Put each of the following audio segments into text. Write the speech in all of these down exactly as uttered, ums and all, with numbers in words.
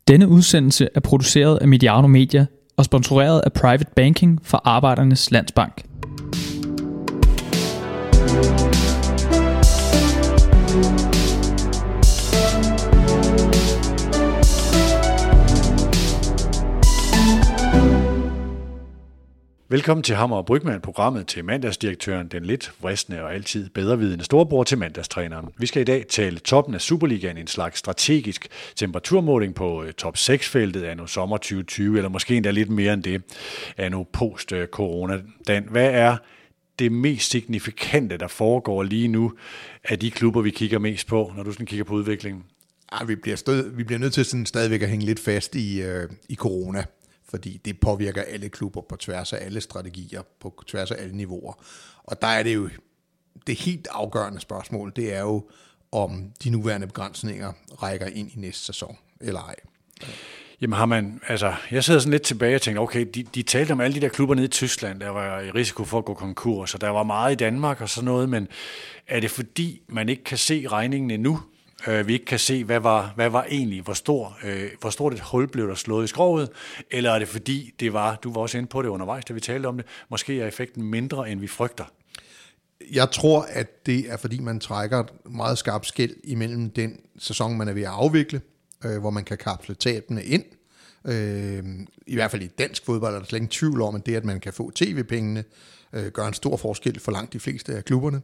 Denne udsendelse er produceret af Mediano Media og sponsoreret af Private Banking for Arbejdernes Landsbank. Velkommen til Hammer og Brygman, programmet til mandagsdirektøren, den lidt vristende og altid bedrevidende storebror til mandagstræneren. Vi skal i dag tale toppen af Superligaen, en slags strategisk temperaturmåling på top seks-feltet anno sommer tyve tyve, eller måske endda lidt mere end det anno post-corona. Dan, hvad er det mest signifikante, der foregår lige nu af de klubber, vi kigger mest på, når du sådan kigger på udviklingen? Ja, vi, bliver stød, vi bliver nødt til sådan stadigvæk at hænge lidt fast i, øh, i corona, fordi det påvirker alle klubber på tværs af alle strategier, på tværs af alle niveauer. Og der er det jo, det helt afgørende spørgsmål, det er jo, om de nuværende begrænsninger rækker ind i næste sæson, eller ej. Jamen har man, altså, jeg sidder sådan lidt tilbage og tænker, okay, de, de talte om alle de der klubber nede i Tyskland, der var i risiko for at gå konkurs, og der var meget i Danmark og sådan noget, men er det fordi, man ikke kan se regningen endnu? Øh, vi ikke kan se, hvad var, hvad var egentlig, hvor stor, øh, hvor stort et hul blev der slået i skroget, eller er det fordi, det var, du var også inde på det undervejs, da vi talte om det, måske er effekten mindre, end vi frygter? Jeg tror, at det er fordi, man trækker meget skarpt skel imellem den sæson, man er ved at afvikle, øh, hvor man kan kapsle tabene ind. Øh, I hvert fald i dansk fodbold er der slet ingen tvivl om, at det, at man kan få tv-pengene, øh, gør en stor forskel for langt de fleste af klubberne.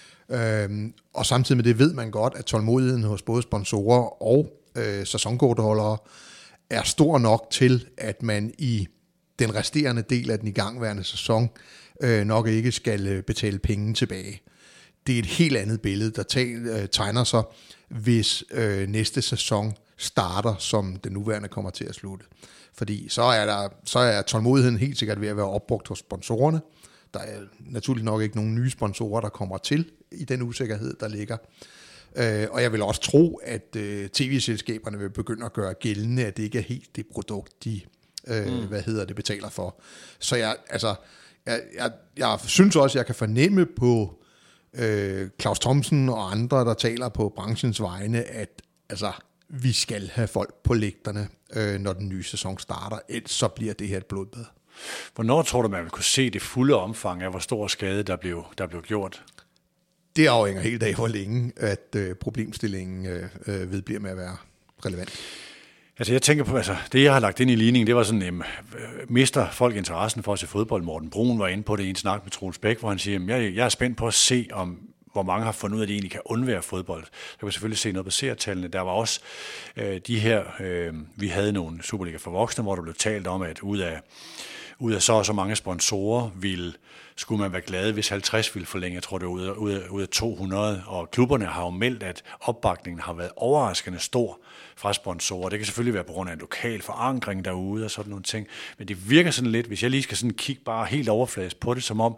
Øhm, og samtidig med det ved man godt, at tålmodigheden hos både sponsorer og øh, sæsonkortholdere er stor nok til, at man i den resterende del af den igangværende sæson øh, nok ikke skal betale penge tilbage. Det er et helt andet billede, der tag, øh, tegner sig, hvis øh, næste sæson starter, som den nuværende kommer til at slutte. Fordi så er, der, så er tålmodigheden helt sikkert ved at være opbrugt hos sponsorerne. Der er naturligt nok ikke nogen nye sponsorer, der kommer til i den usikkerhed, der ligger. Øh, og jeg vil også tro, at øh, tv-selskaberne vil begynde at gøre gældende, at det ikke er helt det produkt, de øh, mm. hvad hedder det, betaler for. Så jeg, altså, jeg, jeg, jeg synes også, at jeg kan fornemme på øh, Claus Thomsen og andre, der taler på branchens vegne, at altså, vi skal have folk på lægterne, øh, når den nye sæson starter. Ellers så bliver det her et blodbad. Hvornår tror du, man vil kunne se det fulde omfang af, hvor stor skade der blev, der blev gjort? Det afhænger helt af, hvor længe at øh, problemstillingen øh, ved bliver med at være relevant. Altså jeg tænker på, altså det jeg har lagt ind i ligningen, det var sådan, øh, mister folk interessen for at se fodbold? Morten Brun var inde på det i en snak med Troels Bæk, hvor han siger, jeg, jeg er spændt på at se, om hvor mange har fundet ud af, at de egentlig kan undvære fodbold. Der kan vi selvfølgelig se noget på seertallene. Der var også øh, de her, øh, vi havde nogle Superliga for voksne, hvor der blev talt om, at ud af ud af så og så mange sponsorer ville, skulle man være glad, hvis halvtreds ville forlænge. Jeg tror, det var ud af, ud af, ud af to hundrede. Og klubberne har jo meldt, at opbakningen har været overraskende stor fra sponsorer. Det kan selvfølgelig være på grund af en lokal forankring derude og sådan nogle ting. Men det virker sådan lidt, hvis jeg lige skal sådan kigge bare helt overfladisk på det, som om,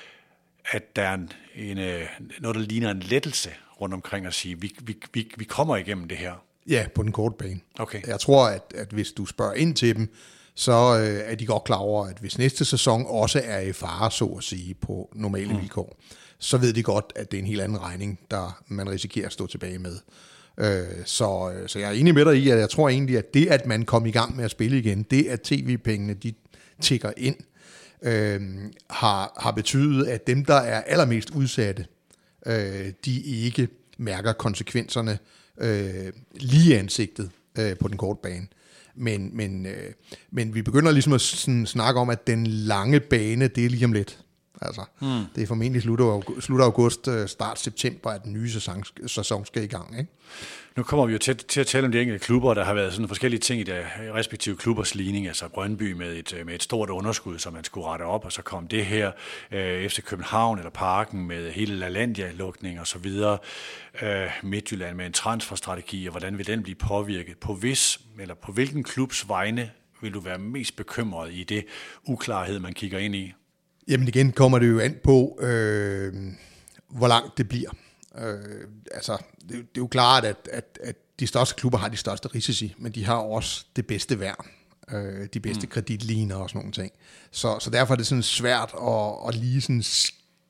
at der er en, en, noget, der ligner en lettelse rundt omkring at sige, vi, vi, vi, vi kommer igennem det her. Ja, på den korte bane. Okay. Jeg tror, at, at hvis du spørger ind til dem, så øh, er de godt klar over, at hvis næste sæson også er i fare, så at sige, på normale mm. vilkår, så ved de godt, at det er en helt anden regning, der man risikerer at stå tilbage med. Øh, så, så jeg er enig med dig i, at jeg tror egentlig, at det, at man kommer i gang med at spille igen, det, at tv-pengene, de tikker ind, øh, har, har betydet, at dem, der er allermest udsatte, øh, de ikke mærker konsekvenserne øh, lige i ansigtet øh, på den korte bane. Men, men, øh, men vi begynder ligesom at sådan snakke om, at den lange bane, det er lige om lidt. Altså, hmm. Det er formentlig slut august, slut august, start september, at den nye sæson, sæson skal i gang. Ikke? Nu kommer vi jo til, til at tale om de enkelte klubber, der har været sådan forskellige ting i de respektive klubbers ligning. Altså Brøndby med et, med et stort underskud, som man skulle rette op, og så kom det her øh, F C København eller Parken med hele LaLandia-lukning og så videre. Øh, Midtjylland med en transferstrategi, og hvordan vil den blive påvirket? På hvis, eller på hvilken klubs vegne vil du være mest bekymret i det uklarhed, man kigger ind i? Jamen igen kommer det jo an på, øh, hvor langt det bliver. Øh, altså, det, det er jo klart, at, at, at de største klubber har de største risici, men de har også det bedste værn, øh, de bedste mm. kreditliner og sådan nogle ting. Så, så derfor er det sådan svært at, at lige sådan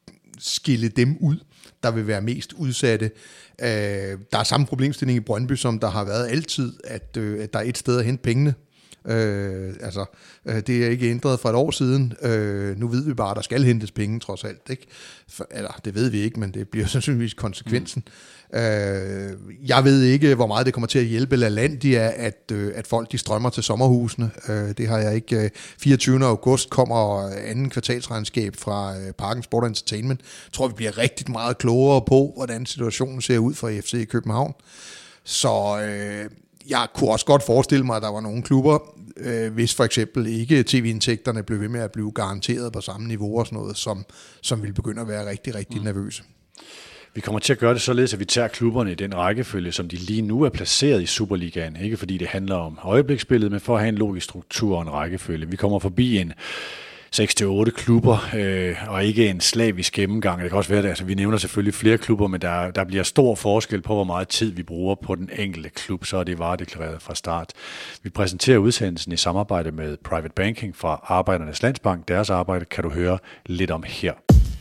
skille dem ud, der vil være mest udsatte. Øh, der er samme problemstilling i Brøndby, som der har været altid, at, øh, at der er et sted at hente pengene. Øh, altså, øh, det er ikke ændret fra et år siden. Øh, nu ved vi bare, at der skal hentes penge, trods alt. Ikke? For, eller, det ved vi ikke, men det bliver sandsynligvis konsekvensen. Mm. Øh, jeg ved ikke, hvor meget det kommer til at hjælpe LaLandia, at, øh, at folk de strømmer til sommerhusene. Øh, det har jeg ikke. fireogtyvende august kommer anden kvartalsregnskab fra øh, Parken Sport Entertainment. Jeg tror, vi bliver rigtig meget klogere på, hvordan situationen ser ud for F C København. Så øh, jeg kunne også godt forestille mig, at der var nogle klubber, øh, hvis for eksempel ikke tv-indtægterne blev ved med at blive garanteret på samme niveau og sådan noget, som, som ville begynde at være rigtig, rigtig mm. nervøse. Vi kommer til at gøre det således, at vi tager klubberne i den rækkefølge, som de lige nu er placeret i Superligaen. Ikke fordi det handler om øjebliksbilledet, men for at have en logisk struktur og en rækkefølge. Vi kommer forbi en seks til otte klubber, øh, og ikke en slavisk gennemgang. Det kan også være, at altså, vi nævner selvfølgelig flere klubber, men der, der bliver stor forskel på, hvor meget tid vi bruger på den enkelte klub, så er det varedeklareret fra start. Vi præsenterer udsendelsen i samarbejde med Private Banking fra Arbejdernes Landsbank. Deres arbejde kan du høre lidt om her.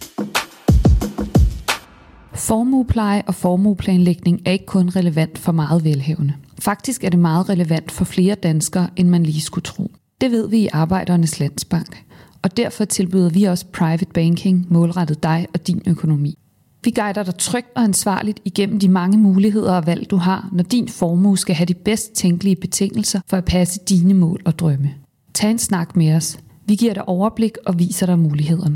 Formuepleje og formueplanlægning er ikke kun relevant for meget velhavende. Faktisk er det meget relevant for flere danskere, end man lige skulle tro. Det ved vi i Arbejdernes Landsbank, og derfor tilbyder vi også private banking målrettet dig og din økonomi. Vi guider dig trygt og ansvarligt igennem de mange muligheder og valg, du har, når din formue skal have de bedst tænkelige betingelser for at passe dine mål og drømme. Tag en snak med os. Vi giver dig overblik og viser dig mulighederne.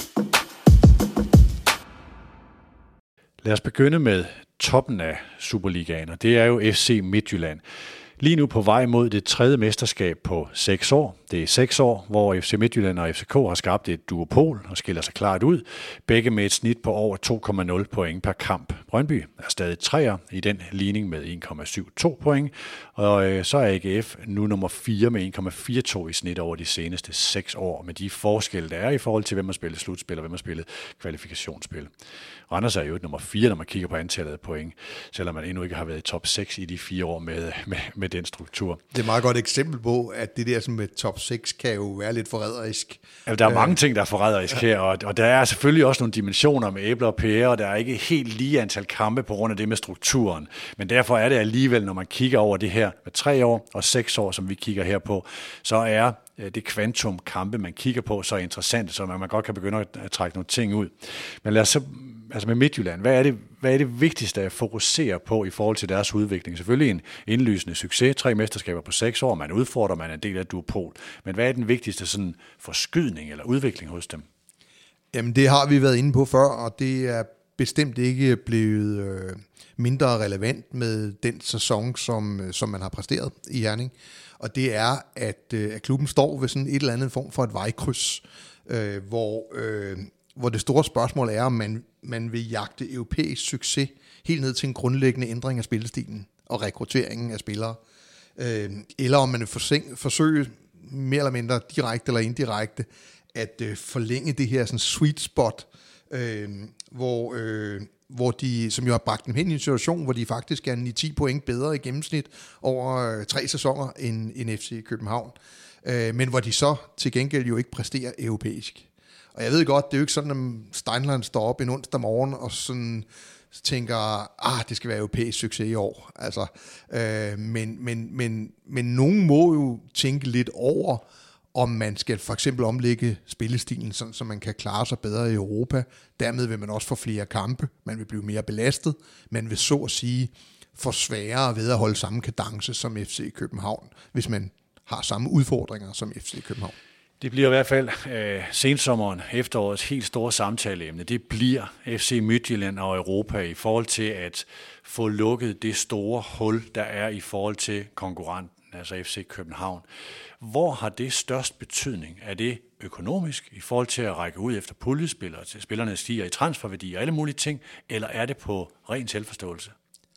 Lad os begynde med toppen af Superligaen, og det er jo F C Midtjylland. Lige nu på vej mod det tredje mesterskab på seks år. Det er seks år, hvor F C Midtjylland og F C K har skabt et duopol og skiller sig klart ud. Begge med et snit på over to komma nul point per kamp. Brøndby er stadig treer i den ligning med en komma syv to point. Og øh, så er A G F nu nummer fire med en komma fire to i snit over de seneste seks år. Med de forskelle, der er i forhold til, hvem har spillet slutspil og hvem har spillet kvalifikationsspil. Randers er jo et nummer fire, når man kigger på antallet af point, selvom man endnu ikke har været i top seks i de fire år med, med, med den struktur. Det er et meget godt eksempel på, at det der som med top seks kan jo være lidt forræderisk. Ja, der er mange ting, der er forræderisk ja. her, og, og der er selvfølgelig også nogle dimensioner med æbler og pærer, og der er ikke helt lige antal kampe på grund af det med strukturen. Men derfor er det alligevel, når man kigger over det her med tre år og seks år, som vi kigger her på, så er det kvantum kampe, man kigger på, så interessant, så man godt kan begynde at trække nogle ting ud. Men lad os så, altså med Midtjylland, hvad er det, hvad er det vigtigste at fokusere på i forhold til deres udvikling? Selvfølgelig en indlysende succes, tre mesterskaber på seks år, man udfordrer, man er en del af duopol. Men hvad er den vigtigste sådan forskydning eller udvikling hos dem? Jamen det har vi været inde på før, og det er bestemt ikke blevet øh, mindre relevant med den sæson, som, som man har præsteret i Herning. Og det er, at, øh, at klubben står ved sådan et eller andet form for et vejkryds, øh, hvor, øh, hvor det store spørgsmål er, om man, man vil jagte europæisk succes helt ned til en grundlæggende ændring af spillestilen og rekrutteringen af spillere. Øh, eller om man vil forsøge, forsøge mere eller mindre direkte eller indirekte at øh, forlænge det her sådan sweet spot, øh, hvor... Øh, hvor de, som jo har bragt dem hen i en situation, hvor de faktisk er ni til ti point bedre i gennemsnit over øh, tre sæsoner end, end F C København. Øh, men hvor de så til gengæld jo ikke præsterer europæisk. Og jeg ved godt, det er jo ikke sådan, at Steinland står op en onsdag morgen og sådan tænker, ah, det skal være europæisk succes i år. Altså, øh, men, men, men, men nogen må jo tænke lidt over, om man skal for eksempel omlægge spillestilen, sådan, så man kan klare sig bedre i Europa. Dermed vil man også få flere kampe, man vil blive mere belastet, man vil så at sige få sværere ved at holde samme kadence som F C København, hvis man har samme udfordringer som F C København. Det bliver i hvert fald øh, sensommeren, efterårets helt store samtaleemne. Det bliver F C Midtjylland og Europa i forhold til at få lukket det store hul, der er i forhold til konkurrenten, altså F C København. Hvor har det størst betydning? Er det økonomisk i forhold til at række ud efter puljespillere, til spillerne stiger i transferværdi og alle mulige ting, eller er det på ren selvforståelse?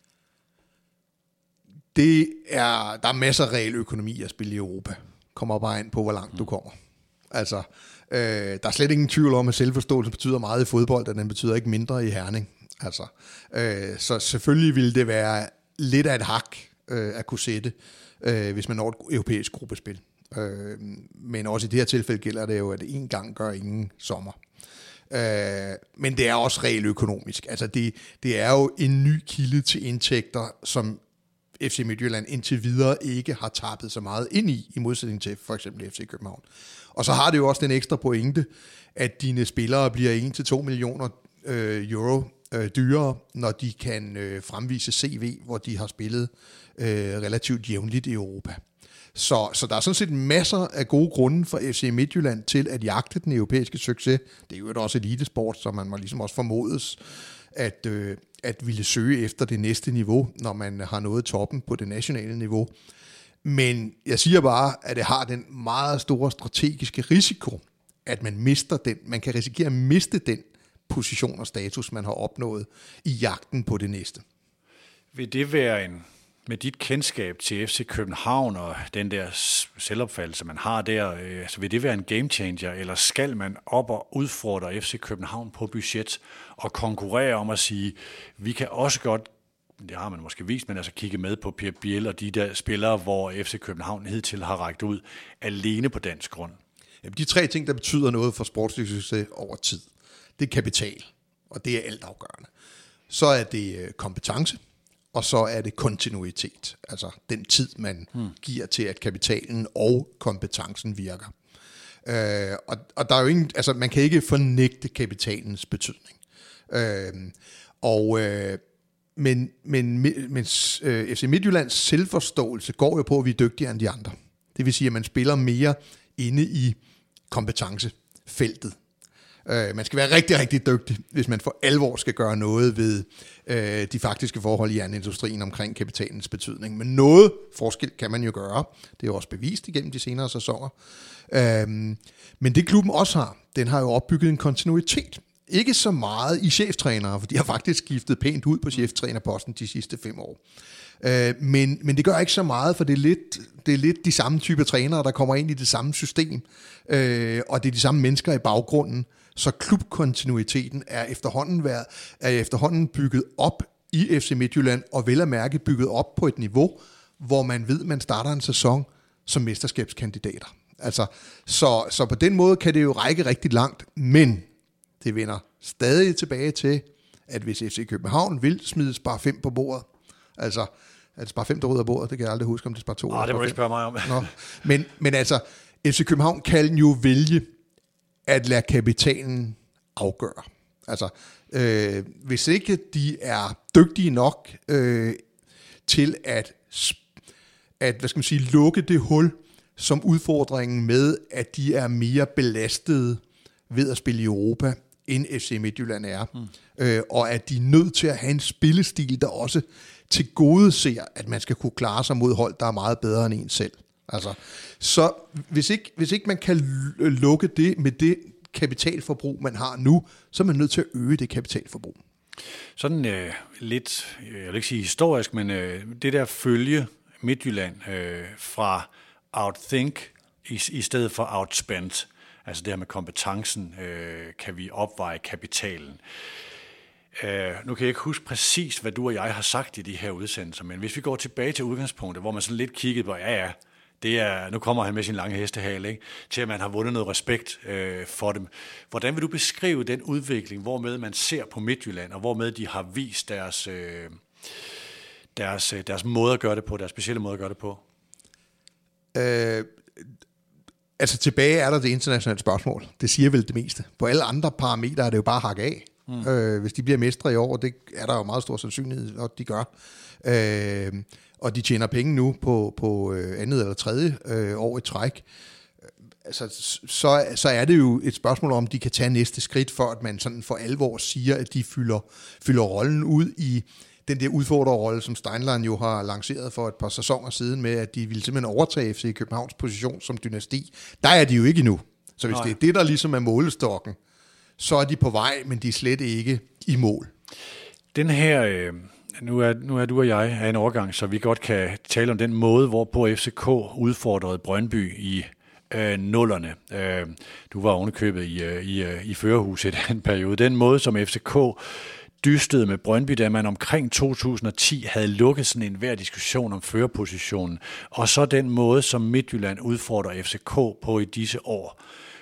Det er, der er masser af reel økonomi at spille i Europa. Kommer bare ind på, hvor langt mm. du kommer. Altså, øh, der er slet ingen tvivl om, at selvforståelse betyder meget i fodbold, og den betyder ikke mindre i Herning. Altså, øh, så selvfølgelig ville det være lidt af et hak øh, at kunne sætte, øh, hvis man når et europæisk gruppespil. Øh, men også i det her tilfælde gælder det jo, at en gang gør ingen sommer. Øh, men det er også reelt økonomisk. Altså det, det er jo en ny kilde til indtægter, som F C Midtjylland indtil videre ikke har tappet så meget ind i, i modsætning til for eksempel F C København. Og så har det jo også den ekstra pointe, at dine spillere bliver en til to millioner øh, euro øh, dyrere, når de kan øh, fremvise C V, hvor de har spillet øh, relativt jævnligt i Europa. Så, så der er sådan set masser af gode grunde for F C Midtjylland til at jagte den europæiske succes. Det er jo også elitesport, så man må ligesom også formodes at, øh, at ville søge efter det næste niveau, når man har nået toppen på det nationale niveau. Men jeg siger bare, at det har den meget store strategiske risiko, at man mister den. Man kan risikere at miste den position og status, man har opnået i jagten på det næste. Vil det være en, med dit kendskab til F C København og den der selvopfattelse, man har der, øh, så vil det være en game changer, eller skal man op og udfordre F C København på budget og konkurrere om at sige, vi kan også godt, det har man måske vist, men altså kigge med på Per Biel og de der spillere, hvor F C København hidtil har rækket ud alene på dansk grund? De tre ting, der betyder noget for sportslig succes over tid, det er kapital, og det er altafgørende. Så er det kompetence, og så er det kontinuitet, altså den tid, man hmm. giver til, at kapitalen og kompetencen virker. Øh, og, og der er jo ingen, altså man kan ikke fornægte kapitalens betydning. Øh, og øh, men, men, men øh, F C Midtjyllands selvforståelse går jo på, at vi er dygtigere end de andre. Det vil sige, at man spiller mere inde i kompetencefeltet. Uh, man skal være rigtig, rigtig dygtig, hvis man for alvor skal gøre noget ved uh, de faktiske forhold i jernindustrien omkring kapitalens betydning. Men noget forskel kan man jo gøre. Det er jo også bevist igennem de senere sæsoner. Uh, men det klubben også har, den har jo opbygget en kontinuitet. Ikke så meget i cheftrænere, for de har faktisk skiftet pænt ud på cheftrænerposten de sidste fem år. Uh, men, men det gør ikke så meget, for det er lidt, det er lidt de samme typer trænere, der kommer ind i det samme system, uh, og det er de samme mennesker i baggrunden. Så klubkontinuiteten er efterhånden, været, er efterhånden bygget op i F C Midtjylland, og vel at mærke bygget op på et niveau, hvor man ved, at man starter en sæson som mesterskabskandidater. Altså, så, så på den måde kan det jo række rigtig langt, men det vender stadig tilbage til, at hvis F C København vil smide spar fem på bordet, altså at spar fem der rydder bordet, det kan jeg aldrig huske, om det spar to. Ah, det må du ikke spørge mig om. Nå, men, men altså, F C København kan jo vælge at lade kapitalen afgøre. Altså, øh, hvis ikke de er dygtige nok øh, til at, at, hvad skal man sige, lukke det hul, som udfordringen med, at de er mere belastede ved at spille i Europa, end F C Midtjylland er. Mm. Øh, og at de er nødt til at have en spillestil, der også tilgodeser, at man skal kunne klare sig mod hold, der er meget bedre end en selv. Altså, så hvis ikke, hvis ikke man kan lukke det med det kapitalforbrug, man har nu, så er man nødt til at øge det kapitalforbrug. Sådan øh, lidt, jeg vil ikke sige historisk, men øh, det der følge Midtjylland øh, fra outthink i, i stedet for outspent, altså det her med kompetencen, øh, kan vi opveje kapitalen. Uh, nu kan jeg ikke huske præcis, hvad du og jeg har sagt i de her udsendelser, men hvis vi går tilbage til udgangspunktet, hvor man sådan lidt kiggede på, ja ja, det er, nu kommer han med sin lange hestehale, ikke? Til at man har vundet noget respekt uh, for dem. Hvordan vil du beskrive den udvikling, hvormed man ser på Midtjylland, og hvormed de har vist deres, uh, deres, uh, deres måde at gøre det på, deres specielle måde at gøre det på? Uh, altså tilbage er der det internationale spørgsmål. Det siger vel det meste. På alle andre parametre er det jo bare hakke af. Mm. Øh, hvis de bliver mestre i år, det er der jo meget stor sandsynlighed, at de gør. Øh, og de tjener penge nu på, på andet eller tredje øh, år i træk. Altså, så, så er det jo et spørgsmål om, de kan tage næste skridt, for at man sådan for alvor siger, at de fylder, fylder rollen ud i den der udfordrerrolle, som Steinlein jo har lanceret for et par sæsoner siden, med at de ville simpelthen overtage F C Københavns position som dynasti. Der er de jo ikke endnu. Så hvis Nej. det er det, der ligesom er målestokken, så er de på vej, men de er slet ikke i mål. Den her, øh, nu, er, nu er du og jeg af en overgang, så vi godt kan tale om den måde, hvorpå F C K udfordrede Brøndby i øh, nullerne. Øh, du var ovenikøbet i, øh, i, øh, i førerhuset i den periode. Den måde, som F C K dystede med Brøndby, da man omkring to tusind og ti havde lukket sådan en hver diskussion om førerpositionen, og så den måde, som Midtjylland udfordrer F C K på i disse år.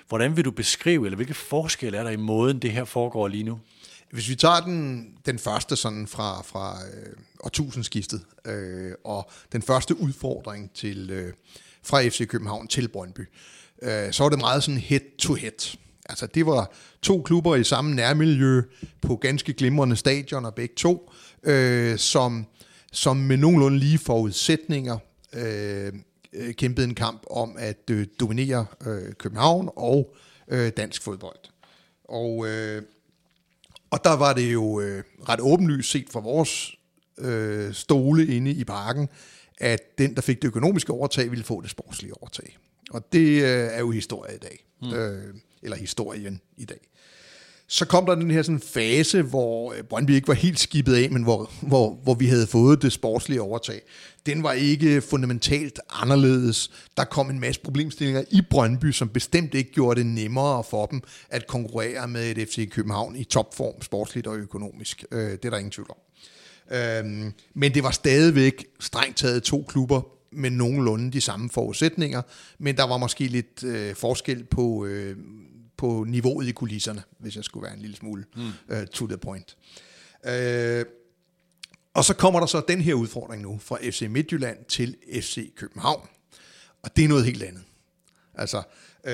Hvordan vil du beskrive, eller hvilke forskel er der i måden, det her foregår lige nu? Hvis vi tager den, den første sådan fra, fra øh, årtusindskiftet, øh, og den første udfordring til, øh, fra F C København til Brøndby, øh, så var det meget sådan head-to-head. Altså det var to klubber i samme nærmiljø på ganske glimrende stadioner, begge to, øh, som, som med nogenlunde lige forudsætninger øh, kæmpede en kamp om at øh, dominere øh, København og øh, dansk fodbold. Og, øh, og der var det jo øh, ret åbenlyst set fra vores øh, stole inde i parken, at den, der fik det økonomiske overtag, ville få det sportslige overtag. Og det øh, er jo historie i dag. Mm. Øh, eller historien i dag. Så kom der den her sådan fase, hvor Brøndby ikke var helt skibet af, men hvor, hvor, hvor vi havde fået det sportslige overtag. Den var ikke fundamentalt anderledes. Der kom en masse problemstillinger i Brøndby, som bestemt ikke gjorde det nemmere for dem at konkurrere med et F C København i topform, sportsligt og økonomisk. Øh, det er der ingen tvivl om. Øh, men det var stadigvæk strengt taget to klubber med nogenlunde de samme forudsætninger, men der var måske lidt øh, forskel på, øh, på niveauet i kulisserne, hvis jeg skulle være en lille smule mm. øh, to the point. Øh, og så kommer der så den her udfordring nu fra F C Midtjylland til F C København, og det er noget helt andet. Altså, øh,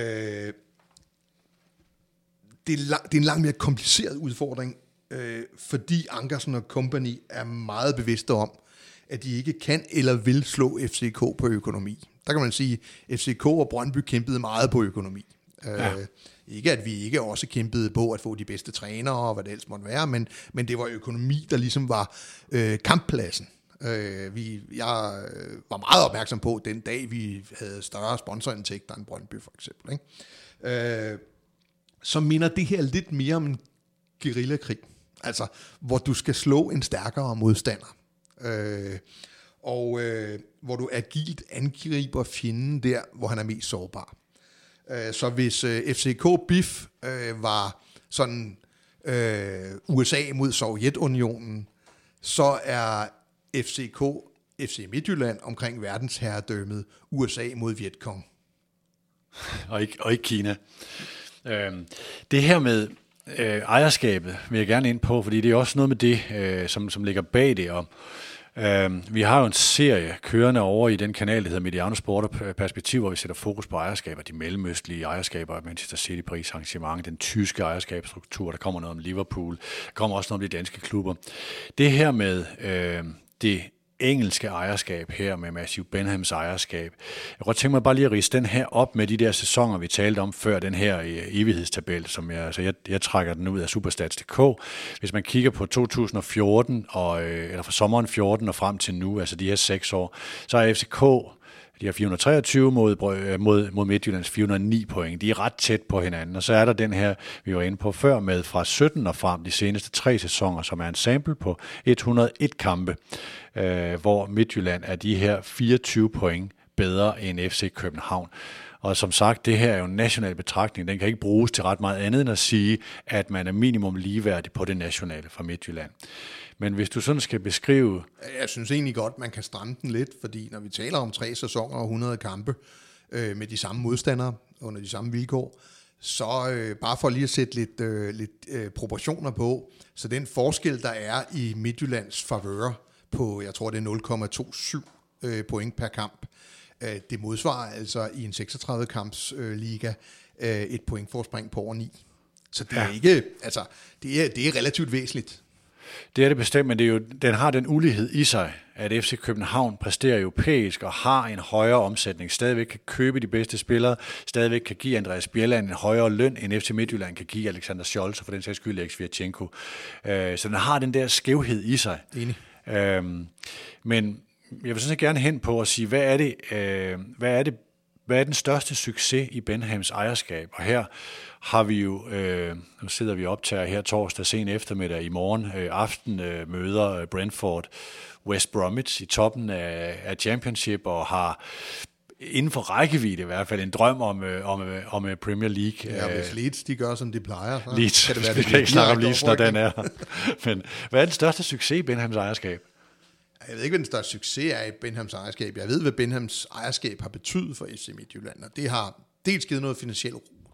det, er lang, det er en langt mere kompliceret udfordring, øh, fordi Ankersen og company er meget bevidste om, at de ikke kan eller vil slå F C K på økonomi. Der kan man sige, at F C K og Brøndby kæmpede meget på økonomi. Ja. Øh, ikke at vi ikke også kæmpede på at få de bedste trænere og hvad det ellers måtte være, men, men det var økonomi, der ligesom var øh, kamppladsen. Øh, vi, jeg øh, var meget opmærksom på den dag, vi havde større sponsorindtægter end Brøndby for eksempel. Ikke? Øh, så minder det her lidt mere om en guerillakrig, altså hvor du skal slå en stærkere modstander. Øh, og øh, hvor du agilt angriber fjenden der, hvor han er mest sårbar. Øh, så hvis øh, F C K BIF øh, var sådan øh, U S A mod Sovjetunionen, så er F C K F C Midtjylland omkring verdensherredømmet U S A mod Vietcong. Og ikke, og ikke Kina. Øh, det her med øh, ejerskabet vil jeg gerne ind på, fordi det er også noget med det, øh, som, som ligger bag det. Og, øh, vi har jo en serie kørende over i den kanal, der hedder Mediano Sport og Perspektiv, hvor vi sætter fokus på ejerskaber, de mellemøstlige ejerskaber, Manchester City, Paris Saint-Germain, den tyske ejerskabsstruktur, der kommer noget om Liverpool, der kommer også noget om de danske klubber. Det her med øh, det engelske ejerskab her med Matthew Benhams ejerskab. Jeg kunne godt tænke mig bare lige at ridse den her op med de der sæsoner, vi talte om før, den her evighedstabel, som jeg, altså jeg, jeg trækker den ud af Superstats punktum d k. Hvis man kigger på to tusind og fjorten, og, eller fra sommeren fjorten og frem til nu, altså de her seks år, så er F C K, de har fire hundrede og treogtyve mod, mod, mod Midtjyllands fire hundrede og ni point. De er ret tæt på hinanden. Og så er der den her, vi var inde på før, med fra sytten og frem de seneste tre sæsoner, som er en sample på et hundrede og en kampe, øh, hvor Midtjylland er de her fireogtyve point bedre end F C København. Og som sagt, det her er jo en national betragtning. Den kan ikke bruges til ret meget andet end at sige, at man er minimum ligeværdig på det nationale fra Midtjylland. Men hvis du sådan skal beskrive... Jeg synes egentlig godt, man kan stramme den lidt, fordi når vi taler om tre sæsoner og hundrede kampe øh, med de samme modstandere under de samme vilkår, så øh, bare for lige at sætte lidt, øh, lidt øh, proportioner på, så den forskel, der er i Midtjyllands favør på, jeg tror det er nul komma toogtyve øh, point per kamp, øh, det modsvarer altså i en seksogtredive kamps øh, liga øh, et pointforspring på over ni. Så det er ja. ikke, altså, det er, det er relativt væsentligt. Det er det bestemt, men det er jo, den har den ulighed i sig, at F C København præsterer europæisk og har en højere omsætning, stadigvæk kan købe de bedste spillere, stadigvæk kan give Andreas Bjelland en højere løn, end F C Midtjylland kan give Alexander Scholz, og for den sags skyld Alex Virchenko. Så den har den der skævhed i sig. Enig. Øhm, men jeg vil sådan set gerne hen på at sige, hvad er det, øh, hvad er det, hvad er den største succes i Benhams ejerskab? Og her har vi jo, øh, nu sidder vi optager her torsdag sen eftermiddag, i morgen øh, aften øh, møder Brentford West Bromwich i toppen af, af Championship, og har inden for rækkevidde i hvert fald en drøm om, øh, om, øh, om Premier League. Ja, hvis Leeds de gør, som de plejer, så Leeds, kan det være, det kan ikke snakke om Leeds, når den er. Men hvad er den største succes i Benhams ejerskab? Jeg ved ikke, hvad den største succes er i Benhams ejerskab. Jeg ved, hvad Benhams ejerskab har betydet for F C Midtjylland, og det har dels givet noget finansiel ro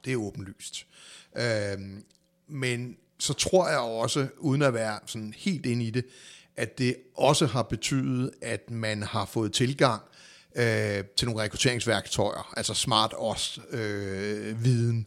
Det er åbenlyst. Øh, men så tror jeg også, uden at være sådan helt inde i det, at det også har betydet, at man har fået tilgang øh, til nogle rekrutteringsværktøjer, altså smart os øh, viden,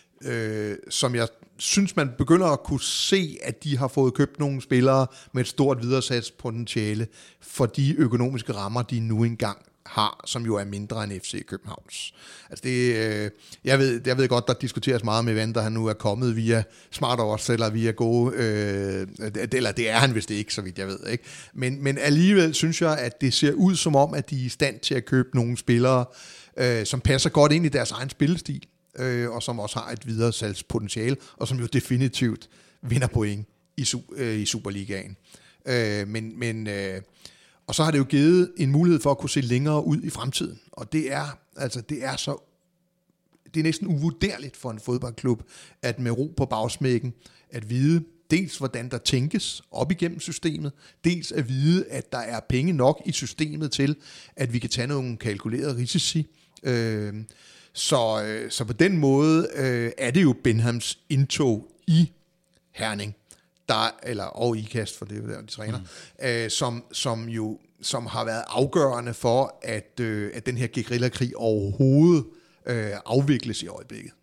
øh, som jeg synes, man begynder at kunne se, at de har fået købt nogle spillere med et stort videresatspotentiale for de økonomiske rammer, de nu engang har, som jo er mindre end F C Københavns. Altså det, øh, jeg, ved, jeg ved godt, der diskuteres meget med Evander, han nu er kommet via smart odds, eller via gode, øh, eller det er han vist ikke, så vidt jeg ved. Ikke? Men, men alligevel synes jeg, at det ser ud som om, at de er i stand til at købe nogle spillere, øh, som passer godt ind i deres egen spillestil, øh, og som også har et videresalgspotentiale, og som jo definitivt vinder point i, øh, i Superligaen. Øh, men men øh, Og så har det jo givet en mulighed for at kunne se længere ud i fremtiden. Og det er, altså, det er så, det er næsten uvurderligt for en fodboldklub, at med ro på bagsmækken, at vide dels, hvordan der tænkes op igennem systemet, dels at vide, at der er penge nok i systemet til, at vi kan tage nogle kalkulerede risici. Øh, så, øh, så på den måde øh, er det jo Benhams indtog i Herning, der, eller og IKAST, for det er jo der, de træner, mm. øh, som, som jo som har været afgørende for, at, øh, at den her guerillakrig overhovedet øh, afvikles i øjeblikket.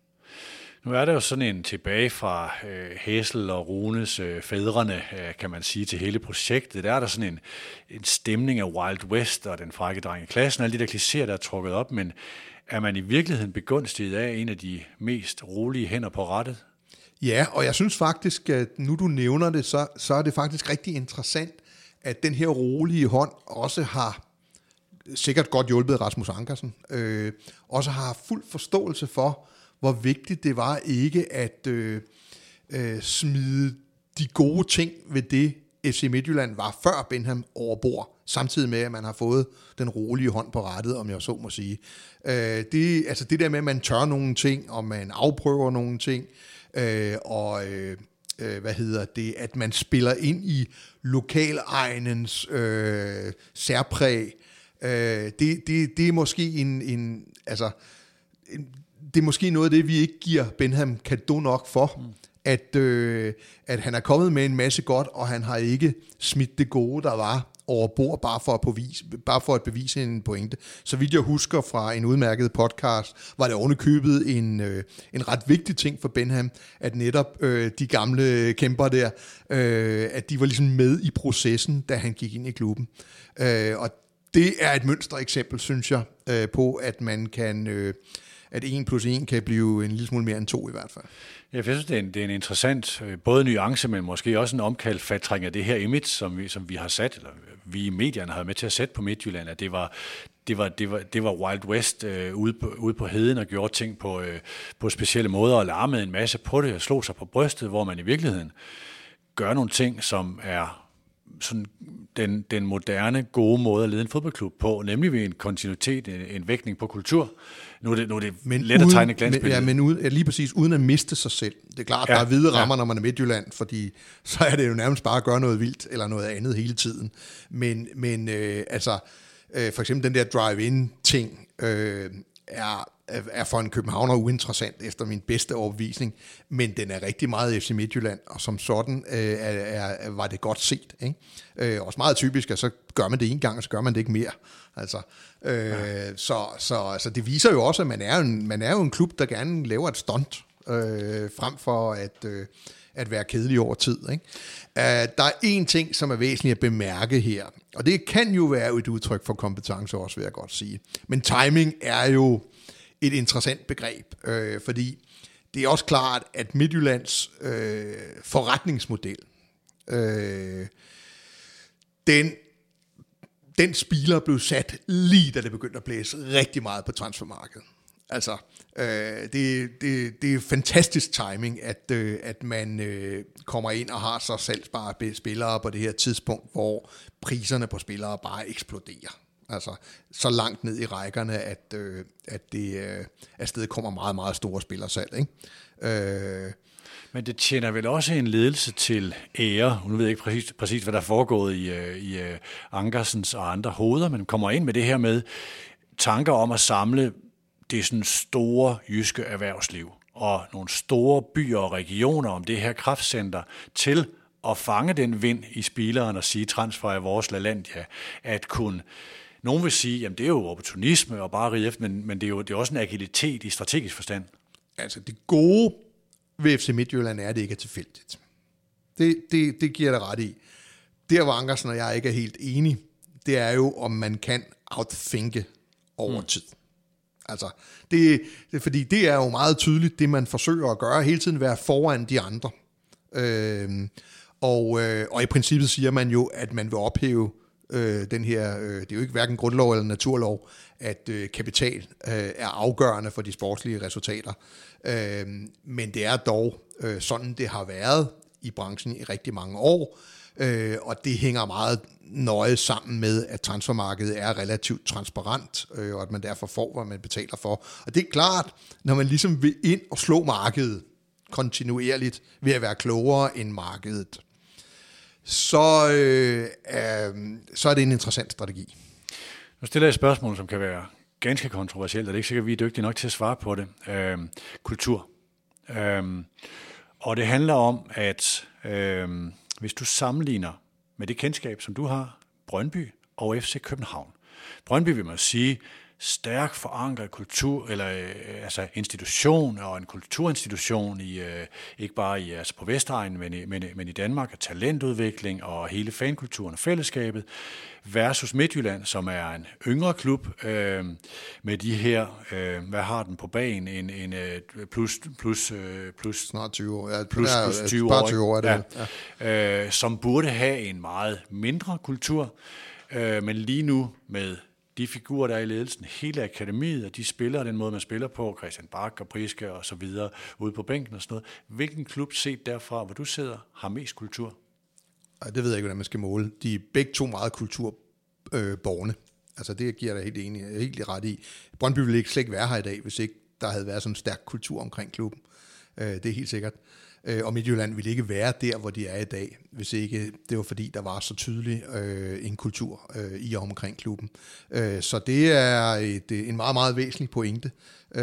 Nu er der jo sådan en tilbage fra øh, Hæsel og Runes øh, fædrene, øh, kan man sige, til hele projektet. Der er der sådan en, en stemning af Wild West og den frække dreng i klassen, alle de der klichéer, der er trukket op, men er man i virkeligheden begunstiget af en af de mest rolige hænder på rattet? Ja, og jeg synes faktisk, at nu du nævner det, så, så er det faktisk rigtig interessant, at den her rolige hånd også har sikkert godt hjulpet Rasmus Ankersen, øh, også har fuld forståelse for, hvor vigtigt det var ikke at øh, øh, smide de gode ting ved det, F C Midtjylland var før Benham over bord, samtidig med, at man har fået den rolige hånd på rattet, om jeg så må sige. Øh, det, altså det der med, at man tør nogle ting, og man afprøver nogle ting, øh, og øh, øh, hvad hedder det, at man spiller ind i lokalegnens øh, særpræg, øh, det, det, det er måske en, en altså en, det er måske noget af det, vi ikke giver Benham cadeau nok for, mm. at, øh, at han er kommet med en masse godt, og han har ikke smidt det gode, der var over bord, bare for at bevise, bare for at bevise en pointe. Så vidt jeg husker fra en udmærket podcast, var det ovenikøbet en, øh, en ret vigtig ting for Benham, at netop øh, de gamle kæmper der, øh, at de var ligesom med i processen, da han gik ind i klubben. Øh, og det er et mønstereksempel, synes jeg, øh, på, at man kan... Øh, at en plus en kan blive en lille smule mere end to i hvert fald. Ja, jeg synes, det er en, det er en interessant, både nuance, men måske også en omkalfatring af det her image, som vi, som vi har sat, eller vi i medierne har været med til at sætte på Midtjylland, at det var, det var, det var, det var Wild West øh, ude, på, ude på heden og gjorde ting på, øh, på specielle måder og larmede en masse på det og slog sig på brystet, hvor man i virkeligheden gør nogle ting, som er sådan den, den moderne, gode måde at lede en fodboldklub på, nemlig ved en kontinuitet, en, en vægtning på kultur. Nu er det, nu er det men let uden, at tegne glansbillede. Ja, men uden, lige præcis uden at miste sig selv. Det er klart, ja, der er hvide rammer, ja. Når man er Midtjylland, fordi så er det jo nærmest bare at gøre noget vildt, eller noget andet hele tiden. Men, men øh, altså, øh, for eksempel den der drive-in-ting, øh, er, er for en københavner uinteressant efter min bedste overbevisning, men den er rigtig meget F C Midtjylland, og som sådan øh, er, er, var det godt set. Ikke? Øh, også meget typisk, at så gør man det en gang, og så gør man det ikke mere. Altså, øh, ja. så, så, så det viser jo også, at man er, en, man er jo en klub, der gerne laver et stunt, øh, frem for at, øh, at være kedelig over tid. Ikke? Uh, der er en ting, som er væsentligt at bemærke her, og det kan jo være et udtryk for kompetence også, vil jeg godt sige. Men timing er jo et interessant begreb, øh, fordi det er også klart, at Midtjyllands øh, forretningsmodel, øh, den, den spiler blev sat lige da det begyndte at blæse rigtig meget på transfermarkedet. Altså, øh, det, det, det er fantastisk timing, at, øh, at man øh, kommer ind og har så salgsbare spillere på det her tidspunkt, hvor priserne på spillere bare eksploderer. Altså så langt ned i rækkerne, at, øh, at det øh, afsted kommer meget, meget store spillersalg. Ikke? Øh. Men det tjener vel også en ledelse til ære. Nu ved jeg ikke præcis, præcis hvad der er foregået i, i Ankersens og andre hoveder, men kommer ind med det her med tanker om at samle det sådan store jyske erhvervsliv og nogle store byer og regioner om det her kraftcenter til at fange den vind i spilleren og sige, transfer i vores land, ja, at kunne. Nogen vil sige, jamen det er jo opportunisme og bare ride efter, men, men det er jo det er også en agilitet i strategisk forstand. Altså det gode ved F C Midtjylland er, at det ikke er tilfældigt. Det, det, det giver det ret i. Der, hvor Ankersen og jeg ikke er helt enige, det er jo, om man kan outthinke over tid. Mm. Altså, det, det, fordi det er jo meget tydeligt, det man forsøger at gøre, hele tiden være foran de andre. Øhm, og, øh, og i princippet siger man jo, at man vil ophæve øh, den her, øh, det er jo ikke hverken grundlov eller naturlov, at øh, kapital øh, er afgørende for de sportslige resultater. Øh, men det er dog øh, sådan, det har været i branchen i rigtig mange år, øh, og det hænger meget nøje sammen med, at transfermarkedet er relativt transparent, øh, og at man derfor får, hvad man betaler for. Og det er klart, når man ligesom vil ind og slå markedet kontinuerligt ved at være klogere end markedet, så, øh, øh, så er det en interessant strategi. Nu stiller jeg et spørgsmål, som kan være ganske kontroversielt, og det er ikke sikkert, at vi er dygtige nok til at svare på det. Øh, kultur. Øh, og det handler om, at øh, hvis du sammenligner med det kendskab, som du har, Brøndby og F C København. Brøndby vil man sige, stærk forankret kultur, eller øh, altså institution, og en kulturinstitution, i, øh, ikke bare i, altså på Vestegnen, men i, men, men i Danmark, og talentudvikling og hele fankulturen og fællesskabet, versus Midtjylland, som er en yngre klub, øh, med de her, øh, hvad har den på bagen, en, en plus, plus, plus, snart tyve år, ja, plus, ja, plus tyve bare år, tyve år er det, ja, ja. Øh, som burde have en meget mindre kultur, øh, men lige nu med de figurer, der er i ledelsen, hele akademiet, og de spiller den måde, man spiller på, Christian Bak og Priske og så videre, ude på bænken og sådan noget. Hvilken klub set derfra, hvor du sidder, har mest kultur? Det ved jeg ikke, hvordan man skal måle. De er begge to meget kulturborgerne. Altså det giver jeg helt enig, helt ret i. Brøndby ville ikke slet ikke være her i dag, hvis ikke der havde været sådan en stærk kultur omkring klubben. Det er helt sikkert. Og Midtjylland ville ikke være der, hvor de er i dag, hvis ikke det var fordi, der var så tydelig øh, en kultur øh, i og omkring klubben. Øh, så det er et, en meget, meget væsentlig pointe.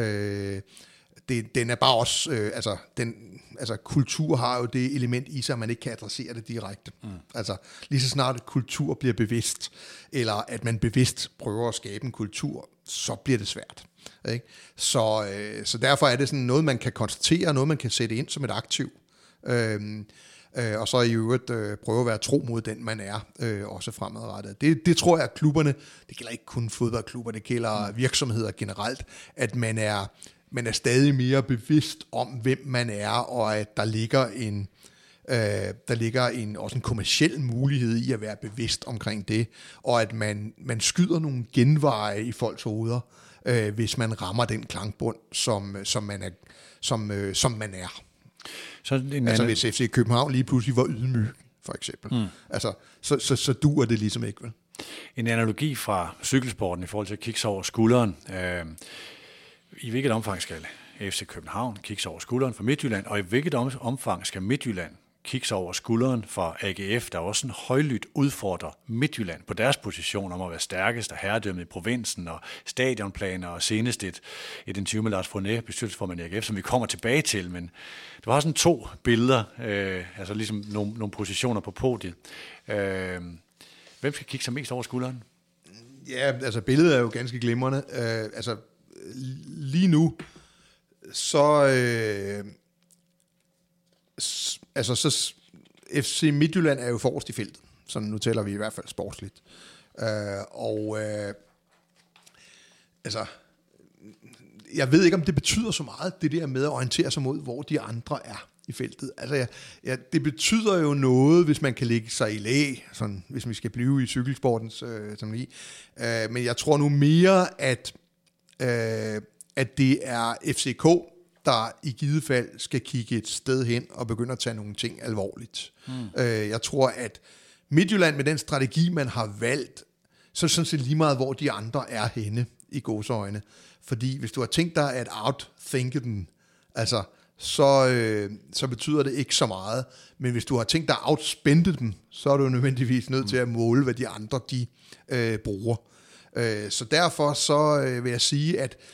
Øh, det, den er bare også, øh, altså, den, altså kultur har jo det element i sig, at man ikke kan adressere det direkte. Mm. Altså lige så snart kultur bliver bevidst, eller at man bevidst prøver at skabe en kultur, så bliver det svært. Ikke? Så, øh, så derfor er det sådan noget, man kan konstatere, noget man kan sætte ind som et aktiv. Øhm, øh, og så i øvrigt øh, prøve at være tro mod den, man er, øh, også fremadrettet. Det, det tror jeg, at klubberne, det gælder ikke kun fodboldklubber, det gælder virksomheder generelt, at man er, man er stadig mere bevidst om, hvem man er, og at der ligger en, øh, der ligger en, også en kommerciel mulighed i at være bevidst omkring det, og at man, man skyder nogle genveje i folks hoveder, øh, hvis man rammer den klangbund, som, som, man, er, som, øh, som man er. Så en altså anden... hvis F C København lige pludselig var ydmyg, for eksempel. Mm. Altså, så, så, så duer det ligesom ikke, vel? En analogi fra cykelsporten i forhold til at kigge sig over skulderen. Øh, I hvilket omfang skal F C København kigge sig over skulderen for Midtjylland, og i hvilket omfang skal Midtjylland kigge sig over skulderen for A G F, der også en højlydt udfordrer Midtjylland på deres position om at være stærkest og herredømmet i provinsen og stadionplaner og senest et, et interview med Lars Fournet, bestyrelsesformand i A G F, som vi kommer tilbage til, men det var sådan to billeder, øh, altså ligesom nogle, nogle positioner på podiet. Øh, hvem skal kigge sig mest over skulderen? Ja, altså billedet er jo ganske glimrende. Øh, altså lige nu, så... Øh, Altså, så F C Midtjylland er jo forrest i feltet, så nu tæller vi i hvert fald sportsligt. Øh, og øh, altså, jeg ved ikke, om det betyder så meget, det der med at orientere sig mod, hvor de andre er i feltet. Altså, ja, ja, det betyder jo noget, hvis man kan lægge sig i læ, sådan, hvis vi skal blive i cykelsportens øh, terminologi. Øh, men jeg tror nu mere, at, øh, at det er F C K, der i givet fald skal kigge et sted hen og begynde at tage nogle ting alvorligt. Mm. Øh, jeg tror, at Midtjylland med den strategi, man har valgt, så er det sådan set lige meget, hvor de andre er henne i gåseøjne. Fordi hvis du har tænkt dig at outthinke dem, altså, så, øh, så betyder det ikke så meget. Men hvis du har tænkt dig at outspende dem, så er du nødvendigvis nødt mm. til at måle, hvad de andre de øh, bruger. Øh, så derfor så øh, vil jeg sige, at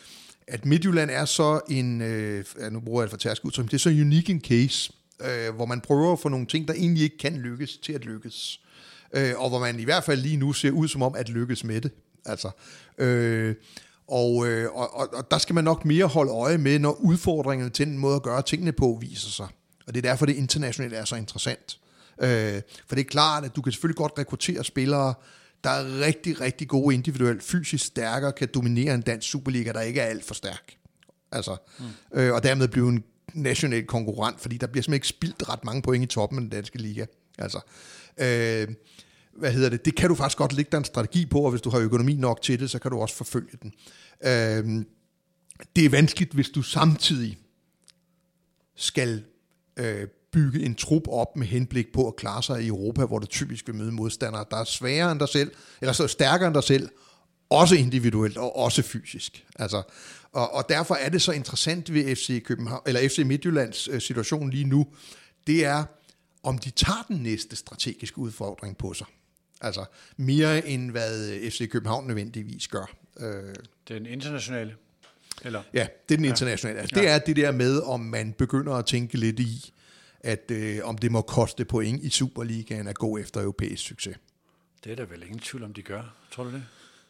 at Midtjylland er så en, øh, nu bruger jeg et for tærsk udtryk, det er så unique en case, øh, hvor man prøver at få nogle ting, der egentlig ikke kan lykkes, til at lykkes. Øh, og hvor man i hvert fald lige nu ser ud som om at lykkes med det. Altså, øh, og, øh, og, og, og der skal man nok mere holde øje med, når udfordringerne til den måde at gøre tingene på viser sig. Og det er derfor, det internationalt er så interessant. Øh, for det er klart, at du kan selvfølgelig godt rekruttere spillere, der er rigtig, rigtig gode individuelt, fysisk stærkere, kan dominere en dansk Superliga, der ikke er alt for stærk. Altså, mm. øh, og dermed blive en national konkurrent, fordi der bliver simpelthen ikke spildt ret mange point i toppen af den danske liga. Altså, øh, hvad hedder det? Det kan du faktisk godt lægge dig en strategi på, og hvis du har økonomi nok til det, så kan du også forfølge den. Øh, det er vanskeligt, hvis du samtidig skal øh, bygge en trup op med henblik på at klare sig i Europa, hvor du typisk vil møde modstandere, der er sværere end dig selv, eller så stærkere end dig selv, også individuelt og også fysisk. Altså, og, og derfor er det så interessant ved F C København, eller F C Midtjyllands øh, situation lige nu, det er, om de tager den næste strategiske udfordring på sig. Altså mere end hvad F C København nødvendigvis gør. Øh, Den internationale? Eller? Ja, det er den internationale. Altså, det er det der med, om man begynder at tænke lidt i, at øh, om det må koste point i Superligaen at gå efter europæisk succes. Det er der vel ingen tvivl om, de gør. Tror du det?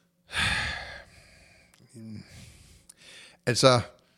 Altså,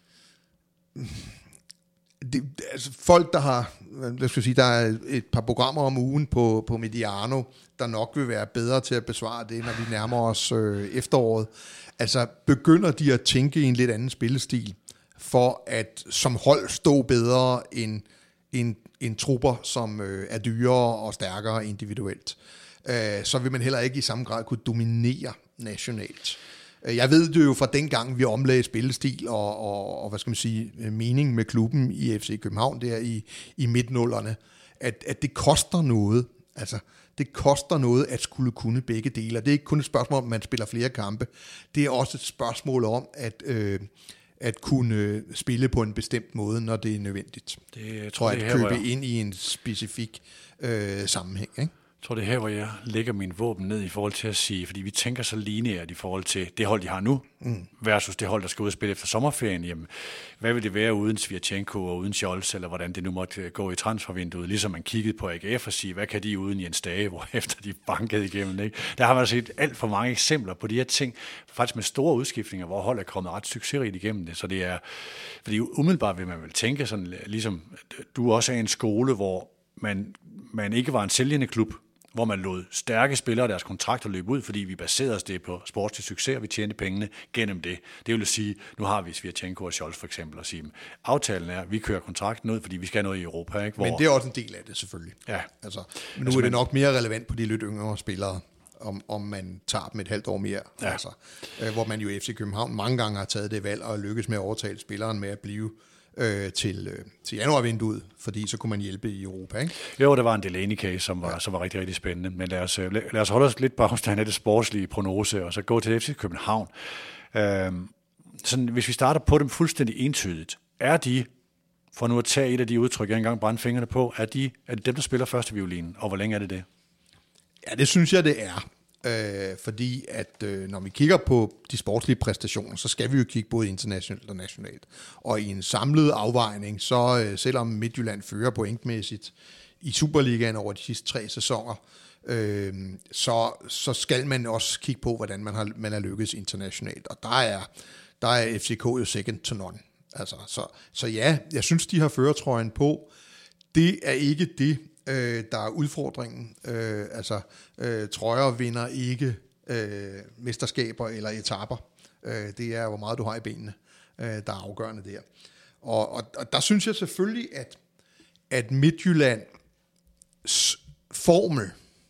det, altså folk, der har, jeg skal sige, der er et par programmer om ugen på, på Mediano, der nok vil være bedre til at besvare det, når vi nærmer os øh, efteråret. Altså, begynder de at tænke i en lidt anden spillestil, for at som hold stå bedre end, end, end trupper, som øh, er dyrere og stærkere individuelt. Øh, så vil man heller ikke i samme grad kunne dominere nationalt. Jeg ved det jo fra dengang, vi omlagde spillestil og, og, og hvad skal man sige, mening med klubben i F C København der i, i midtnullerne, at, at det koster noget. Altså, det koster noget at skulle kunne begge dele. Det er ikke kun et spørgsmål om, at man spiller flere kampe. Det er også et spørgsmål om at, øh, at kunne spille på en bestemt måde, når det er nødvendigt. Det, jeg tror, at det købe her, ind i en specifik øh, sammenhæng, ikke? Jeg tror, det er her, hvor jeg lægger min våben ned i forhold til at sige, fordi vi tænker så lineært i forhold til det hold, de har nu, mm. versus det hold, der skal ud og spille efter sommerferien. Jamen, hvad vil det være uden Svirchenko og uden Scholz, eller hvordan det nu måtte gå i transfervinduet, ligesom man kiggede på A G F og sige, hvad kan de uden Jens Dage, hvor efter de bankede igennem, ikke? Der har man set alt for mange eksempler på de her ting, faktisk med store udskiftninger, hvor hold er kommet ret succesrigt igennem det, så det er, fordi umiddelbart vil man vel tænke sådan, ligesom du også er en skole, hvor man, man ikke var en sælgende klub, hvor man lod stærke spillere deres kontrakter løbe ud, fordi vi baserede os det på sportslig succes, og vi tjente pengene gennem det. Det vil sige, nu har vi Svirchenko og Scholz for eksempel, og sige, aftalen er, at vi kører kontrakten ud, fordi vi skal have noget i Europa. Ikke? Hvor... Men det er også en del af det, selvfølgelig. Ja. Altså, nu altså, er det nok mere relevant på de lidt yngre spillere, om, om man tager dem et halvt år mere. Ja. Altså, øh, hvor man jo i F C København mange gange har taget det valg, og lykkes med at overtale spilleren med at blive Øh, til, øh, til januarvinduet, fordi så kunne man hjælpe i Europa, ikke? Jo, der var en Delaney-case, som var, ja. som var rigtig, rigtig spændende, men lad os, lad os holde os lidt på afstand af det sportslige prognose, og så gå til F C København. Øh, sådan, hvis vi starter på dem fuldstændig entydigt, er de, for nu at tage et af de udtryk, jeg engang brændte fingrene på, er, de, er det dem, der spiller første violin, og hvor længe er det det? Ja, det synes jeg, det er. Øh, fordi at øh, når vi kigger på de sportslige præstationer, så skal vi jo kigge både internationalt og nationalt. Og i en samlet afvejning, så øh, selvom Midtjylland fører pointmæssigt i Superligaen over de sidste tre sæsoner, øh, så, så skal man også kigge på, hvordan man har, man har lykkes internationalt. Og der er, der er F C K jo second to none. Altså, så, så ja, jeg synes, de har førertrøjen på. Det er ikke det, Øh, der er udfordringen. Øh, altså, øh, trøjer vinder ikke øh, mesterskaber eller etaper. Øh, det er, hvor meget du har i benene, øh, der er afgørende der. Og, og, og der synes jeg selvfølgelig, at, at Midtjyllands formel,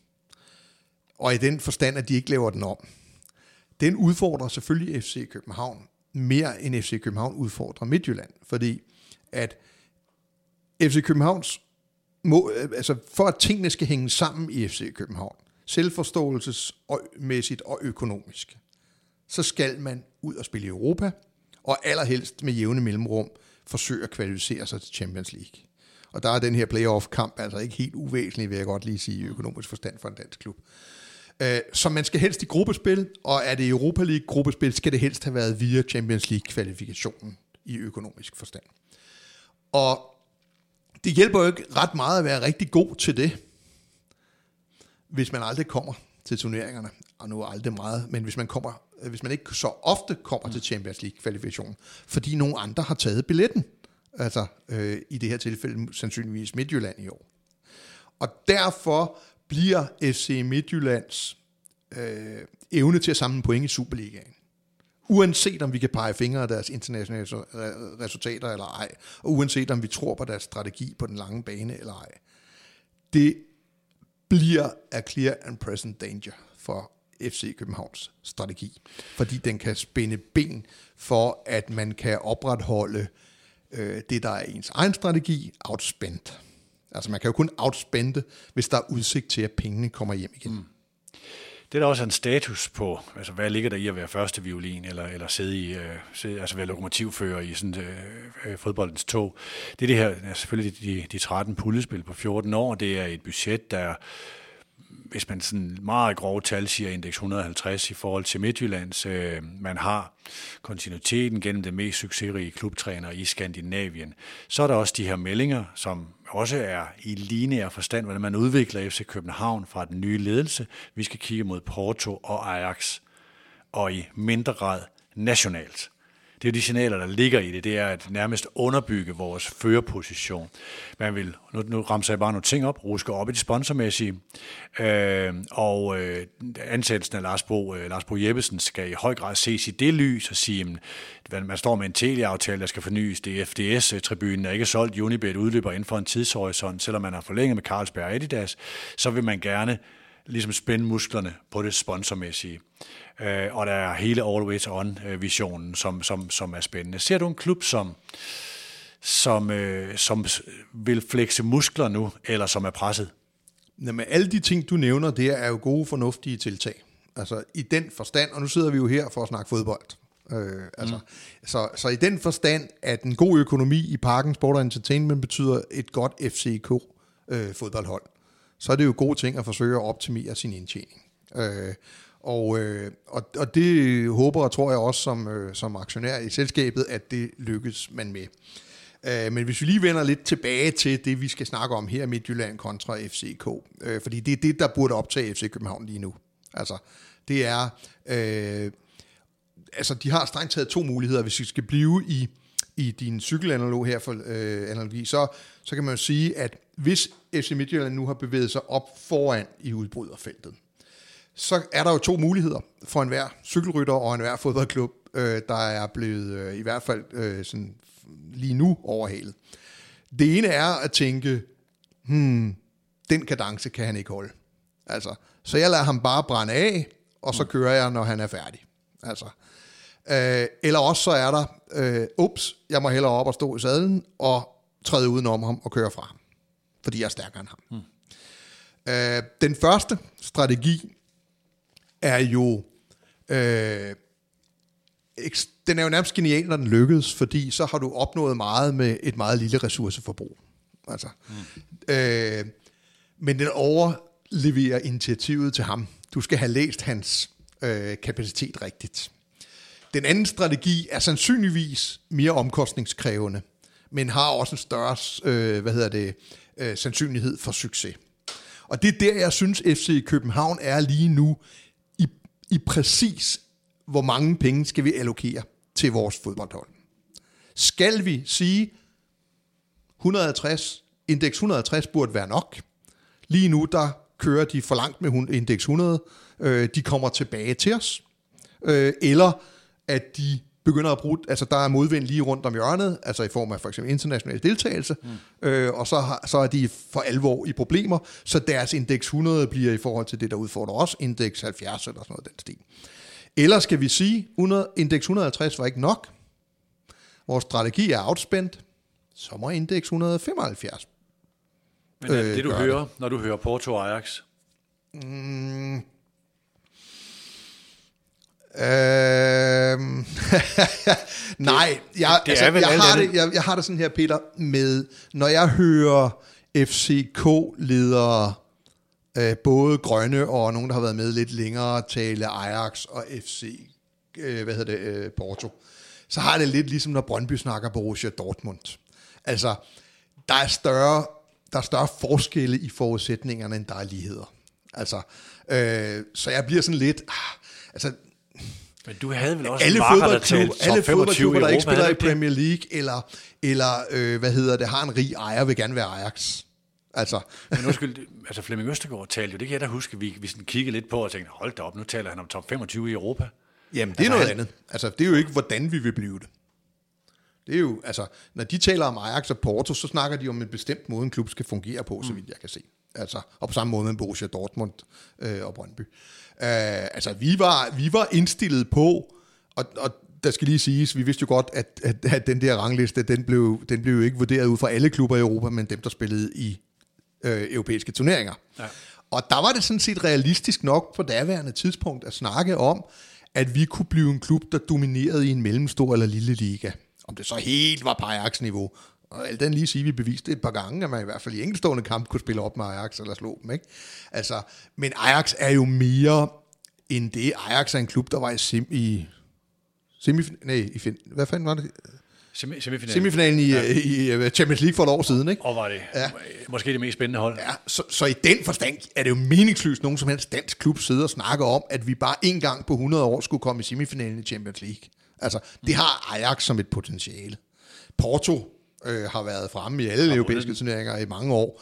og i den forstand, at de ikke laver den om, den udfordrer selvfølgelig F C København mere end F C København udfordrer Midtjylland. Fordi at F C Københavns Må, altså for at tingene skal hænge sammen i F C København, selvforståelsesmæssigt og økonomisk, så skal man ud og spille i Europa, og allerhelst med jævne mellemrum forsøge at kvalificere sig til Champions League. Og der er den her playoff-kamp altså ikke helt uvæsentlig, vil jeg godt lige sige, i økonomisk forstand for en dansk klub. Øh, så man skal helst i gruppespil, og er det Europa League gruppespil, skal det helst have været via Champions League-kvalifikationen i økonomisk forstand. Og det hjælper jo ikke ret meget at være rigtig god til det, hvis man aldrig kommer til turneringerne, og nu er aldrig meget, men hvis man, kommer, hvis man ikke så ofte kommer til Champions League-kvalifikationen, fordi nogle andre har taget billetten, altså øh, i det her tilfælde sandsynligvis Midtjylland i år. Og derfor bliver F C Midtjyllands øh, evne til at samle point i Superligaen, uanset om vi kan pege fingre af deres internationale resultater eller ej, og uanset om vi tror på deres strategi på den lange bane eller ej, det bliver a clear and present danger for F C Københavns strategi, fordi den kan spænde ben for, at man kan opretholde øh, det, der er ens egen strategi, outspent. Altså man kan jo kun outspende, hvis der er udsigt til, at pengene kommer hjem igen. Mm. Det er der også en status på, altså hvad ligger der i at være første violin, eller, eller sidde i, øh, sidde, altså være lokomotivfører i sådan øh, fodboldens tog. Det er det her, er selvfølgelig de, de tretten puljespil på fjorten år, det er et budget, der, hvis man sådan meget grove tal siger, indeks et hundrede og halvtreds i forhold til Midtjyllands, øh, man har kontinuiteten gennem det mest succesrige klubtræner i Skandinavien. Så er der også de her meldinger, som også er i lineær forstand, hvordan man udvikler F C København fra den nye ledelse. Vi skal kigge mod Porto og Ajax, og i mindre grad nationalt. Det er jo de signaler, der ligger i det. Det er at nærmest underbygge vores førerposition. Man vil, nu, nu ramser jeg bare nogle ting op, ruske op i det sponsormæssige, øh, og øh, ansættelsen af Lars Bo, øh, Lars Bo Jeppesen skal i høj grad ses i det lys og sige, at man står med en Telia-aftale, der skal fornyes. Det er F D S-tribunen er ikke solgt. Unibet udløber inden for en tidshorisont, selvom man har forlænget med Carlsberg og Adidas, så vil man gerne ligesom spænde musklerne på det sponsormæssige. Øh, og der er hele Always On-visionen, som, som, som er spændende. Ser du en klub, som, som, øh, som vil flexe muskler nu, eller som er presset? Jamen, alle de ting, du nævner, det er jo gode, fornuftige tiltag. Altså i den forstand, og nu sidder vi jo her for at snakke fodbold. Øh, altså, mm. så, så i den forstand, at en god økonomi i Parken Sport og Entertainment betyder et godt F C K øh, fodboldhold, så er det jo gode ting at forsøge at optimere sin indtjening. Øh, og, øh, og, og det håber og tror jeg også som, øh, som aktionær i selskabet, at det lykkes man med. Øh, men hvis vi lige vender lidt tilbage til det, vi skal snakke om her, Midtjylland kontra F C K, øh, fordi det er det, der burde optage F C København lige nu. Altså, det er... Øh, altså, de har strengt taget to muligheder, hvis vi skal blive i, i din cykelanalog her for øh, analogi, så, så kan man jo sige, at hvis F C Midtjylland nu har bevæget sig op foran i udbryderfeltet, så er der jo to muligheder for enhver cykelrytter og enhver fodboldklub, øh, der er blevet øh, i hvert fald øh, sådan, lige nu overhalet. Det ene er at tænke, hmm, den kadence kan han ikke holde. Altså, så jeg lader ham bare brænde af, og så kører jeg, når han er færdig. Altså, øh, eller også så er der, øh, ups, jeg må hellere op og stå i sadlen og træde udenom ham og køre fra ham, fordi jeg er stærkere end ham. Hmm. Øh, den første strategi er jo, øh, den er jo nærmest genial, når den lykkes, fordi så har du opnået meget med et meget lille ressourceforbrug. Altså, hmm. øh, men den overleverer initiativet til ham. Du skal have læst hans øh, kapacitet rigtigt. Den anden strategi er sandsynligvis mere omkostningskrævende, men har også en større øh, hvad hedder det, øh, sandsynlighed for succes. Og det er der, jeg synes, F C København er lige nu i, i præcis, hvor mange penge skal vi allokere til vores fodboldhold. Skal vi sige, et hundrede og halvtreds, indeks et hundrede og halvtreds burde være nok. Lige nu, der kører de for langt med indeks hundrede. Øh, de kommer tilbage til os. Øh, eller at de begynder at bruge, altså der er modvind lige rundt om hjørnet, altså i form af for eksempel international deltagelse, mm. øh, og så, har, så er de for alvor i problemer, så deres indeks hundrede bliver i forhold til det, der udfordrer os, indeks halvfjerds eller sådan noget den stil. Eller skal vi sige, hundrede, indeks et hundrede og halvtreds var ikke nok, vores strategi er outspent, så må indeks et hundrede og femoghalvfjerds. Men er det øh, det, du hører, det. Når du hører Porto og Ajax? Mm. Øhm. Nej, jeg, det, det altså, jeg, har det, jeg, jeg har det sådan her, Peter, med når jeg hører F C K-ledere Øh, både grønne og nogen, der har været med lidt længere, tale Ajax og F C, øh, hvad hedder det, øh, Porto. Så har det lidt ligesom, når Brøndby snakker Borussia Dortmund. Altså, der er større, der er større forskelle i forudsætningerne, end der er ligheder. Altså, øh, så jeg bliver sådan lidt... Ah, altså, men du havde vel også alle marker, der talte alle fodboldklubber, der ikke spiller i Europa, Premier League, eller, eller øh, hvad hedder det, har en rig ejer, vil gerne være Ajax. Altså. Men undskyld, altså Flemming Østergaard talte jo, det kan jeg da huske, vi, vi sådan kiggede lidt på og tænkte, hold da op, nu taler han om top femogtyve i Europa. Jamen, det er altså, noget han... andet. Altså, det er jo ikke, hvordan vi vil blive det. Det er jo, altså, når de taler om Ajax og Porto, så snakker de om en bestemt måde, en klub skal fungere på, mm. så vidt jeg kan se. Altså, og på samme måde med Borussia Dortmund øh, og Brøndby. Øh, altså, vi var, vi var indstillet på, og, og der skal lige siges, vi vidste jo godt, at, at, at den der rangliste, den blev, den blev jo ikke vurderet ud fra alle klubber i Europa, men dem, der spillede i øh, europæiske turneringer. Ja. Og der var det sådan set realistisk nok på daværende tidspunkt at snakke om, at vi kunne blive en klub, der dominerede i en mellemstor eller lille liga. Om det så helt var på Ajax-niveau. Og alt den lige sige, vi beviste et par gange, at man i hvert fald i enkeltstående kamp kunne spille op med Ajax eller slå dem, ikke? Altså, men Ajax er jo mere end det. Ajax er en klub, der var i, sim, i semifinalen, nej, i fin, hvad fanden var det? Semifinalen. Semifinalen i, ja. i Champions League for et år siden, ikke? Og var det ja. måske det mest spændende hold. Ja, så, så i den forstand er det jo meningsløst, nogen som helst dansk klub sidder og snakker om, at vi bare en gang på hundrede år skulle komme i semifinalen i Champions League. Altså, det har Ajax som et potentiale. Porto øh, har været fremme i alle europæiske turneringer i mange år.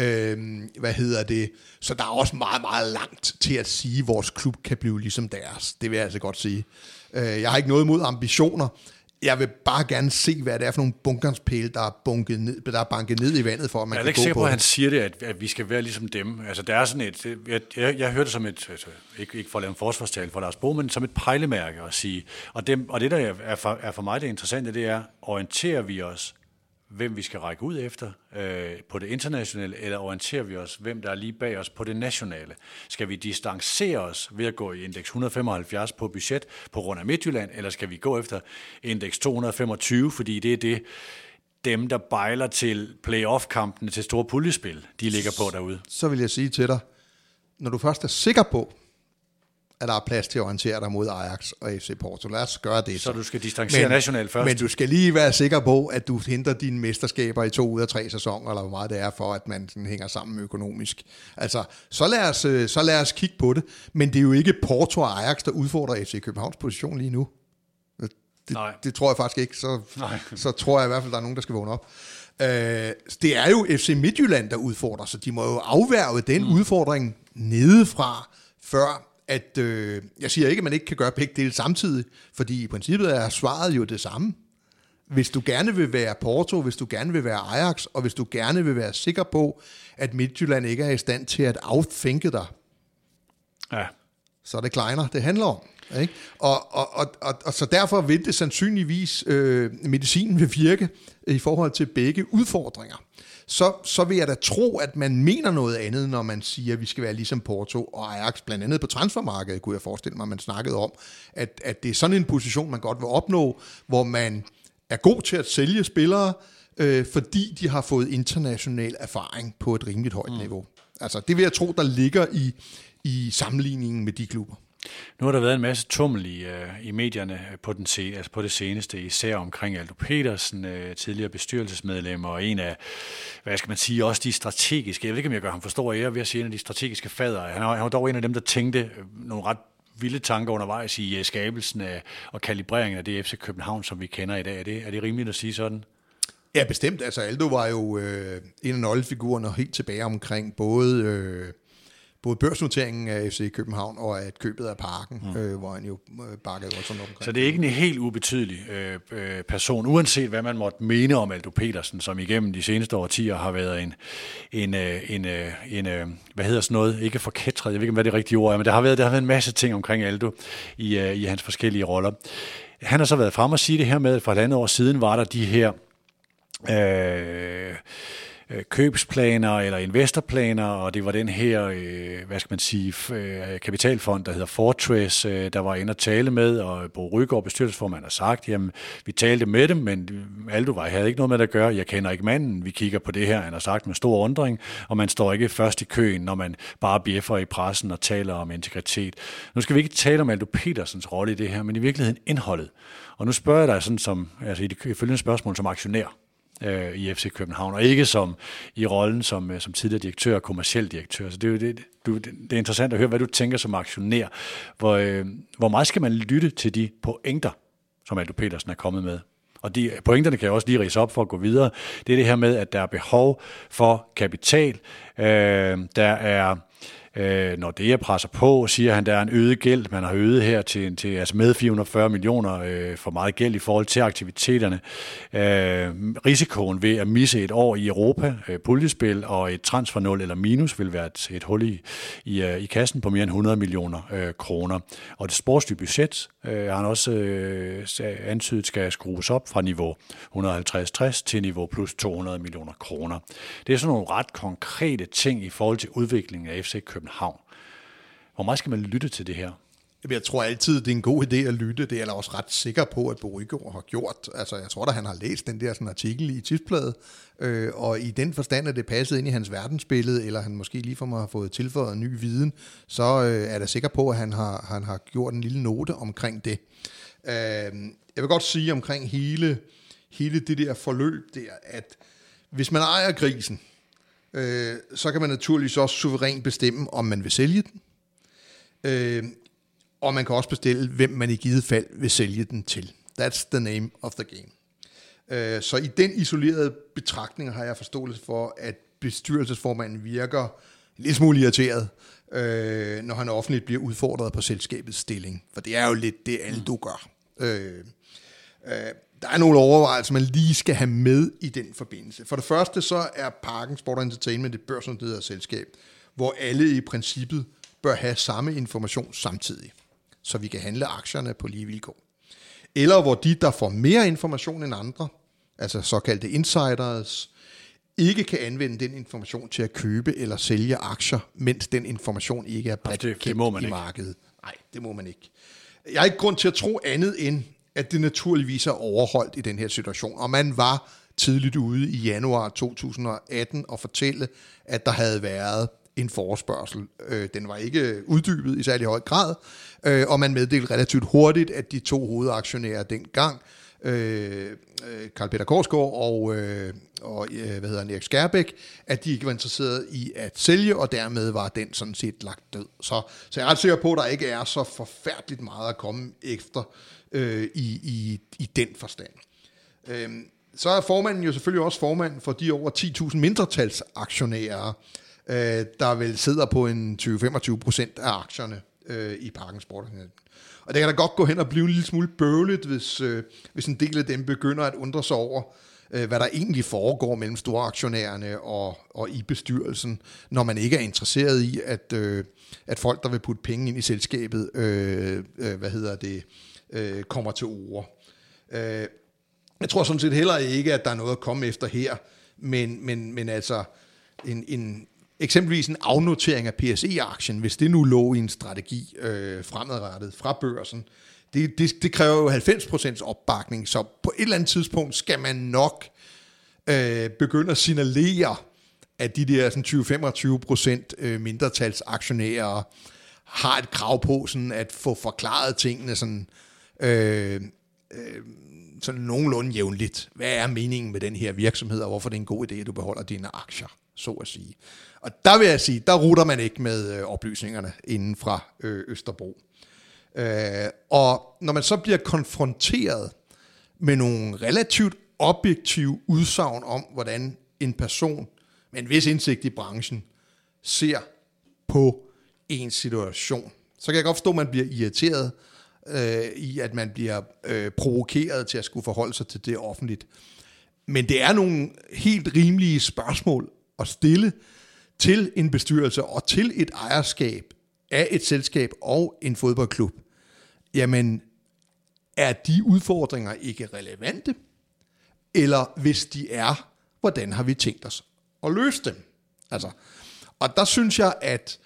Øh, hvad hedder det? Så der er også meget, meget langt til at sige, at vores klub kan blive ligesom deres. Det vil jeg altså godt sige. Øh, jeg har ikke noget imod ambitioner. Jeg vil bare gerne se, hvad det er for nogle bunkerspæle, der er, bunket ned, der er banket ned i vandet, for at man jeg kan gå på. Jeg er ikke sikker på, at han siger det, at, at vi skal være ligesom dem. Altså, der er sådan et... Jeg, jeg, jeg hørte det som et... Altså, ikke, ikke for at lave en forsvarstale for Lars Bo, men som et pejlemærke at sige. Og, dem, og det, der er for, er for mig det interessante, det er, orienterer vi os, hvem vi skal række ud efter øh, på det internationale, eller orienterer vi os, hvem der er lige bag os på det nationale? Skal vi distancere os ved at gå i indeks et hundrede femoghalvfjerds på budget på grund af Midtjylland, eller skal vi gå efter indeks to hundrede femogtyve, fordi det er det, dem, der bejler til playoff-kampene til store puljespil, de ligger på derude? Så vil jeg sige til dig, når du først er sikker på, at der er plads til at orientere dig mod Ajax og F C Porto. Lad os gøre det. Så, så du skal distancere nationalt først. Men du skal lige være sikker på, at du henter dine mesterskaber i to ud af tre sæsoner, eller hvor meget det er for, at man sådan hænger sammen økonomisk. Altså, så lad, os, så lad os kigge på det. Men det er jo ikke Porto og Ajax, der udfordrer F C Københavns position lige nu. Det, det tror jeg faktisk ikke. Så, så tror jeg i hvert fald, der er nogen, der skal vågne op. Øh, det er jo F C Midtjylland, der udfordrer, så de må jo afværge den mm. udfordring nedefra, før at, øh, jeg siger ikke, at man ikke kan gøre begge dele samtidig, fordi i princippet er svaret jo det samme. Hvis du gerne vil være Porto, hvis du gerne vil være Ajax, og hvis du gerne vil være sikker på, at Midtjylland ikke er i stand til at outthink dig, ja. så er det Kleiner, det handler om. Ikke? Og, og, og, og, og så derfor vil det sandsynligvis, øh, medicinen vil virke i forhold til begge udfordringer. Så, så vil jeg da tro, at man mener noget andet, når man siger, at vi skal være ligesom Porto og Ajax, blandt andet på transfermarkedet, kunne jeg forestille mig, man snakkede om, at, at det er sådan en position, man godt vil opnå, hvor man er god til at sælge spillere, øh, fordi de har fået international erfaring på et rimeligt højt mm. niveau. Altså, det vil jeg tro, der ligger i, i sammenligningen med de klubber. Nu har der været en masse tummel i, uh, i medierne på, den se, altså på det seneste, især omkring Aldo Petersen, uh, tidligere bestyrelsesmedlem, og en af, hvad skal man sige, også de strategiske, jeg ved ikke, om jeg gør ham for stor ære ved at sige en af de strategiske fader. Han var, han var dog en af dem, der tænkte nogle ret vilde tanker undervejs i uh, skabelsen af, og kalibreringen af det F C København, som vi kender i dag. Er det, er det rimeligt at sige sådan? Ja, bestemt. Altså Aldo var jo øh, en af nøglefigurerne helt tilbage omkring både... Øh, både børsnoteringen af F C København og at købet af Parken, mm. øh, hvor han jo øh, bakkede også sådan omkring. Så det er ikke en helt ubetydelig øh, øh, person, uanset hvad man måtte mene om Aldo Petersen, som igennem de seneste årtier har været en, en, øh, en, øh, en øh, hvad hedder sådan noget, ikke forkætret, jeg ved ikke, hvad det rigtige ord er, men der har været, der har været en masse ting omkring Aldo i, øh, i hans forskellige roller. Han har så været frem og sige det her med, at for et andet år siden var der de her... Øh, købsplaner eller investorplaner, og det var den her, øh, hvad skal man sige, øh, kapitalfond, der hedder Fortress, øh, der var inde at tale med, og Bo Rygaard, bestyrelsesformand, har sagt, jamen, vi talte med dem, men Alduvej havde ikke noget med det at gøre, jeg kender ikke manden, vi kigger på det her, han har sagt med stor undring, og man står ikke først i køen, når man bare bjeffer i pressen og taler om integritet. Nu skal vi ikke tale om Aldo Petersens rolle i det her, men i virkeligheden indholdet. Og nu spørger jeg dig sådan som, altså i de følgende spørgsmål som aktionær øh, i F C København, og ikke som i rollen som, som tidligere direktør og kommerciel direktør. Så det er jo det, du, det er interessant at høre, hvad du tænker som aktionær. Hvor, øh, hvor meget skal man lytte til de pointer, som Aldo Petersen er kommet med? Og de pointerne kan jeg også lige ridse op for at gå videre. Det er det her med, at der er behov for kapital. Øh, der er Øh, når det er presser på, siger han, der er en øget gæld, man har øget her til, til altså med fire hundrede og fyrre millioner øh, for meget gæld i forhold til aktiviteterne. Øh, risikoen ved at misse et år i Europa, øh, puljespil og et transfernul eller minus vil være et, et hul i, i, øh, i kassen på mere end hundrede millioner øh, kroner. Og det sportslige budget øh, har han også øh, antydet skal skrues op fra niveau et hundrede og halvtreds til tres til niveau plus to hundrede millioner kroner. Det er sådan nogle ret konkrete ting i forhold til udviklingen af F C København. Hvor meget skal man lytte til det her? Jeg tror altid, det er en god idé at lytte. Det er jeg også ret sikker på, at Bo Rygaard har gjort. Altså, jeg tror da, han har læst den der sådan, artikel i Tipsbladet, øh, og i den forstand, at det passede ind i hans verdensbillede, eller han måske lige for mig har fået tilføjet ny viden, så øh, er jeg da sikker på, at han har, han har gjort en lille note omkring det. Øh, jeg vil godt sige omkring hele, hele det der forløb der, at hvis man ejer grisen, øh, så kan man naturligvis også suverænt bestemme, om man vil sælge den. Øh, og man kan også bestille, hvem man i givet fald vil sælge den til. That's the name of the game. Øh, så i den isolerede betragtning har jeg forståelse for, at bestyrelsesformanden virker en lille smule irriteret, øh, når han offentligt bliver udfordret på selskabets stilling. For det er jo lidt det, Aldo gør. Øh, øh, Der er nogle overvejelser, man lige skal have med i den forbindelse. For det første så er Parken Sport Entertainment et børsnoteret selskab, hvor alle i princippet bør have samme information samtidig, så vi kan handle aktierne på lige vilkår. Eller hvor de, der får mere information end andre, altså såkaldte insiders, ikke kan anvende den information til at købe eller sælge aktier, mens den information ikke er bredt det, det må man i ikke. markedet. Nej, det må man ikke. Jeg har ikke grund til at tro andet end, at det naturligvis er overholdt i den her situation. Og man var tidligt ude i januar to tusind og atten og fortælle, at der havde været en forespørgsel. Den var ikke uddybet i særlig høj grad, og man meddelte relativt hurtigt, at de to hovedaktionærer dengang, Carl Peter Korsgaard og, og hvad hedder han, Erik Skærbæk, at de ikke var interesseret i at sælge, og dermed var den sådan set lagt død. Så, så jeg er ret sikker på, at der ikke er så forfærdeligt meget at komme efter øh, i, i, i den forstand. Øh, så er formanden jo selvfølgelig også formanden for de over ti tusind mindretalsaktionærer, øh, der vel sidder på en tyve til femogtyve procent af aktierne øh, i Parken Sport. Og det kan da godt gå hen og blive en lille smule bøvlet, hvis, øh, hvis en del af dem begynder at undre sig over, øh, hvad der egentlig foregår mellem store aktionærerne og, og i bestyrelsen, når man ikke er interesseret i, at, øh, at folk, der vil putte penge ind i selskabet, øh, øh, hvad hedder det, øh, kommer til ord. Øh, jeg tror sådan set heller ikke, at der er noget at komme efter her, men, men, men altså en... en eksempelvis en afnotering af P S E-aktien, hvis det nu lå i en strategi øh, fremadrettet fra børsen, det, det, det kræver jo halvfems procent opbakning, så på et eller andet tidspunkt skal man nok øh, begynde at signalere, at de der sådan tyve til femogtyve procent øh, mindretalsaktionærer har et krav på sådan at få forklaret tingene sådan, øh, øh, sådan nogenlunde jævnligt. Hvad er meningen med den her virksomhed, og hvorfor det er en god idé, at du beholder dine aktier, så at sige. Og der vil jeg sige, der rutter man ikke med øh, oplysningerne inden fra øh, Østerbro. Øh, og når man så bliver konfronteret med nogle relativt objektive udsagn om, hvordan en person med en vis indsigt i branchen ser på en situation, så kan jeg godt forstå, at man bliver irriteret øh, i, at man bliver øh, provokeret til at skulle forholde sig til det offentligt. Men det er nogle helt rimelige spørgsmål at stille til en bestyrelse og til et ejerskab af et selskab og en fodboldklub. Jamen, er de udfordringer ikke relevante? Eller hvis de er, hvordan har vi tænkt os at løse dem. Altså, og der synes jeg, at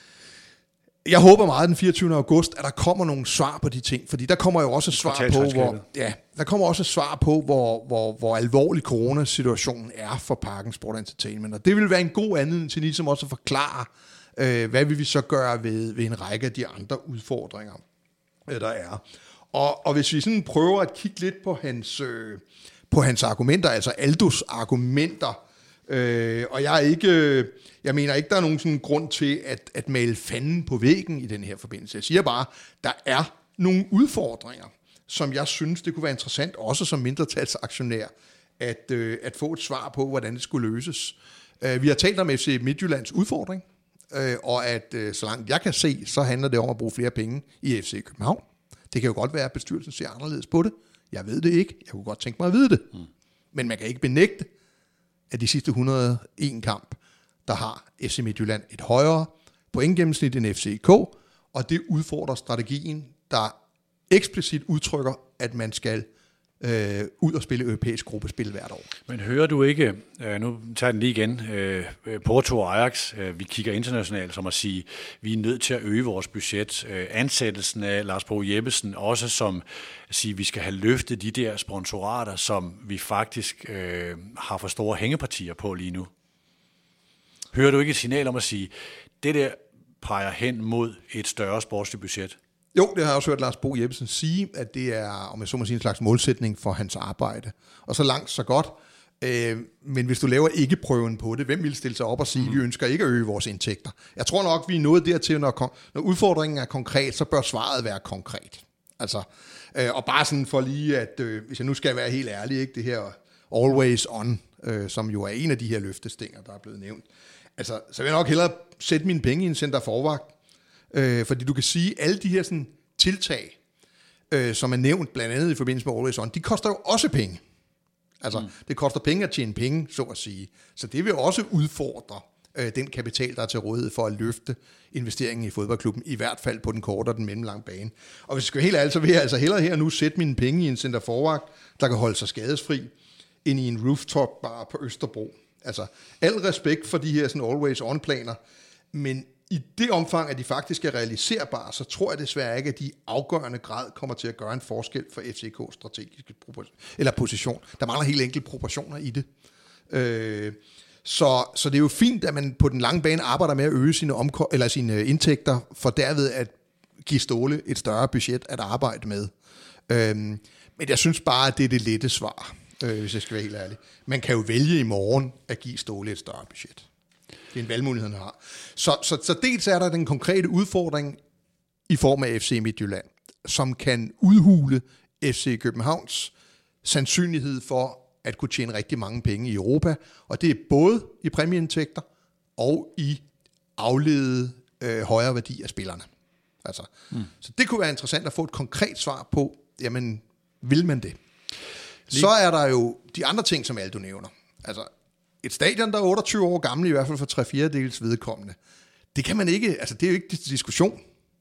jeg håber meget den fireogtyvende august, at der kommer nogle svar på de ting, fordi der kommer jo også et svar på, hvor, ja, der kommer også et svar på, hvor, hvor, hvor alvorlig coronasituationen er for Parken Sport Entertainment, og det vil være en god anledning til ligesom også at forklare, øh, hvad vil vi så gøre ved, ved en række af de andre udfordringer, øh, der er. Og, og hvis vi sådan prøver at kigge lidt på hans, øh, på hans argumenter, altså Aldos argumenter, øh, og jeg er ikke, jeg mener ikke, der er nogen sådan grund til at, at male fanden på væggen i den her forbindelse. Jeg siger bare, der er nogle udfordringer, som jeg synes, det kunne være interessant, også som mindretalsaktionær, at, øh, at få et svar på, hvordan det skulle løses. Øh, vi har talt om F C Midtjyllands udfordring, øh, og at øh, så langt jeg kan se, så handler det om at bruge flere penge i F C København. Det kan jo godt være, at bestyrelsen ser anderledes på det. Jeg ved det ikke. Jeg kunne godt tænke mig at vide det. Mm. Men man kan ikke benægte, at de sidste et hundrede og en kamp, der har F C Midtjylland et højere pointgennemsnit end F C K, og det udfordrer strategien, der eksplicit udtrykker, at man skal øh, ud og spille europæisk gruppespil hvert år. Men hører du ikke, øh, nu tager den lige igen, øh, Porto og Ajax, øh, vi kigger internationalt som at sige, vi er nødt til at øge vores budget. Øh, ansættelsen af Lars Bo Jeppesen, også som at sige, vi skal have løftet de der sponsorater, som vi faktisk øh, har for store hængepartier på lige nu. Hører du ikke et signal om at sige, det der peger hen mod et større sportsligt budget? Jo, det har jeg også hørt Lars Bo Jeppesen sige, at det er, om jeg så må sige, en slags målsætning for hans arbejde. Og så langt, så godt. Øh, men hvis du laver ikke-prøven på det, hvem vil stille sig op og sige, at vi ønsker ikke at øge vores indtægter? Jeg tror nok, vi er nået dertil, når, når udfordringen er konkret, så bør svaret være konkret. Altså, øh, og bare sådan for lige, at øh, hvis jeg nu skal være helt ærlig, ikke, det her always on, øh, som jo er en af de her løftestænger, der er blevet nævnt, altså, så vil jeg nok hellere sætte mine penge i en center forvagt. Øh, fordi du kan sige, at alle de her sådan, tiltag, øh, som er nævnt blandt andet i forbindelse med Always On, de koster jo også penge. Altså, mm. det koster penge at tjene penge, så at sige. Så det vil også udfordre øh, den kapital, der er til rådighed for at løfte investeringen i fodboldklubben, i hvert fald på den korte og den mellemlange bane. Og hvis jeg skal være helt ærlig, så vil jeg altså hellere her nu sætte mine penge i en center forvagt, der kan holde sig skadesfri, end i en rooftop bar på Østerbro. Altså, al respekt for de her sådan, Always On-planer, men i det omfang, at de faktisk er realiserbare, så tror jeg desværre ikke, at de i afgørende grad kommer til at gøre en forskel for F C K's strategiske eller position. Der mangler helt enkelt proportioner i det. Øh, så, så det er jo fint, at man på den lange bane arbejder med at øge sine, omko- eller sine indtægter, for derved at give Ståle et større budget at arbejde med. Øh, men jeg synes bare, at det er det lette svar, øh, hvis jeg skal være helt ærlig. Man kan jo vælge i morgen at give Ståle et større budget. Det er en valgmulighed, han har. Så, så, så dels er der den konkrete udfordring i form af F C Midtjylland, som kan udhule F C Københavns sandsynlighed for at kunne tjene rigtig mange penge i Europa, og det er både i præmieindtægter og i afledede øh, højere værdi af spillerne. Altså, mm. Så det kunne være interessant at få et konkret svar på, jamen, vil man det? Lige. Så er der jo de andre ting, som Aldo nævner. Altså, et stadion, der er otteogtyve år gammel, i hvert fald for tre fjerdedels vedkommende, det kan man ikke, altså det er jo ikke diskussion.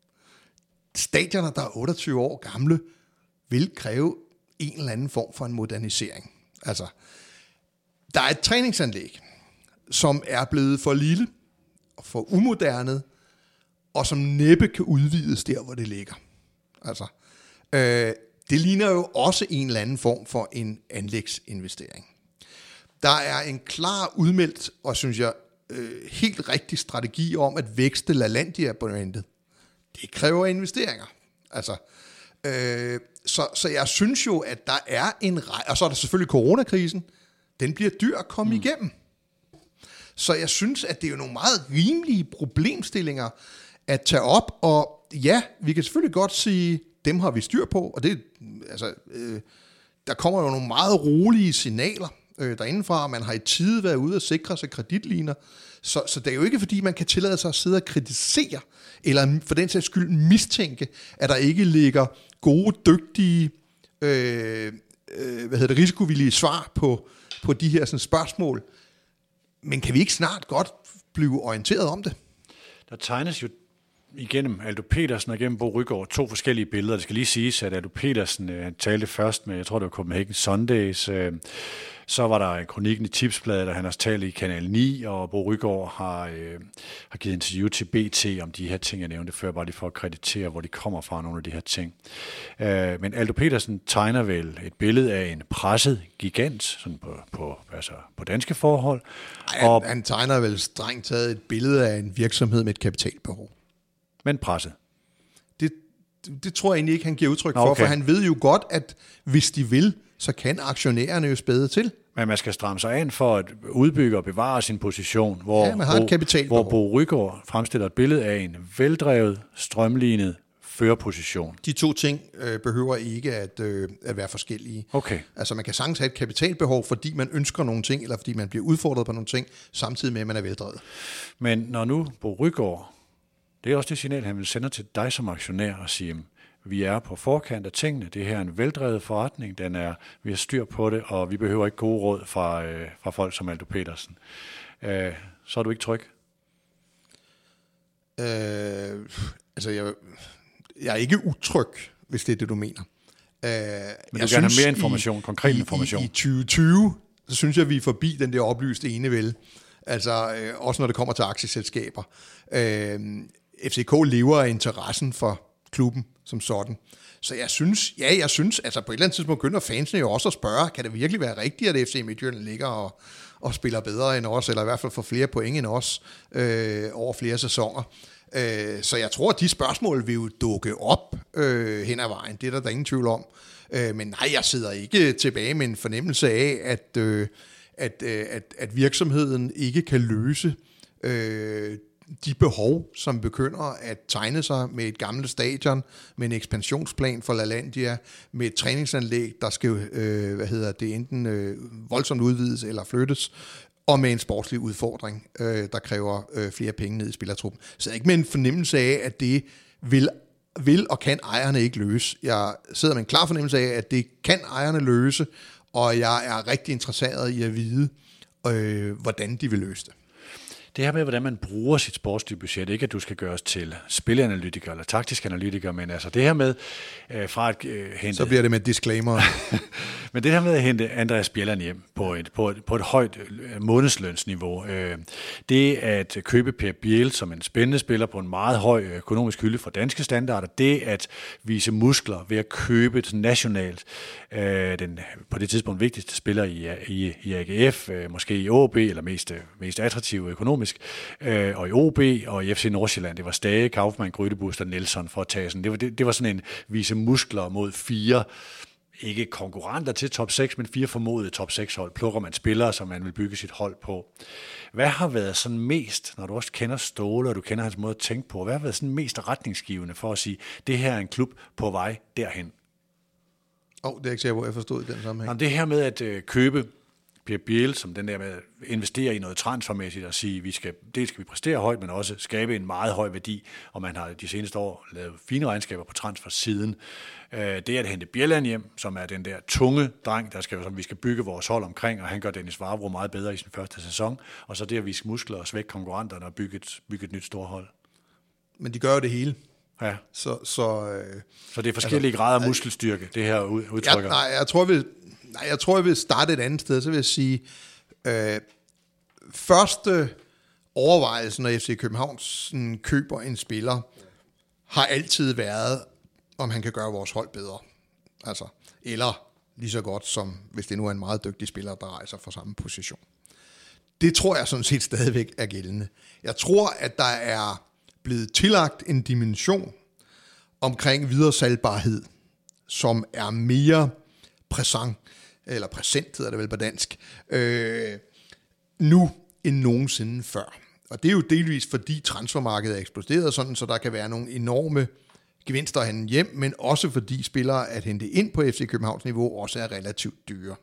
Stadioner, der er otteogtyve år gamle, vil kræve en eller anden form for en modernisering. Altså, der er et træningsanlæg, som er blevet for lille og for umoderne, og som næppe kan udvides der, hvor det ligger. Altså, øh, det ligner jo også en eller anden form for en anlægsinvestering. Der er en klar udmeldt, og synes jeg, øh, helt rigtig strategi om at vækste LaLandia-brandet. Det kræver investeringer. Altså, øh, så, så jeg synes jo, at der er en rej... Og så er der selvfølgelig coronakrisen. Den bliver dyr at komme mm. igennem. Så jeg synes, at det er jo nogle meget rimelige problemstillinger at tage op. Og ja, vi kan selvfølgelig godt sige, dem har vi styr på. Og det, altså, øh, der kommer jo nogle meget rolige signaler derindefra, man har i tide været ude og sikre sig kreditliner, så, så det er jo ikke fordi, man kan tillade sig at sidde og kritisere, eller for den sags skyld mistænke, at der ikke ligger gode, dygtige, øh, øh, hvad hedder det, risikovillige svar på, på de her sådan, spørgsmål. Men kan vi ikke snart godt blive orienteret om det? Der tegnes jo igennem Aldo Petersen og igennem Bo Rygaard to forskellige billeder. Det skal lige siges, at Aldo Petersen øh, talte først med, jeg tror det var Copenhagen Sundays, øh, Så var der en kronikken i Tipsbladet, der han har talt i Kanal ni, og Bo Rygaard har, øh, har givet interview til B T om de her ting, jeg nævnte før, bare lige for at kreditere, hvor de kommer fra, nogle af de her ting. Øh, men Aldo Petersen tegner vel et billede af en presset gigant, sådan på, på, altså på danske forhold. Ej, og, han, han tegner vel strengt taget et billede af en virksomhed med et kapitalbehov. Men presset. Det, det tror jeg egentlig ikke, han giver udtryk for, okay. for han ved jo godt, at hvis de vil, så kan aktionærerne jo spæde til. Men man skal stramme sig an for at udbygge og bevare sin position, hvor, ja, man har Bo, et kapitalbehov. hvor Bo Rygaard fremstiller et billede af en veldrevet, strømlignet førerposition. De to ting øh, behøver ikke at, øh, at være forskellige. Okay. Altså man kan sagtens have et kapitalbehov, fordi man ønsker nogle ting, eller fordi man bliver udfordret på nogle ting, samtidig med, at man er veldrevet. Men når nu Bo Rygaard, det er også det signal, han vil sende til dig som aktionær og sige, vi er på forkant af tingene, det her er en veldrevet forretning, den er, vi har styr på det, og vi behøver ikke gode råd fra, øh, fra folk som Aldo Petersen. Øh, så er du ikke tryg? Øh, altså jeg, jeg er ikke utryg, hvis det er det, du mener. Øh, Men du jeg gerne have mere i, information, konkret i, information. I, I tyve tyve, så synes jeg, vi er forbi den der oplyste enevælde. Altså øh, også når det kommer til aktieselskaber. Øh, F C K lever af interessen for klubben som sådan. Så jeg synes, ja, jeg synes, altså på et eller andet tidspunkt begynder fansene jo også at spørge, kan det virkelig være rigtigt, at F C Midtjylland ligger og, og spiller bedre end os, eller i hvert fald får flere point end os øh, over flere sæsoner. Øh, så jeg tror, at de spørgsmål vil jo dukke op øh, hen ad vejen. Det er der, der ingen tvivl om. Øh, men nej, jeg sidder ikke tilbage med en fornemmelse af, at, øh, at, øh, at, at virksomheden ikke kan løse øh, de behov, som begynder at tegne sig med et gammelt stadion, med en ekspansionsplan for LaLandia, med et træningsanlæg, der skal øh, hvad hedder det, enten øh, voldsomt udvides eller flyttes, og med en sportslig udfordring, øh, der kræver øh, flere penge ned i spillertruppen. Så jeg er ikke med en fornemmelse af, at det vil, vil og kan ejerne ikke løse. Jeg sidder med en klar fornemmelse af, at det kan ejerne løse, og jeg er rigtig interesseret i at vide, øh, hvordan de vil løse det. Det her med, hvordan man bruger sit sportslige budget, ikke at du skal gøres til spilleanalytiker eller taktisk analytiker, men altså det her med øh, fra at øh, hente... Så bliver det med disclaimer. Men det her med at hente Andreas Bjelland hjem på et, på et, på et højt månedslønsniveau, øh, det at købe Per Biel som en spændende spiller på en meget høj økonomisk hylde for danske standarder, det at vise muskler ved at købe nationalt øh, den på det tidspunkt vigtigste spiller i, i, i A G F, øh, måske i O B, eller mest, mest attraktive økonomisk, øh, og i O B og i F C Nordsjælland. Det var Stage, Kaufmann, Grydebust og Nielsen for at tage sådan. Det var, det, det var sådan en vise muskler mod fire, ikke konkurrenter til top seks, men fire formodede top seks hold. Plukker man spillere, som man vil bygge sit hold på. Hvad har været sådan mest, når du også kender Ståle, og du kender hans måde at tænke på, hvad har været sådan mest retningsgivende for at sige, det her er en klub på vej derhen? Åh, oh, det er ikke sikkert, hvor jeg forstod i den sammenhæng. Jamen, det her med at øh, købe Per Biel, som den der med at investere i noget transfermæssigt og sige, vi skal, det skal vi præstere højt, men også skabe en meget høj værdi, og man har de seneste år lavet fine regnskaber på transfersiden. Det at hente Bjelland hjem, som er den der tunge dreng, der skal, som vi skal bygge vores hold omkring, og han gør Dennis Vavro meget bedre i sin første sæson, og så det at vise muskler og svække konkurrenterne og bygge et, bygge et nyt storhold. Men de gør jo det hele. Ja. Så, så, øh, så det er forskellige altså, grader af muskelstyrke, det her udtrykker. Ja, nej, jeg tror, vi Nej, jeg tror, jeg vil starte et andet sted. Så vil jeg sige, øh, første overvejelse, når F C København sådan, køber en spiller, har altid været, om han kan gøre vores hold bedre. Altså, eller lige så godt, som hvis det nu er en meget dygtig spiller, der rejser fra samme position. Det tror jeg sådan set stadigvæk er gældende. Jeg tror, at der er blevet tillagt en dimension omkring videresalgbarhed, som er mere præsent, eller præsent hedder det vel på dansk, øh, nu end nogensinde før. Og det er jo delvis fordi transfermarkedet er eksploderet sådan, så der kan være nogle enorme gevinster at hente hjem, men også fordi spillere at hente ind på F C Københavns niveau også er relativt dyre.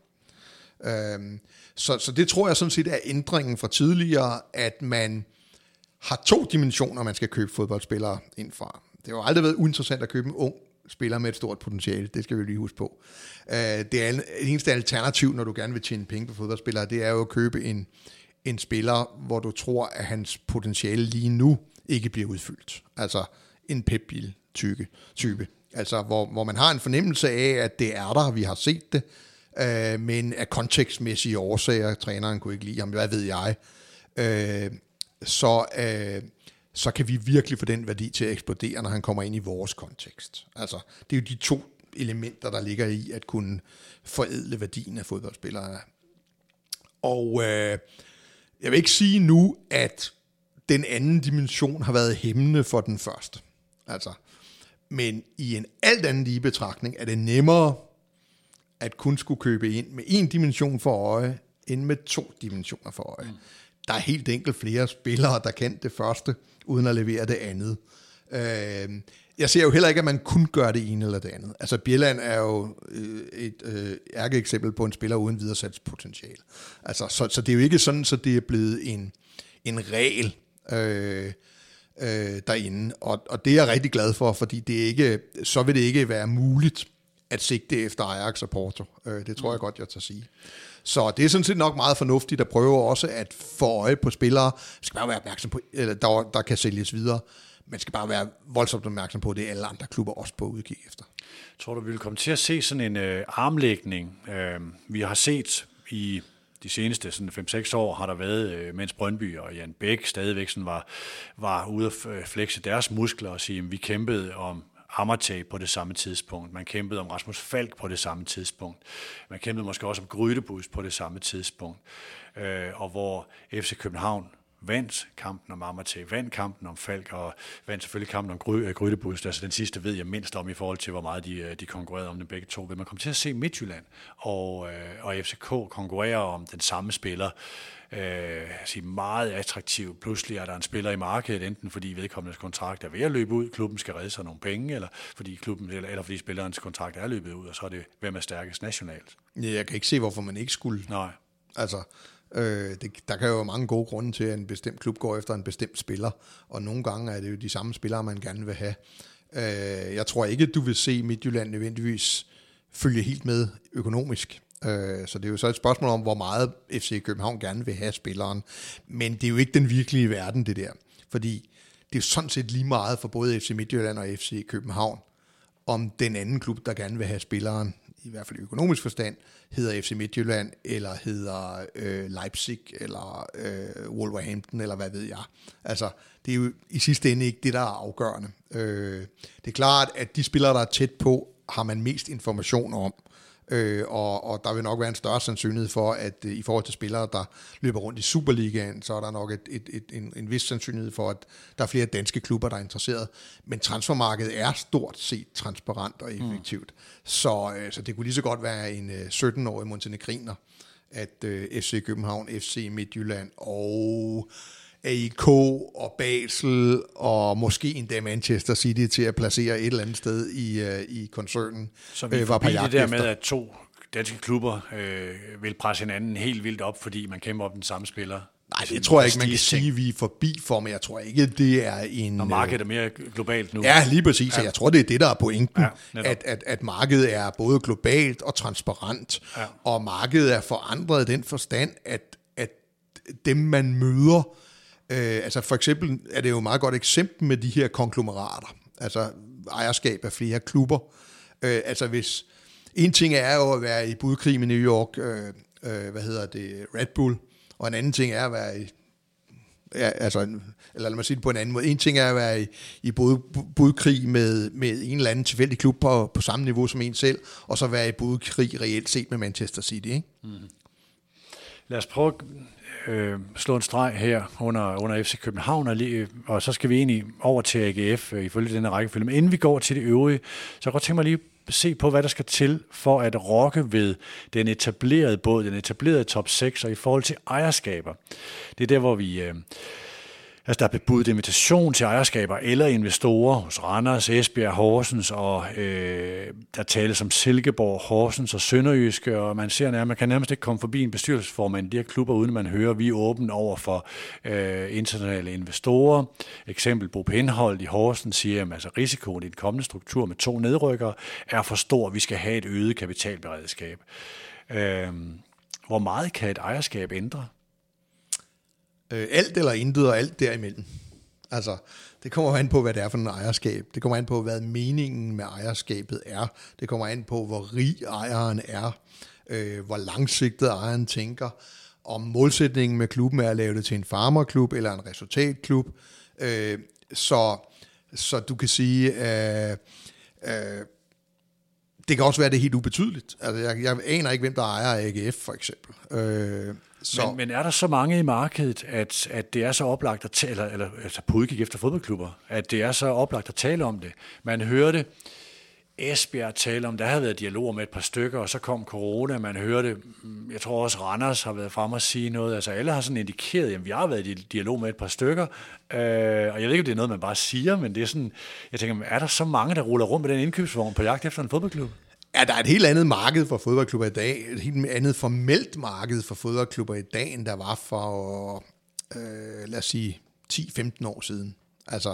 Øh, så, så det tror jeg sådan set er ændringen fra tidligere, at man har to dimensioner, man skal købe fodboldspillere ind fra. Det har jo aldrig været uinteressant at købe en ung spiller med et stort potentiale, det skal vi lige huske på. Det er det eneste alternativ, når du gerne vil tjene penge på fodboldspillere, det er jo at købe en, en spiller, hvor du tror, at hans potentiale lige nu ikke bliver udfyldt. Altså en Pep Biel-type. Altså hvor, hvor man har en fornemmelse af, at det er der, vi har set det, øh, men af kontekstmæssige årsager, træneren kunne ikke lide ham, hvad ved jeg, øh, så, øh, så kan vi virkelig få den værdi til at eksplodere, når han kommer ind i vores kontekst. Altså, det er jo de to elementer, der ligger i at kunne forædle værdien af fodboldspillere. Og øh, jeg vil ikke sige nu, at den anden dimension har været hæmmende for den første. Altså, men i en alt anden lige betragtning er det nemmere at kun skulle købe ind med en dimension for øje, end med to dimensioner for øje. Mm. Der er helt enkelt flere spillere, der kan det første, uden at levere det andet. Øh, jeg ser jo heller ikke, at man kun gør det ene eller det andet. Altså, Bjelland er jo øh, et øh, ærkeeksempel på en spiller uden videresatspotentiale. Altså, så, så det er jo ikke sådan, så det er blevet en, en regel, Øh, øh, derinde, og, og det er jeg rigtig glad for, fordi det ikke, så vil det ikke være muligt at sigte efter Ajax og Porto. Øh, det tror jeg godt, jeg tager sige. Så det er sådan set nok meget fornuftigt at prøve også at få øje på spillere, skal bare være opmærksom på, eller der, der kan sælges videre, man skal bare være voldsomt opmærksom på, det er alle andre klubber også på udkig efter. Tror du, vi vil komme til at se sådan en øh, armlægning? Øh, vi har set i de seneste sådan fem seks år har der været, øh, mens Brøndby og Jan Bæk stadigvæk sådan var, var ude at flexe deres muskler og sige, at vi kæmpede om Amartey på det samme tidspunkt. Man kæmpede om Rasmus Falk på det samme tidspunkt. Man kæmpede måske også om Grydebus på det samme tidspunkt. Øh, og hvor F C København vandt kampen om Amartey, vandt kampen om Falk og vandt selvfølgelig kampen om Gry, Grydebus. Altså den sidste ved jeg mindst om i forhold til, hvor meget de, de konkurrerede om dem begge to. Vil man komme til at se Midtjylland og, og F C K konkurrere om den samme spiller? Øh, sige meget attraktiv. Pludselig er der en spiller i markedet, enten fordi vedkommendes kontrakt er ved at løbe ud, klubben skal redde sig nogle penge, eller fordi, klubben, eller, eller fordi spillerens kontrakt er løbet ud, og så er det, hvem er stærkest nationalt. Ja, jeg kan ikke se, hvorfor man ikke skulle. Nej. Altså, øh, det, der kan jo være mange gode grunde til, at en bestemt klub går efter en bestemt spiller, og nogle gange er det jo de samme spillere, man gerne vil have. Øh, jeg tror ikke, du vil se Midtjylland nødvendigvis følge helt med økonomisk. Så det er jo så et spørgsmål om, hvor meget F C København gerne vil have spilleren. Men det er jo ikke den virkelige verden, det der. Fordi det er jo sådan set lige meget for både F C Midtjylland og F C København, om den anden klub, der gerne vil have spilleren, i hvert fald i økonomisk forstand, hedder F C Midtjylland, eller hedder øh, Leipzig, eller øh, Wolverhampton, eller hvad ved jeg. Altså, det er jo i sidste ende ikke det, der er afgørende. Øh, det er klart, at de spillere, der er tæt på, har man mest information om. Øh, og, og der vil nok være en større sandsynlighed for, at øh, i forhold til spillere, der løber rundt i Superligaen, så er der nok et, et, et, en, en vis sandsynlighed for, at der er flere danske klubber, der er interesseret. Men transfermarkedet er stort set transparent og effektivt. Mm. Så, øh, så det kunne lige så godt være en øh, sytten-årig montenegriner, at øh, F C København, F C Midtjylland og A I K og Basel og måske endda Manchester City til at placere et eller andet sted i, uh, i koncernen. Så vi øh, var på det der efter. Med, at to danske klubber øh, vil presse hinanden helt vildt op, fordi man kæmper op den samme spiller. Nej, det tror jeg ikke, man kan sige, vi er forbi for, men jeg tror ikke, det er en... Og markedet er mere globalt nu. Ja, lige præcis, ja. Jeg tror, det er det, der er pointen, ja, at, at, at markedet er både globalt og transparent, ja. Og markedet er forandret i den forstand, at, at dem, man møder... Øh, altså for eksempel er det jo et meget godt eksempel med de her konglomerater, altså ejerskab af flere klubber. Øh, altså hvis en ting er jo at være i budkrig med New York, øh, øh, hvad hedder det, Red Bull, og en anden ting er at være i, ja, altså, eller lad mig sige det på en anden måde, en ting er at være i, i bud, budkrig med, med en eller anden tilfældig klub på, på samme niveau som en selv, og så være i budkrig reelt set med Manchester City, ikke? Mm. Lad os prøve Øh, slå en streg her under, under F C København, og, lige, og så skal vi egentlig over til A G F øh, ifølge denne rækkefølge. Men inden vi går til det øvrige, så jeg godt tænke mig lige at se på, hvad der skal til for at rokke ved den etablerede båd, den etablerede top seks, og i forhold til ejerskaber. Det er der, hvor vi... Øh, Altså, der er bebudt invitation til ejerskaber eller investorer hos Randers, Esbjerg, Horsens, og øh, der tales om Silkeborg, Horsens og Sønderjyske, og man ser nærmest, man kan nærmest ikke komme forbi en bestyrelsesformand i de her klubber, uden man hører, at vi er åbne over for øh, internationale investorer. Eksempel Bo Pindholt i Horsens siger, at altså, risikoen i den kommende struktur med to nedrykkere er for stor, vi skal have et øget kapitalberedskab. Øh, hvor meget kan et ejerskab ændre? Alt eller intet og alt derimellem. Altså, det kommer an på, hvad det er for en ejerskab. Det kommer an på, hvad meningen med ejerskabet er. Det kommer an på, hvor rig ejeren er. øh, hvor langsigtet ejeren tænker, om målsætningen med klubben er at lave det til en farmerklub eller en resultatklub. Øh, så, så du kan sige, øh, øh, det kan også være, det er helt ubetydeligt. Altså, jeg, jeg aner ikke, hvem der ejer A G F, for eksempel. Øh, så. Men, men er der så mange i markedet, at, at det er så oplagt at tale, eller, eller altså på udkig efter fodboldklubber, at det er så oplagt at tale om det? Man hørte Esbjerg tale om, der havde været dialoger med et par stykker, og så kom corona, man hørte, jeg tror også Randers har været frem og sige noget, altså alle har sådan indikeret, at vi har været i dialog med et par stykker, øh, og jeg ved ikke, om det er noget, man bare siger, men det er sådan, jeg tænker, er der så mange, der ruller rundt med den indkøbsvogn på jagt efter en fodboldklub? Ja, der er et helt andet marked for fodboldklubber i dag, et helt andet formelt marked for fodboldklubber i dag, end der var for, øh, lad os sige, ti til femten år siden. Altså,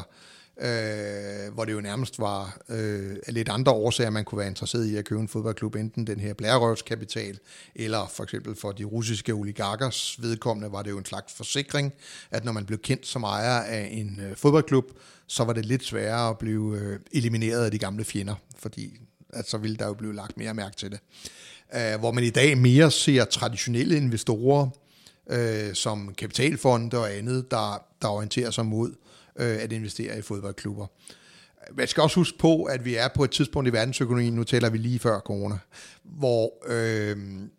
øh, hvor det jo nærmest var øh, lidt andre årsager, man kunne være interesseret i at købe en fodboldklub, enten den her blærerøvskapital, eller for eksempel for de russiske oligarkers vedkommende var det jo en slags forsikring, at når man blev kendt som ejer af en øh, fodboldklub, så var det lidt sværere at blive øh, elimineret af de gamle fjender, fordi at så ville der jo blive lagt mere mærke til det. Uh, hvor man i dag mere ser traditionelle investorer, uh, som kapitalfonde og andet, der, der orienterer sig mod uh, at investere i fodboldklubber. Man skal også huske på, at vi er på et tidspunkt i verdensøkonomien, nu taler vi lige før corona, hvor øh,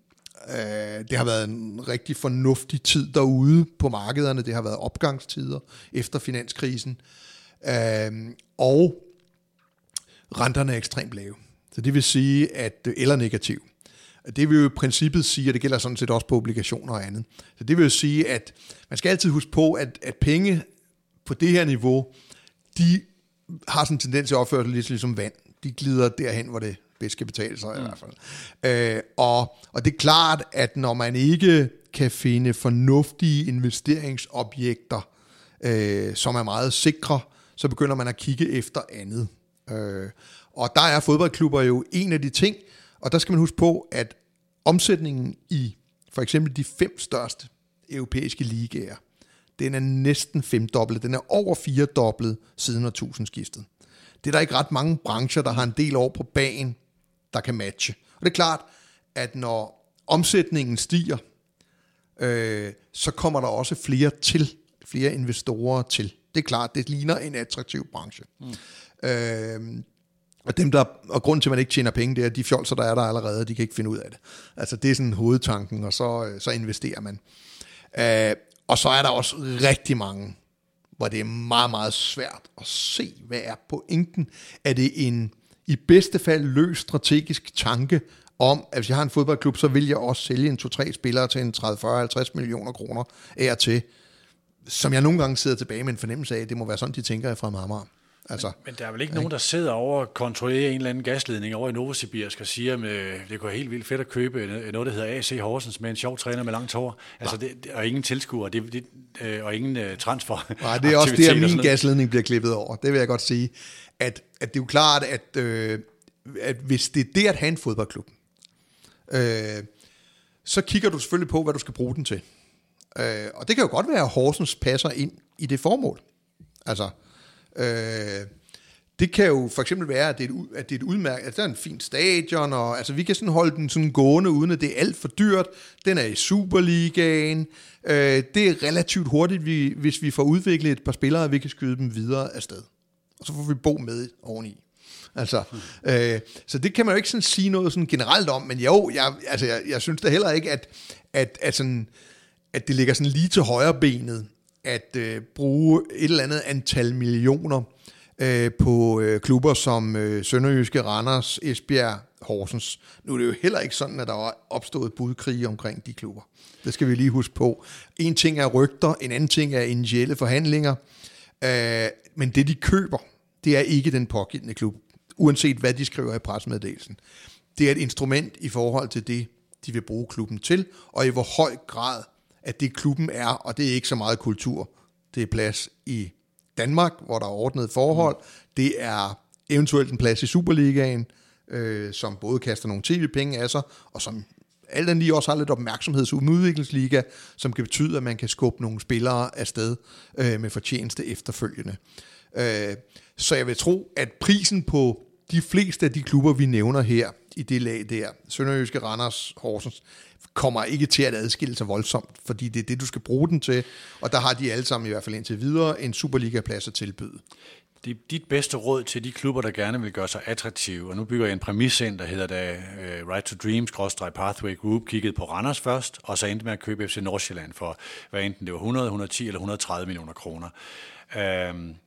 øh, det har været en rigtig fornuftig tid derude på markederne. Det har været opgangstider efter finanskrisen. Øh, og renterne er ekstremt lave. Så det vil sige, at eller negativ. Det vil jo i princippet sige, og det gælder sådan set også på obligationer og andet. Så det vil jo sige, at man skal altid huske på, at, at penge på det her niveau, de har sådan en tendens til at opføre sig lidt ligesom vand. De glider derhen, hvor det bedst skal betale sig i hvert fald. Øh, og, og det er klart, at når man ikke kan finde fornuftige investeringsobjekter, øh, som er meget sikre, så begynder man at kigge efter andet. Øh, og der er fodboldklubber jo en af de ting, og der skal man huske på, at omsætningen i for eksempel de fem største europæiske ligaer, den er næsten femdoblet, den er over firedoblet siden årtusindskiftet. Det er der ikke ret mange brancher, der har en del år på bagen, der kan matche. Og det er klart, at når omsætningen stiger, øh, så kommer der også flere til, flere investorer til. Det er klart, det ligner en attraktiv branche. Mm. Øh, og dem der, og grunden til, at man ikke tjener penge, det er, at de fjolser, der er der allerede, de kan ikke finde ud af det. Altså det er sådan hovedtanken, og så, så investerer man. Øh, og så er der også rigtig mange, hvor det er meget, meget svært at se, hvad er pointen. Er det en i bedste fald løs strategisk tanke om, at hvis jeg har en fodboldklub, så vil jeg også sælge en to-tre spillere til en tredive, fyrre, halvtreds millioner kroner af og til, som jeg nogle gange sidder tilbage med en fornemmelse af, at det må være sådan, de tænker fra Amager. Altså, men, men der er vel ikke ja, nogen, der sidder over og kontrollerer en eller anden gasledning over i Novosibirsk og siger, at det kunne være helt vildt fedt at købe noget, der hedder A C Horsens med en sjov træner med langt hår. Altså, det, og ingen tilskuere, det, det, og ingen uh, transfer. Nej, det er også det, at min gasledning bliver klippet over. Det vil jeg godt sige. At, at det er jo klart, at, øh, at hvis det er det at have en fodboldklub, øh, så kigger du selvfølgelig på, hvad du skal bruge den til. Øh, og det kan jo godt være, at Horsens passer ind i det formål. Altså, Øh, det kan jo for eksempel være, at det er et, at det er et udmærket, altså der er en fin stadion, og altså vi kan sådan holde den sådan gående, uden at det er alt for dyrt. Den er i Superligaen. Øh, det er relativt hurtigt, vi, hvis vi får udviklet et par spillere, vi kan skyde dem videre afsted. Og så får vi Bo med oveni. Altså, hmm. øh, så det kan man jo ikke sådan sige noget sådan generelt om, men jo, jeg, altså, jeg, jeg synes da heller ikke, at, at, at, sådan, at det ligger sådan lige til højre benet, at øh, bruge et eller andet antal millioner øh, på øh, klubber som øh, Sønderjyske, Randers, Esbjerg, Horsens. Nu er det jo heller ikke sådan, at der er opstået budkrige omkring de klubber. Det skal vi lige huske på. En ting er rygter, en anden ting er initielle forhandlinger, øh, men det de køber, det er ikke den pågældende klub, uanset hvad de skriver i pressemeddelelsen. Det er et instrument i forhold til det, de vil bruge klubben til, og i hvor høj grad at det klubben er, og det er ikke så meget kultur. Det er plads i Danmark, hvor der er ordnet forhold. Det er eventuelt en plads i Superligaen, øh, som både kaster nogle tv-penge af sig, og som alt andet lige også har lidt opmærksomhed som udviklingsliga, som kan betyde, at man kan skubbe nogle spillere afsted øh, med fortjeneste efterfølgende. Øh, så jeg vil tro, at prisen på de fleste af de klubber, vi nævner her, i det lag der. Sønderjyske, Randers, Horsens kommer ikke til at adskille sig voldsomt, fordi det er det, du skal bruge den til, og der har de alle sammen i hvert fald indtil videre en Superliga-plads at tilbyde. Det er dit bedste råd til de klubber, der gerne vil gøre sig attraktive, og nu bygger jeg en præmis ind, der hedder da uh, Right to Dreams-Pathway Group, kiggede på Randers først, og så endte med at købe F C Nordsjælland for, hvad enten det var hundrede, hundrede og ti eller hundrede og tredive millioner kroner. Um,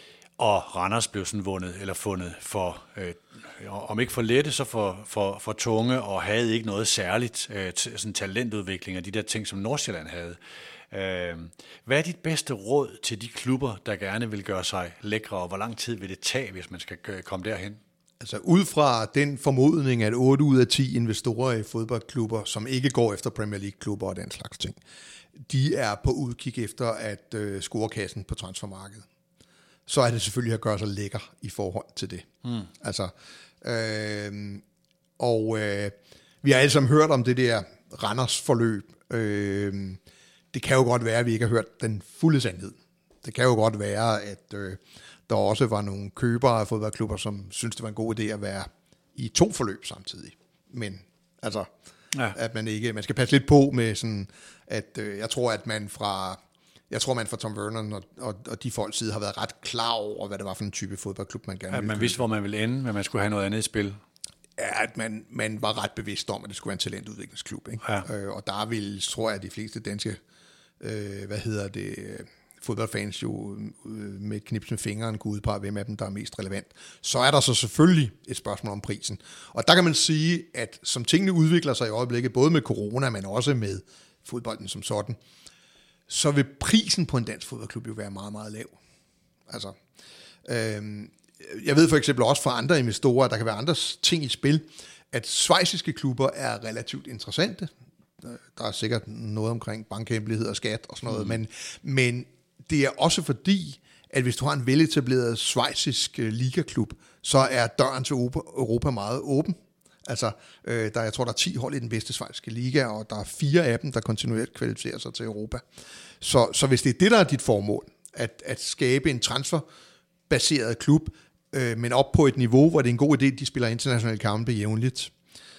og Randers blev sådan vundet, eller fundet for, øh, om ikke for lette, så for, for, for tunge, og havde ikke noget særligt øh, t- sådan talentudvikling af de der ting, som Nordsjælland havde. Øh, hvad er dit bedste råd til de klubber, der gerne vil gøre sig lækre, og hvor lang tid vil det tage, hvis man skal komme derhen? Altså ud fra den formodning, at otte ud af ti investorer i fodboldklubber, som ikke går efter Premier League-klubber og den slags ting, de er på udkig efter at øh, score kassen på transfermarkedet, så er det selvfølgelig at gøre sig lækker i forhold til det. Mm. Altså, øh, og øh, vi har alle sammen hørt om det der Randers forløb. Øh, det kan jo godt være, at vi ikke har hørt den fulde sandhed. Det kan jo godt være, at øh, der også var nogle købere af fodboldklubber, som synes det var en god idé at være i to forløb samtidig. Men altså, ja. at man ikke, man skal passe lidt på med sådan, at øh, jeg tror, at man fra Jeg tror, man fra Tom Vernon og, og, og de folks side har været ret klar over, hvad det var for en type fodboldklub, man gerne ville. At man vidste, hvor man ville ende, men man skulle have noget andet i spil. Ja, at man, man var ret bevidst om, at det skulle være en talentudviklingsklub. Ikke? Ja. Øh, og der vil, tror jeg, at de fleste danske øh, hvad hedder det, fodboldfans jo øh, med et knips med fingeren kunne udpege, hvem af dem, der er mest relevant. Så er der så selvfølgelig et spørgsmål om prisen. Og der kan man sige, at som tingene udvikler sig i øjeblikket, både med corona, men også med fodbolden som sådan, så vil prisen på en dansk fodboldklub jo være meget, meget lav. Altså, øh, jeg ved for eksempel også fra andre investorer, at der kan være andre ting i spil, at schweiziske klubber er relativt interessante. Der er sikkert noget omkring bankhemmelighed og skat og sådan noget, mm. men, men det er også fordi, at hvis du har en veletableret schweizisk ligaklub, så er døren til Europa meget åben. Altså, øh, der, jeg tror, der er ti hold i den bedste schweiziske liga, og der er fire af dem, der kontinuerligt kvalificerer sig til Europa. Så, så hvis det er det, der er dit formål, at, at skabe en transferbaseret klub, øh, men op på et niveau, hvor det er en god idé, at de spiller internationale kampe jævnligt,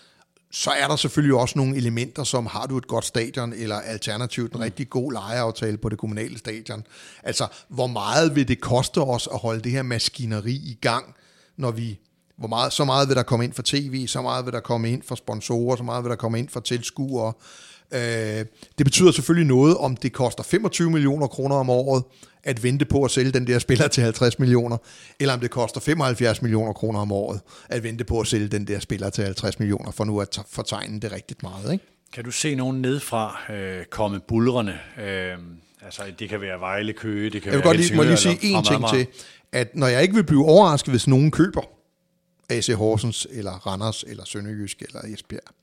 så er der selvfølgelig også nogle elementer, som har du et godt stadion, eller alternativt en mm. rigtig god lejeaftale på det kommunale stadion. Altså, hvor meget vil det koste os at holde det her maskineri i gang, når vi... Hvor meget, så meget vil der komme ind for tv, så meget vil der komme ind for sponsorer, så meget vil der komme ind for tilskuere. Øh, det betyder selvfølgelig noget, om det koster femogtyve millioner kroner om året at vente på at sælge den der spiller til halvtreds millioner, eller om det koster femoghalvfjerds millioner kroner om året at vente på at sælge den der spiller til halvtreds millioner, for nu at fortegne det rigtigt meget. Ikke? Kan du se nogen nedfra øh, komme bulrende? Øh, altså, det kan være Vejle, Køge, det kan jeg vil være godt lige, må lige sige en ting til, at når jeg ikke vil blive overrasket, hvis nogen køber A C Horsens, eller Randers, eller Sønderjysk, eller Esbjerg,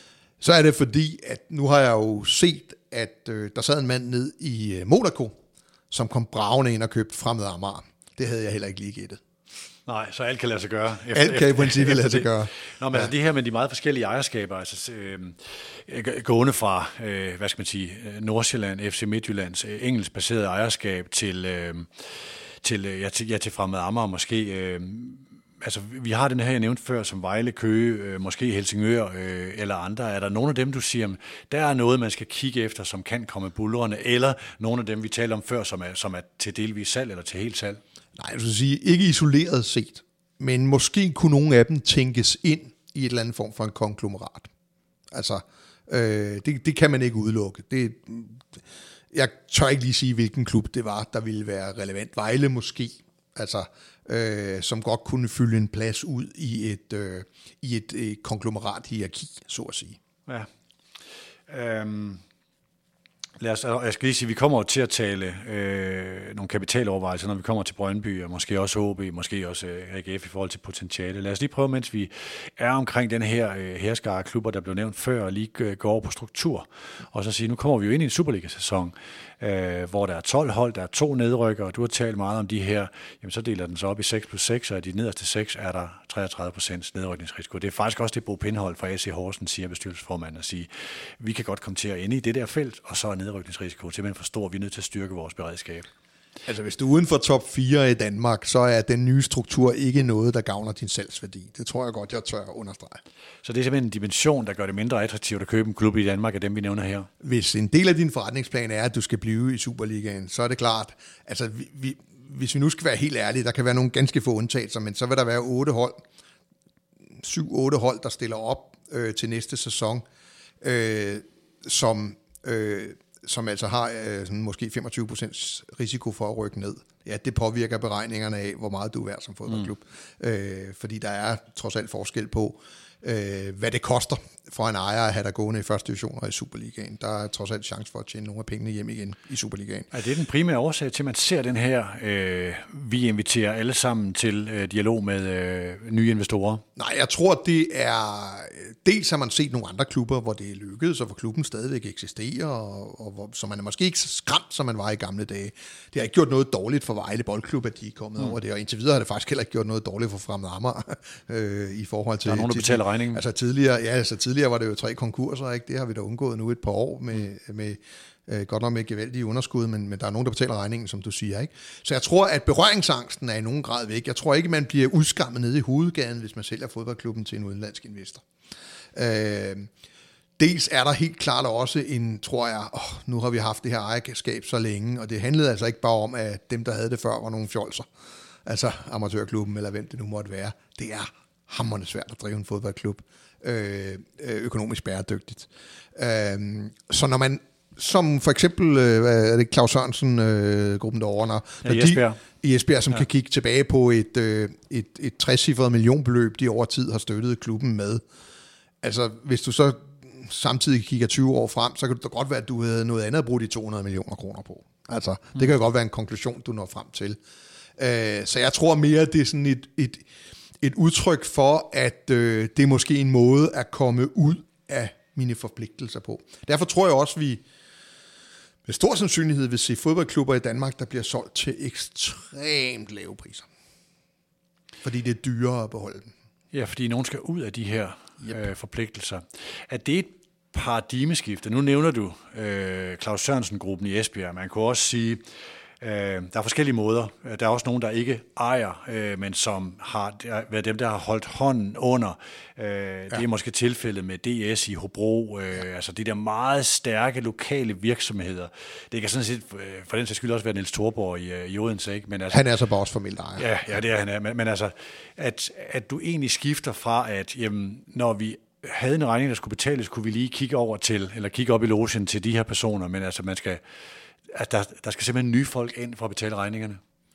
så er det fordi, at nu har jeg jo set, at øh, der sad en mand ned i øh, Monaco, som kom bragende ind og købte Fremad Amager. Det havde jeg heller ikke lige gættet. Nej, så alt kan lade sig gøre. Efter, alt kan i princippet lade sig gøre. Nå, men ja. altså det her med de meget forskellige ejerskaber, altså øh, gående fra, øh, hvad skal man sige, Nordsjælland, F C Midtjyllands øh, engelskbaserede ejerskab til, øh, til, øh, ja, til, ja, til Fremad Amager måske. Øh, altså vi har den her, jeg nævnte før, som Vejle, Køge, øh, måske Helsingør øh, eller andre. Er der nogle af dem, du siger, der er noget, man skal kigge efter, som kan komme bulrende, eller nogle af dem, vi taler om før, som er, som er til delvis salg eller til helt salg? Nej, jeg vil sige, ikke isoleret set, men måske kunne nogle af dem tænkes ind i et eller andet form for en konglomerat. Altså, øh, det, det kan man ikke udelukke. Det, jeg tør ikke lige sige, hvilken klub det var, der ville være relevant. Vejle måske, altså, øh, som godt kunne fylde en plads ud i et, øh, i et, et konglomerat-hierarki, så at sige. Ja. Øhm. Lad os, jeg skal lige sige, at vi kommer til at tale øh, nogle kapitalovervejelser, når vi kommer til Brøndby, og måske også O B, måske også øh, A G F i forhold til potentiale. Lad os lige prøve, mens vi er omkring den her øh, herskare klubber, der blev nævnt før, og lige øh, gå over på struktur, og så sige, nu kommer vi jo ind i en Superliga-sæson, øh, hvor der er tolv hold, der er to nedrykker, og du har talt meget om de her, jamen så deler den så op i seks plus seks, og i de nederste seks er der treogtredive procent nedrykningsrisiko. Det er faktisk også det, Bo Pindhold fra A C Horsens siger, bestyrelsesformanden, at sige, vi kan godt komme til at ende i det der felt, og så er nedrykningsrisiko simpelthen for stor, vi er nødt til at styrke vores beredskab. Altså hvis du er uden for top fire i Danmark, så er den nye struktur ikke noget, der gavner din salgsværdi. Det tror jeg godt, jeg tør understrege. Så det er simpelthen en dimension, der gør det mindre attraktivt at købe en klub i Danmark af dem, vi nævner her? Hvis en del af din forretningsplan er, at du skal blive i Superligaen, så er det klart, altså vi, vi, hvis vi nu skal være helt ærlige, der kan være nogle ganske få undtagelser, men så vil der være otte hold, syv otte hold, der stiller op øh, til næste sæson, øh, som... Øh, som altså har øh, sådan måske femogtyve procent risiko for at rykke ned. Ja, det påvirker beregningerne af, hvor meget du er værd som fodboldklub. Mm. Øh, fordi der er trods alt forskel på, øh, hvad det koster for en ejer at have der gående i første division og i Superligaen. Der er trods alt chance for at tjene nogle af pengene hjem igen i Superligaen. Er det den primære årsag til, at man ser den her, øh, vi inviterer alle sammen til øh, dialog med øh, nye investorer? Nej, jeg tror, det er... Dels har man set nogle andre klubber, hvor det er lykkedes, og hvor klubben stadigvæk eksisterer, og, og hvor, så man er måske ikke så skræmt, som man var i gamle dage. Det har ikke gjort noget dårligt for Vejle Boldklub, at de er kommet mm. over det, og indtil videre har det faktisk heller ikke gjort noget dårligt for Fremad Amager øh, i forhold til... Der er nogen, der til, betaler regningen. Altså tidligere, ja, altså tidligere var det jo tre konkurser, ikke? Det har vi da undgået nu et par år med... med Øh, godt nok med gevaldige underskud, men, men der er nogen, der betaler regningen, som du siger, ikke? Så jeg tror, at berøringsangsten er i nogen grad væk. Jeg tror ikke, man bliver udskammet nede i hovedgaden, hvis man sælger fodboldklubben til en udenlandsk investor. Øh, dels er der helt klart også en, tror jeg, åh, nu har vi haft det her ejerskab så længe, og det handlede altså ikke bare om, at dem, der havde det før, var nogle fjolser. Altså amatørklubben, eller hvem det nu måtte være. Det er hamrende svært at drive en fodboldklub øh, økonomisk bæredygtigt. Øh, så når man som for eksempel, øh, er det Claus Sørensen, øh, gruppen derovre, når, ja, i Esbjerg. De, i Esbjerg, som ja. kan kigge tilbage på et, øh, et, et trecifret millionbeløb, de over tid har støttet klubben med. Altså, hvis du så samtidig kigger tyve år frem, så kan det da godt være, at du havde noget andet at bruge de to hundrede millioner kroner på. Altså, mm. det kan jo godt være en konklusion, du når frem til. Øh, så jeg tror mere, det er sådan et, et, et udtryk for, at øh, det er måske en måde at komme ud af mine forpligtelser på. Derfor tror jeg også, vi med stor sandsynlighed vil se fodboldklubber i Danmark, der bliver solgt til ekstremt lave priser. Fordi det er dyrere at beholde dem. Ja, fordi nogen skal ud af de her yep. øh, forpligtelser. Er det et paradigmeskifte? Nu nævner du øh, Claus Sørensen-gruppen i Esbjerg. Man kunne også sige, øh, der er forskellige måder. Der er også nogen, der ikke ejer, øh, men som har været dem, der har holdt hånden under. Øh, ja. Det er måske tilfældet med D S i Hobro. Øh, ja. Altså de der meget stærke lokale virksomheder. Det kan sådan set for den sags skyld også være Niels Thorborg i, i Odense, ikke? Men altså, han er så bare også formelt ejer. Ja, ja, det er han er. Men, men altså, at, at du egentlig skifter fra, at jamen, når vi havde en regning, der skulle betales, kunne vi lige kigge over til, eller kigge op i logen til de her personer, men altså man skal... at der, der skal simpelthen nye folk ind for at betale regningerne?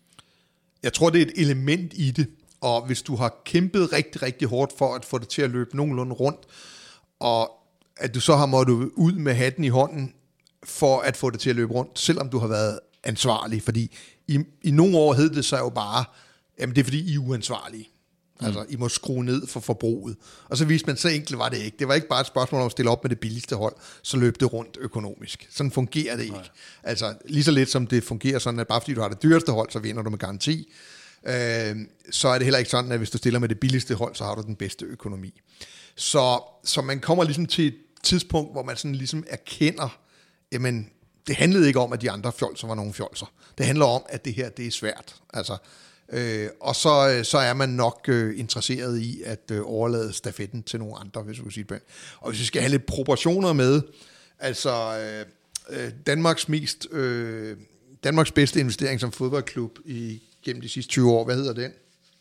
Jeg tror, det er et element i det, og hvis du har kæmpet rigtig, rigtig hårdt for at få det til at løbe nogenlunde rundt, og at du så har måttet ud med hatten i hånden for at få det til at løbe rundt, selvom du har været ansvarlig, fordi i, i nogle år hed det så jo bare, jamen det er fordi I er uansvarlige. Altså, mm. I må skrue ned for forbruget. Og så viste man, så enkelt var det ikke. Det var ikke bare et spørgsmål om at stille op med det billigste hold, så løb det rundt økonomisk. Sådan fungerer det ikke. Nej. Altså, lige så lidt som det fungerer sådan, at bare fordi du har det dyreste hold, så vinder du med garanti. Øh, så er det heller ikke sådan, at hvis du stiller med det billigste hold, så har du den bedste økonomi. Så, så man kommer ligesom til et tidspunkt, hvor man sådan ligesom erkender, jamen, det handlede ikke om, at de andre fjolser var nogle fjolser. Det handler om, at det her, det er svært. Altså, Øh, og så, så er man nok øh, interesseret i at øh, overlade stafetten til nogle andre, hvis vi sige det. Og hvis vi skal have lidt proportioner med, altså øh, Danmarks mest øh, Danmarks bedste investering som fodboldklub i gennem de sidste tyve år, hvad hedder den?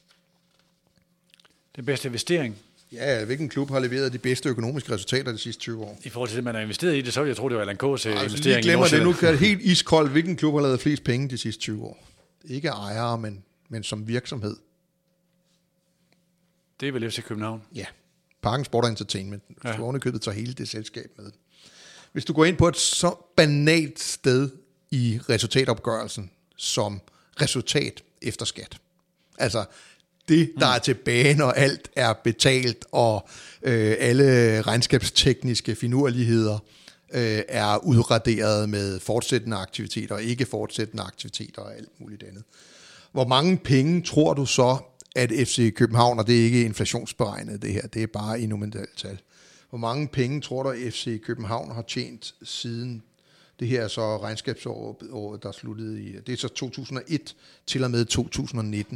Den bedste investering? Ja, hvilken klub har leveret de bedste økonomiske resultater de sidste tyve år? I forhold til det, man har investeret i det, så vil jeg tro, det var L N K's investering. Altså, lige glemmer det, nu kan det helt iskoldt, hvilken klub har lavet flest penge de sidste tyve år? Ikke ejere, men men som virksomhed. Det er vel F C København? Ja, Parken Sport og Entertainment. Du ja. ovenikøbet tager hele det selskab med. Hvis du går ind på et så banalt sted i resultatopgørelsen som resultat efter skat. Altså det, der mm. er tilbage, når alt er betalt, og øh, alle regnskabstekniske finurligheder øh, er udraderet med fortsættende aktiviteter og ikke fortsættende aktiviteter og alt muligt andet. Hvor mange penge tror du så, at F C København, og det er ikke inflationsberegnet det her, det er bare i nominelt tal. Hvor mange penge tror du, at F C København har tjent siden Det her er så regnskabsåret, der sluttede i, det er så to tusind og et til og med to tusind og nitten.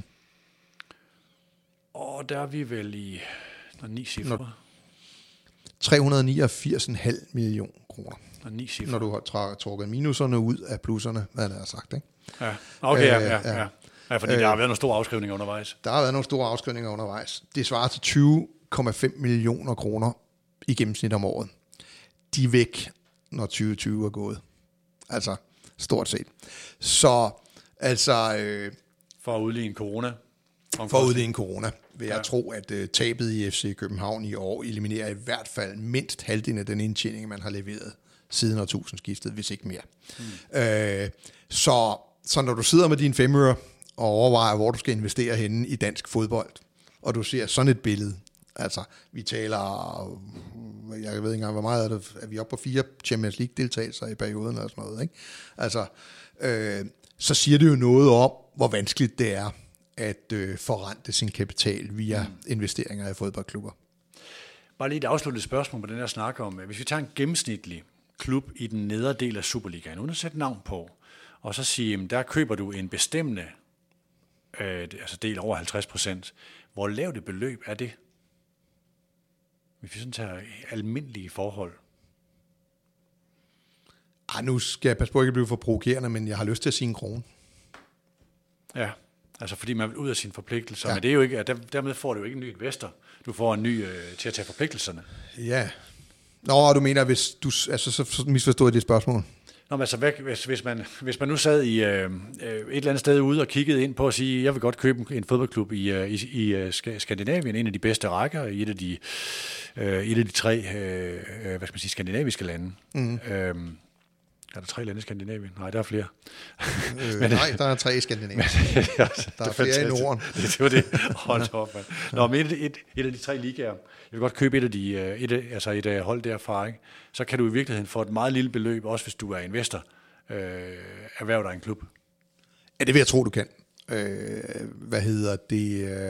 Og der er vi vel i ni cifre. tre hundrede og niogfirs komma fem million kroner. Og ni cifre. Når du har trukket minuserne ud af plusserne, hvad der er sagt, ikke? Ja, okay, ja, ja, ja. ja. Ja, fordi øh, der har været nogle store afskrivninger undervejs. Der har været nogle store afskrivninger undervejs. Det svarer til tyve komma fem millioner kroner i gennemsnit om året. De er væk, når tyve tyve er gået. Altså, stort set. Så, altså... Øh, for at udligne corona. For at udligne corona, vil jeg ja. tro, at øh, tabet i F C København i år eliminerer i hvert fald mindst halvdelen af den indtjening, man har leveret siden årtusindskiftet, hvis ikke mere. Mm. Øh, så, så når du sidder med dine femøre og overvejer, hvor du skal investere henne i dansk fodbold, og du ser sådan et billede, altså vi taler, jeg ved ikke engang, hvor meget er det, er vi oppe på fire Champions League-deltagelser i perioden eller sådan noget, ikke? Altså, øh, så siger det jo noget om, hvor vanskeligt det er at øh, forrente sin kapital via mm. investeringer i fodboldklubber. Bare lige et afsluttet spørgsmål på den her snak om, hvis vi tager en gennemsnitlig klub i den nedre del af Superligaen, uden at sætte navn på, og så sige, der køber du en bestemmende øh, altså del over halvtreds procent. Hvor lavt et beløb er det? Hvis vi sådan tager almindelige forhold. Ej, nu skal jeg passe på ikke at blive for provokerende, men jeg har lyst til at sige en krone. Ja, altså fordi man vil ud af sine forpligtelser, ja. Men det er jo ikke, dermed får du jo ikke en ny investor. Du får en ny øh, til at tage forpligtelserne. Ja. Nå, du mener, hvis du, altså så misforstod jeg dit spørgsmål. Nå, men altså, hvis, hvis, man, hvis man nu sad i øh, et eller andet sted ude og kiggede ind på at sige, jeg vil godt købe en fodboldklub i, i, i Skandinavien, en af de bedste rækker, i et af de, øh, et af de tre øh, hvad skal man sige, skandinaviske lande. Mm. Øhm, er der tre lande i Skandinavien? Nej, der er flere. Øh, men, nej, der er tre i Skandinavien. ja, der er flere i Norden. det, det var det. Hold op, man. Nå, men et, et, et af de tre ligaer, jeg vil godt købe et af de, et, altså et hold derfra, ikke? Så kan du i virkeligheden få et meget lille beløb, også hvis du er investor, øh, erhverve dig en klub. Ja, det vil jeg tro, du kan. Øh, hvad hedder det? Øh,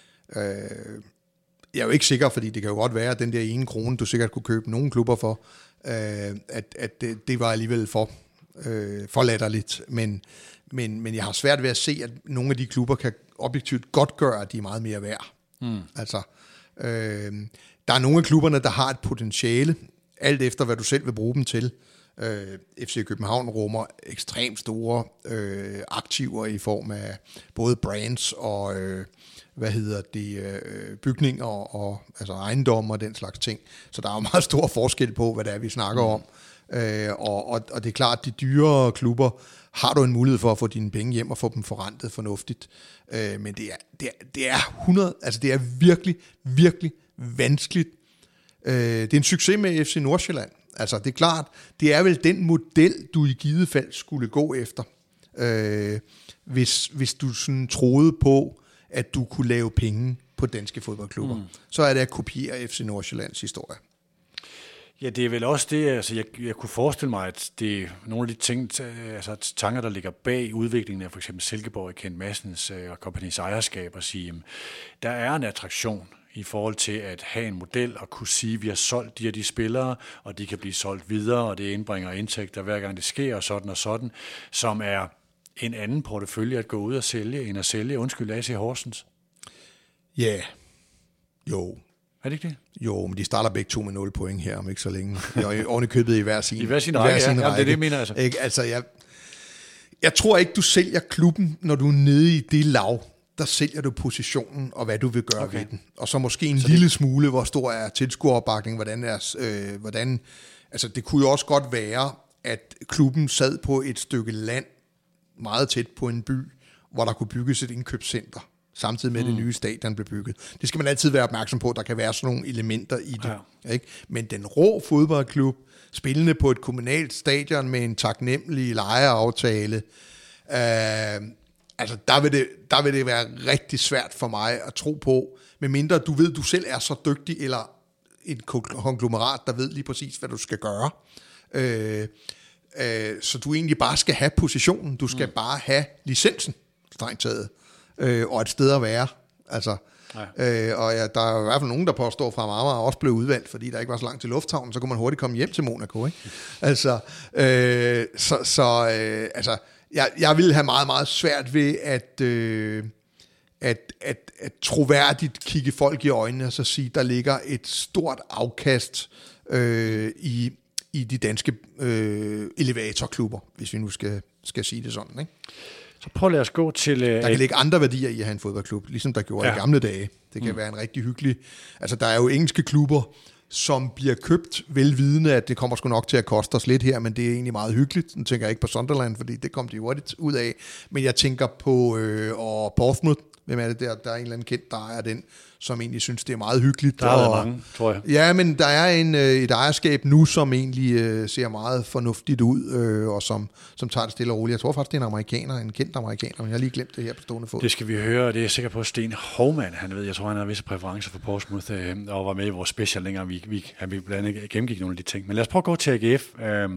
øh, jeg er jo ikke sikker, fordi det kan jo godt være, at den der ene krone, du sikkert kunne købe nogle klubber for, øh, at, at det, det var alligevel for, øh, for latterligt. Men, men, men jeg har svært ved at se, at nogle af de klubber kan objektivt godt gøre, at de er meget mere værd. Mm. Altså, øh, der er nogle af klubberne, der har et potentiale, alt efter hvad du selv vil bruge dem til. Øh, F C København rummer ekstremt store øh, aktiver i form af både brands og øh, hvad hedder det, øh, bygninger og altså ejendomme og den slags ting. Så der er jo meget stor forskel på, hvad det er, vi snakker om. Øh, og, og, og det er klart, at de dyrere klubber har du en mulighed for at få dine penge hjem og få dem forrentet fornuftigt. Øh, men det er, det, er, det er hundrede, altså det er virkelig, virkelig vanskeligt. Øh, det er en succes med F C Nordsjælland. Altså det er klart, det er vel den model, du i givet fald skulle gå efter, øh, hvis, hvis du sådan troede på, at du kunne lave penge på danske fodboldklubber. Mm. Så er det at kopiere F C Nordsjællands historie. Ja, det er vel også det, altså jeg, jeg kunne forestille mig, at det er nogle af de ting, altså tanker, der ligger bag udviklingen af for eksempel Silkeborg, Kent Madsens og Company's ejerskab, og sige, jamen, der er en attraktion i forhold til at have en model og kunne sige, at vi har solgt de her de spillere, og de kan blive solgt videre, og det indbringer indtægter hver gang det sker, og sådan og sådan, som er en anden portefølje at gå ud og sælge, end at sælge, undskyld, A C Horsens. Ja, yeah. Jo. Er det ikke det? Jo, men de starter begge to med nul point her, om ikke så længe. Oven i købet i hver sin, I hver sin række, hver sin ja. Række. Ja, det er det, jeg mener altså. Ikke? Altså, jeg, jeg tror ikke, du sælger klubben, når du er nede i det lav. Der sælger du positionen, og hvad du vil gøre okay. ved den. Og så måske en så lille det... smule, hvor stor er tilskueropbakning, hvordan er, øh, hvordan, altså det kunne jo også godt være, at klubben sad på et stykke land, meget tæt på en by, hvor der kunne bygges et indkøbscenter, samtidig med mm. det nye stadion blev bygget. Det skal man altid være opmærksom på, der kan være sådan nogle elementer i det. Ja. Ikke? Men den rå fodboldklub, spillende på et kommunalt stadion med en taknemmelig lejeaftale, øh, altså, der vil, det, der vil det være rigtig svært for mig at tro på, medmindre du ved, du selv er så dygtig, eller et konglomerat, der ved lige præcis, hvad du skal gøre. Øh, øh, så du egentlig bare skal have positionen, du skal mm. bare have licensen, strengt taget, øh, og et sted at være. Altså, Ja. Øh, og ja, der er i hvert fald nogen, der påstår fra Amager også blev udvalgt, fordi der ikke var så langt til lufthavnen, så kunne man hurtigt komme hjem til Monaco. Ikke? Altså, øh, så, så øh, altså, jeg, jeg ville have meget, meget svært ved at... Øh, At, at, at troværdigt kigge folk i øjnene og så sige, der ligger et stort afkast øh, i, i de danske øh, elevatorklubber, hvis vi nu skal, skal sige det sådan. Ikke? Så prøv lad os gå til... Øh, der kan ligge andre værdier i at have en fodboldklub, ligesom der gjorde ja. i gamle dage. Det kan mm. være en rigtig hyggelig... Altså, der er jo engelske klubber, som bliver købt velvidende, at det kommer sgu nok til at koste os lidt her, men det er egentlig meget hyggeligt. Nu tænker jeg ikke på Sunderland, fordi det kom de hurtigt ud af. Men jeg tænker på øh, og Portsmouth. Hvem er det der? Der er en eller anden kendt, der ejer den, som egentlig synes, det er meget hyggeligt. Der er og, mange, tror jeg. Ja, men der er en, et ejerskab nu, som egentlig øh, ser meget fornuftigt ud, øh, og som, som tager det stille og roligt. Jeg tror faktisk, det er en amerikaner, en kendt amerikaner, men jeg har lige glemt det her på stående fod. Det skal vi høre, det er jeg sikker på, Sten Hovmand, han ved, jeg tror, han har visse præferencer for Portsmouth, øh, og var med i vores special længere, vi, vi, han vi blandt andet gennemgik nogle af de ting. Men lad os prøve at gå til A G F, øh,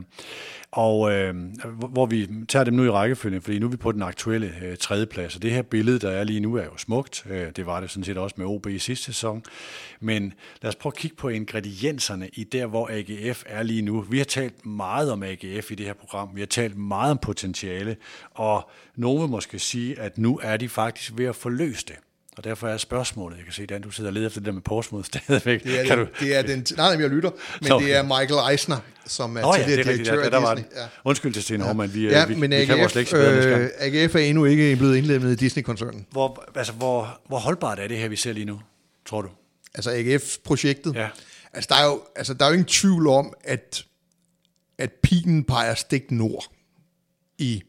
og øh, hvor vi tager dem nu i rækkefølgen, fordi nu er vi på den aktuelle øh, tredjeplads, og det her billede, der er lige nu, er jo smukt. Øh, det var det sådan set også med O B i sidste sæson. Men lad os prøve at kigge på ingredienserne i der, hvor A G F er lige nu. Vi har talt meget om A G F i det her program. Vi har talt meget om potentiale, og nogen vil måske sige, at nu er de faktisk ved at forløse det. Og derfor er spørgsmålet, jeg kan se, Dan, du sidder og leder efter det der med Portsmouth stadigvæk. Det er, kan den, du? Det er den, nej, jeg lytter, men så. Det er Michael Eisner, som er oh, ja, tidligere direktør ja, der af var Disney. Ja. Undskyld til Sten Hormann, vi, ja, vi, men vi A G F, kan vores lektie bedre øh, A G F er endnu ikke blevet indlemmet i Disney-koncernen. Hvor, altså, hvor, hvor holdbart er det her, vi ser lige nu, tror du? Altså A G F-projektet? Ja. Altså, der er jo, altså, der er jo ingen tvivl om, at, at pilen peger stik nord i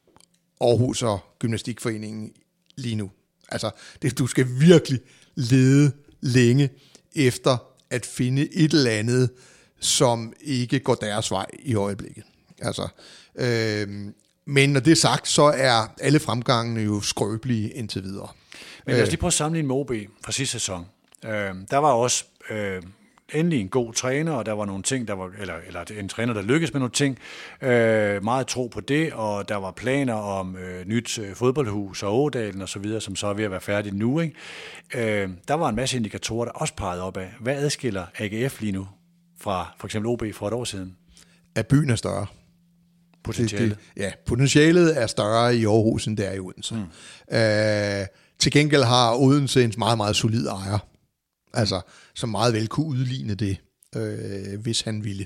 Aarhus og Gymnastikforeningen lige nu. Altså, det, du skal virkelig lede længe efter at finde et eller andet, som ikke går deres vej i øjeblikket. Altså, øh, men når det er sagt, så er alle fremgangene jo skrøbelige indtil videre. Men lad os lige prøve at sammenligne med O B fra sidste sæson. Øh, der var også øh, endelig en god træner, og der var nogle ting, der var, eller, eller en træner, der lykkedes med nogle ting. Øh, meget tro på det, og der var planer om øh, nyt øh, fodboldhus og Ådalen og så videre, som så er ved at være færdigt nu. Ikke? Øh, der var en masse indikatorer, der også pegede op af. Hvad adskiller A G F lige nu fra for eksempel O B for et år siden? At byen er større. Potentialet? Det, det, ja, potentialet er større i Aarhus, end det er i Odense. Mm. Øh, til gengæld har Odense en meget, meget solid ejer. Altså, som meget vel kunne udligne det, øh, hvis han ville.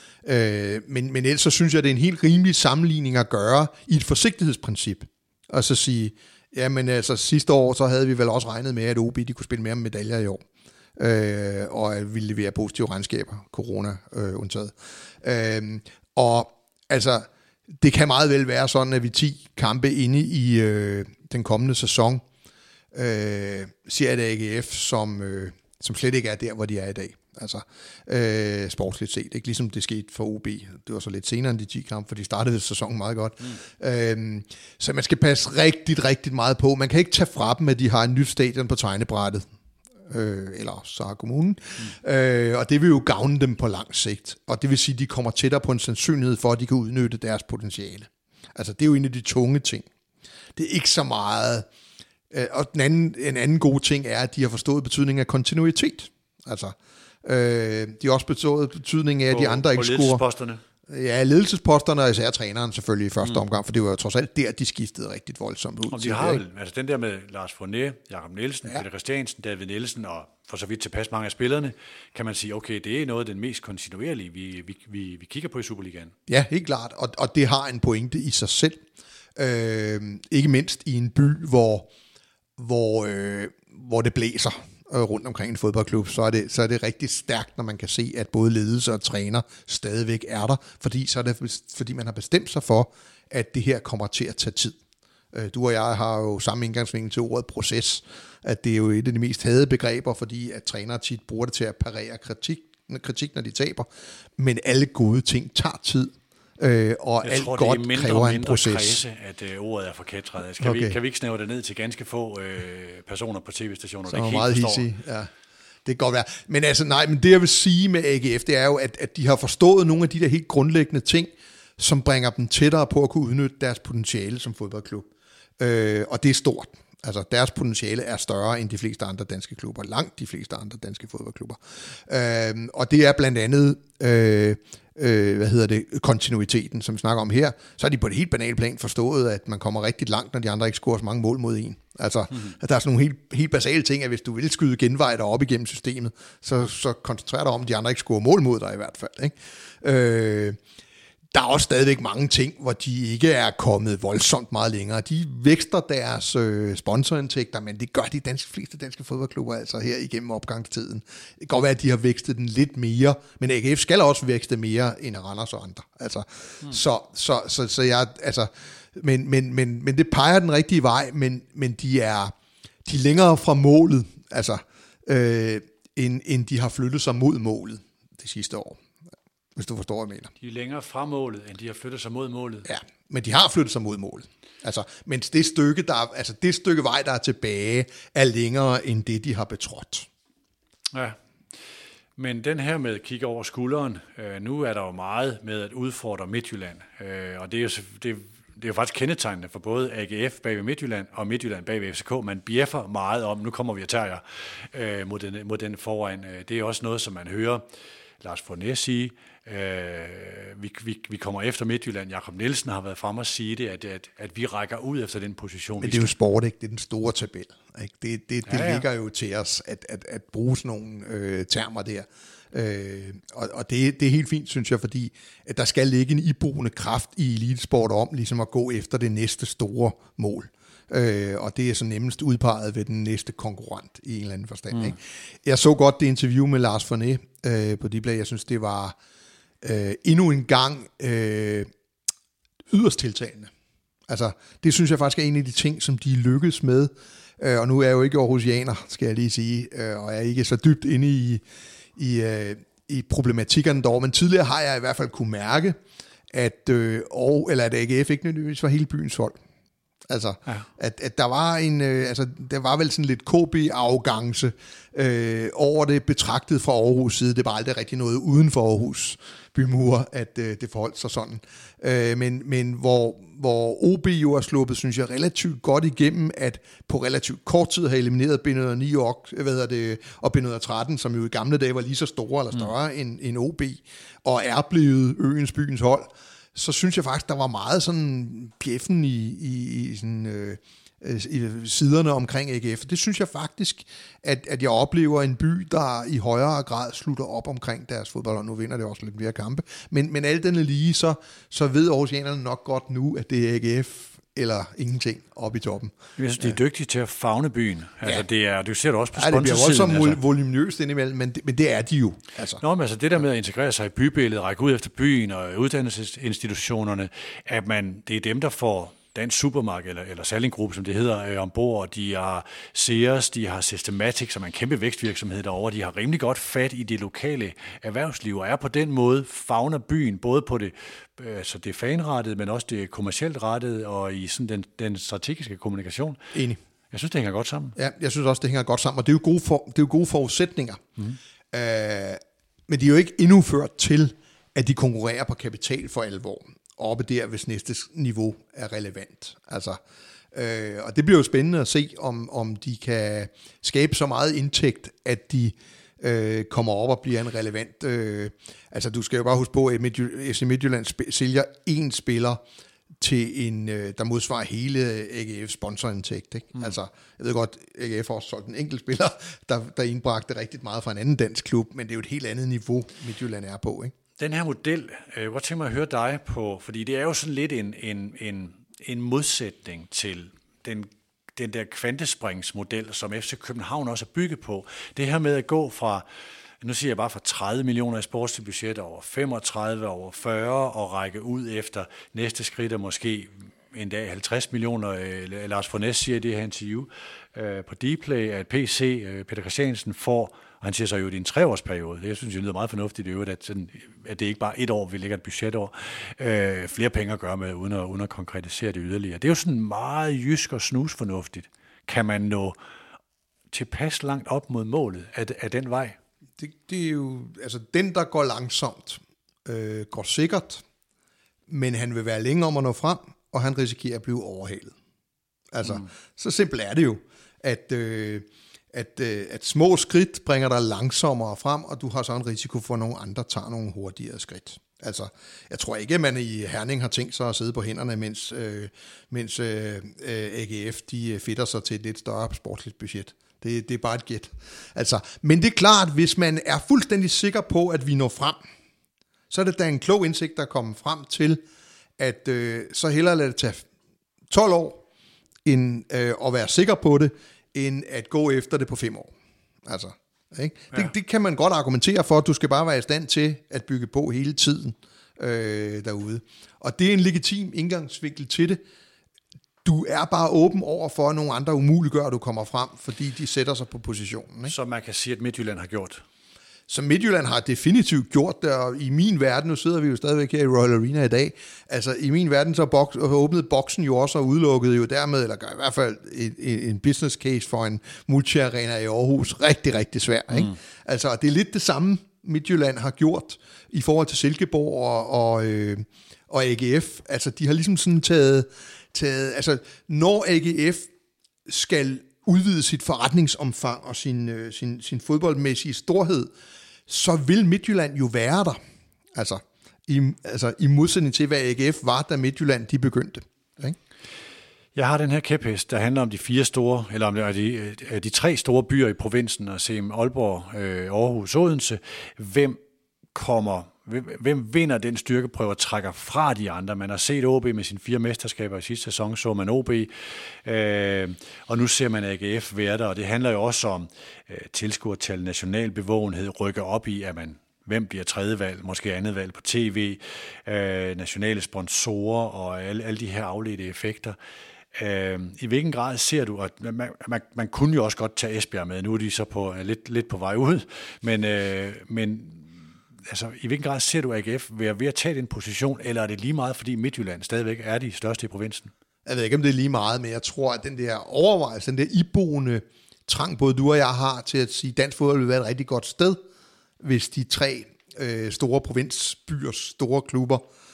Øh, men, men ellers så synes jeg, det er en helt rimelig sammenligning at gøre i et forsigtighedsprincip. Og så sige, jamen altså sidste år, så havde vi vel også regnet med, at O B de kunne spille mere med medaljer i år. Øh, og at vi leverer positive regnskaber, corona øh, undtaget. Øh, og altså, det kan meget vel være sådan, at vi ti kampe inde i øh, den kommende sæson, øh, ser det A G F som... Øh, som slet ikke er der, hvor de er i dag. Altså, øh, sportsligt set. Ikke ligesom det skete for O B. Det var så lidt senere end de ti kampe, for de startede sæsonen meget godt. Mm. Øh, så man skal passe rigtig, rigtig meget på. Man kan ikke tage fra dem, at de har en nyt stadion på tegnebrættet. Øh, eller så har kommunen. Mm. Øh, og det vil jo gavne dem på lang sigt. Og det vil sige, at de kommer tættere på en sandsynlighed for, at de kan udnytte deres potentiale. Altså, det er jo en af de tunge ting. Det er ikke så meget... Og den anden, en anden god ting er, at de har forstået betydningen af kontinuitet. Altså, øh, de har også forstået betydningen af, at de andre ikke scorer. På ledelsesposterne? Ja, ledelsesposterne, og især træneren selvfølgelig i første mm. omgang, for det var jo trods alt der, de skiftede rigtig voldsomt ud. Og de har vel, altså den der med Lars Fournet, Jakob Nielsen, ja. Peter Christiansen, David Nielsen, og for så vidt tilpas mange af spillerne, kan man sige, okay, det er noget af den mest kontinuerlige, vi, vi, vi, vi kigger på i Superligaen. Ja, helt klart, og, og det har en pointe i sig selv. Øh, ikke mindst i en by, hvor Hvor, øh, hvor det blæser øh, rundt omkring en fodboldklub, så er, det, så er det rigtig stærkt, når man kan se, at både ledelse og træner stadigvæk er der, fordi, så er det, fordi man har bestemt sig for, at det her kommer til at tage tid. Øh, du og jeg har jo samme indgangsvinkel til ordet proces, at det er jo et af de mest hadede begreber, fordi at trænere tit bruger det til at parere kritik, kritik, når de taber, men alle gode ting tager tid. Øh, og jeg alt tror, godt det er mindre kræver og en proces. Kredse, at øh, ordet er forkætret. Kan, okay. vi, kan vi ikke snævre det ned til ganske få øh, personer på tv-stationer, så der ikke meget helt forstår? Hissig. Ja. Det kan godt være. Men altså nej, men det jeg vil sige med A G F, det er jo, at, at de har forstået nogle af de der helt grundlæggende ting, som bringer dem tættere på at kunne udnytte deres potentiale som fodboldklub. Øh, og det er stort. Altså deres potentiale er større end de fleste andre danske klubber, langt de fleste andre danske fodboldklubber. Øh, og det er blandt andet, øh, øh, hvad hedder det, kontinuiteten, som vi snakker om her. Så er de på et helt banalt plan forstået, at man kommer rigtig langt, når de andre ikke scorer så mange mål mod en. Altså, mm-hmm. at der er sådan nogle helt, helt basale ting, at hvis du vil skyde genvej op igennem systemet, så, så koncentrer dig om, at de andre ikke scorer mål mod dig i hvert fald. Ikke? Øh, Der er også stadigvæk mange ting, hvor de ikke er kommet voldsomt meget længere. De vækster deres øh, sponsorindtægter, men det gør de danske, fleste danske fodboldklubber altså her igennem opgangstiden. Det kan godt være, at de har vækstet den lidt mere, men A G F skal også vækste mere end Randers og andre. Altså, mm. så, så, så, så jeg, altså, men, men, men, men det peger den rigtige vej, men, men de er de er længere fra målet, altså, øh, end, end de har flyttet sig mod målet det sidste år. Hvis du forstår, hvad jeg mener. De er længere fra målet, end de har flyttet sig mod målet. Ja, men de har flyttet sig mod målet. Altså, men det stykke, der er, altså det stykke vej, der er tilbage, er længere end det, de har betrådt. Ja, men den her med at kigge over skulderen, øh, nu er der jo meget med at udfordre Midtjylland, øh, og det er jo det, det er jo faktisk kendetegnende for både A G F bag ved Midtjylland og Midtjylland bag ved F C K. Man bjeffer meget om, nu kommer vi og tager jer øh, mod, den, mod den foran. Det er også noget, som man hører Lars Fornæs sige. Øh, vi, vi, vi kommer efter Midtjylland. Jakob Nielsen har været frem og sige det, at, at, at vi rækker ud efter den position. Men det er jo sport, ikke? Det er den store tabel. Ikke? Det, det, det ja, ja. ligger jo til os at, at, at bruge sådan nogle øh, termer der. Øh, og og det, det er helt fint, synes jeg, fordi at der skal ligge en iboende kraft i elitesport om ligesom at gå efter det næste store mål. Øh, og det er så nemmest udpeget ved den næste konkurrent i en eller anden forstand. Mm. Ikke? Jeg så godt det interview med Lars Forné øh, på Dplay. Jeg synes, det var øh, endnu en gang øh, yderst tiltalende. Altså, det synes jeg faktisk er en af de ting, som de lykkes med. Øh, og nu er jeg jo ikke aarhusianer, skal jeg lige sige, øh, og er ikke så dybt inde i, i, øh, i problematikkerne dog. Men tidligere har jeg i hvert fald kunne mærke, at, øh, og, eller at A G F ikke nødvendigvis var hele byens hold. Altså, ja. at, at der var en, øh, altså, der var vel sådan lidt K B-arrogance øh, over det betragtet fra Aarhus side. Det var aldrig rigtig noget uden for Aarhus bymure, at øh, det forholdt sig sådan. Øh, men men hvor, hvor O B jo er sluppet, synes jeg, relativt godt igennem, at på relativt kort tid har elimineret B et nul ni og, hvad hedder det, og B et nul tretten, som jo i gamle dage var lige så store eller større mm. end, end O B, og er blevet øens byens hold. Så synes jeg faktisk, der var meget sådan pjeffen i, i, i, sådan, øh, i siderne omkring A G F. Det synes jeg faktisk, at, at jeg oplever en by, der i højere grad slutter op omkring deres fodbold, og nu vinder det også lidt mere kampe. Men, men alt denne lige, så, så ved aarhusianerne nok godt nu, at det er A G F eller ingenting oppe i toppen. Jeg synes, de er dygtige til at favne byen. Altså, ja. det er, du ser det også på ja, sponsorsiden. Ja, det bliver voldsomt altså. voluminøst indimellem, men det, men det er de jo. Altså. Nå, men altså det der med at integrere sig i bybilledet, række ud efter byen og uddannelsesinstitutionerne, at man, det er dem, der får Dansk Supermarked, eller, eller Salling-gruppe, som det hedder, øh, ombord. De har Sears, de har Systematic, som er en kæmpe vækstvirksomhed derovre. De har rimelig godt fat i det lokale erhvervsliv, og er på den måde favner byen, både på det, øh, altså det fanrettede, men også det kommercielt rettede, og i sådan den, den strategiske kommunikation. Enig. Jeg synes, det hænger godt sammen. Ja, jeg synes også, det hænger godt sammen, og det er jo gode, for, det er jo gode forudsætninger. Mm. Øh, men de er jo ikke endnu ført til, at de konkurrerer på kapital for alvor. Oppe der, hvis næste niveau er relevant. Altså, øh, og det bliver jo spændende at se, om, om de kan skabe så meget indtægt, at de øh, kommer op og bliver en relevant... Øh, altså, du skal jo bare huske på, at F C Midtjylland sp- sælger én spiller til en, øh, der modsvarer hele A G F sponsorindtægt. Ikke? Mm. Altså, jeg ved godt, A G F har også solgt en enkelt spiller, der, der indbragte rigtig meget fra en anden dansk klub, men det er jo et helt andet niveau, Midtjylland er på, ikke? Den her model, jeg kunne godt tænke mig at høre dig på, fordi det er jo sådan lidt en, en, en, en modsætning til den, den der kvantespringsmodel, som F C København også er bygget på. Det her med at gå fra, nu siger jeg bare fra tredive millioner i sportsbudget over femogtredive, over fyrre, og række ud efter næste skridt, og måske en dag halvtreds millioner. Lars Fornæs siger i det her interview på Dplay, at P C, Peter Christiansen, får, og han siger så jo, det er en treårsperiode. Det synes jeg lyder meget fornuftigt i øvrigt, at, sådan, at det ikke bare et år, vi lægger et budgetår. Øh, flere penge at gøre med, uden at, uden at konkretisere det yderligere. Det er jo sådan meget jysk og snusfornuftigt. Kan man nå tilpas langt op mod målet af, af den vej? Det, det er jo, altså den, der går langsomt, øh, går sikkert, men han vil være længe om at nå frem, og han risikerer at blive overhalet. Altså, mm. så simpelt er det jo, at, øh, at, øh, at små skridt bringer dig langsommere frem, og du har så en risiko for, at nogle andre tager nogle hurtigere skridt. Altså, jeg tror ikke, at man i Herning har tænkt sig at sidde på hænderne, mens, øh, mens øh, A G F de fedter sig til et lidt større sportsligt budget. Det, det er bare et gæt. Altså, men det er klart, hvis man er fuldstændig sikker på, at vi når frem, så er det da en klog indsigt, der kommer frem til, at øh, så hellere lade det tage tolv år, end øh, at være sikker på det, end at gå efter det på fem år. Altså, ikke? Ja. Det, det kan man godt argumentere for, at du skal bare være i stand til at bygge på hele tiden øh, derude. Og det er en legitim indgangsvinkel til det. Du er bare åben over for, at nogle andre umuliggør, at du kommer frem, fordi de sætter sig på positionen. Ikke? Som man kan sige, at Midtjylland har gjort. Som Midtjylland har definitivt gjort det, og i min verden, nu sidder vi jo stadigvæk her i Royal Arena i dag, altså i min verden, så boks, åbnede boksen jo også og udelukkede jo dermed, eller gør i hvert fald en, en business case for en multi-arena i Aarhus, rigtig, rigtig svær. Mm. Ikke? Altså, det er lidt det samme, Midtjylland har gjort i forhold til Silkeborg og, og, øh, og A G F. Altså, de har ligesom sådan taget, taget altså, når A G F skal udvide sit forretningsomfang og sin, øh, sin, sin fodboldmæssige storhed, så vil Midtjylland jo være der. Altså i, altså, i modsætning til, hvad A G F var, da Midtjylland de begyndte. Ikke? Jeg har den her kæphest, der handler om de fire store, eller om de, de tre store byer i provinsen, og se Aalborg, øh, Aarhus, Odense. Hvem kommer... Hvem vinder den styrkeprøve og trækker fra de andre? Man har set O B med sine fire mesterskaber i sidste sæson, så man O B, øh, og nu ser man A G F være der, og det handler jo også om øh, tilskuertal, national bevågenhed, rykker op i, at man, hvem bliver tredje valg, måske andet valg på tv, øh, nationale sponsorer og alle, alle de her afledte effekter. Øh, I hvilken grad ser du, at man, man, man kunne jo også godt tage Esbjerg med, nu er de så på, lidt, lidt på vej ud, men, øh, men altså, i hvilken grad ser du A G F ved, ved at tage den position, eller er det lige meget, fordi Midtjylland stadigvæk er de største i provinsen? Jeg ved ikke, om det er lige meget, men jeg tror, at den der overvejelse, den der iboende trang, både du og jeg har, til at sige, at dansk fodbold vil være et rigtig godt sted, hvis de tre øh, store provinsbyers store klubber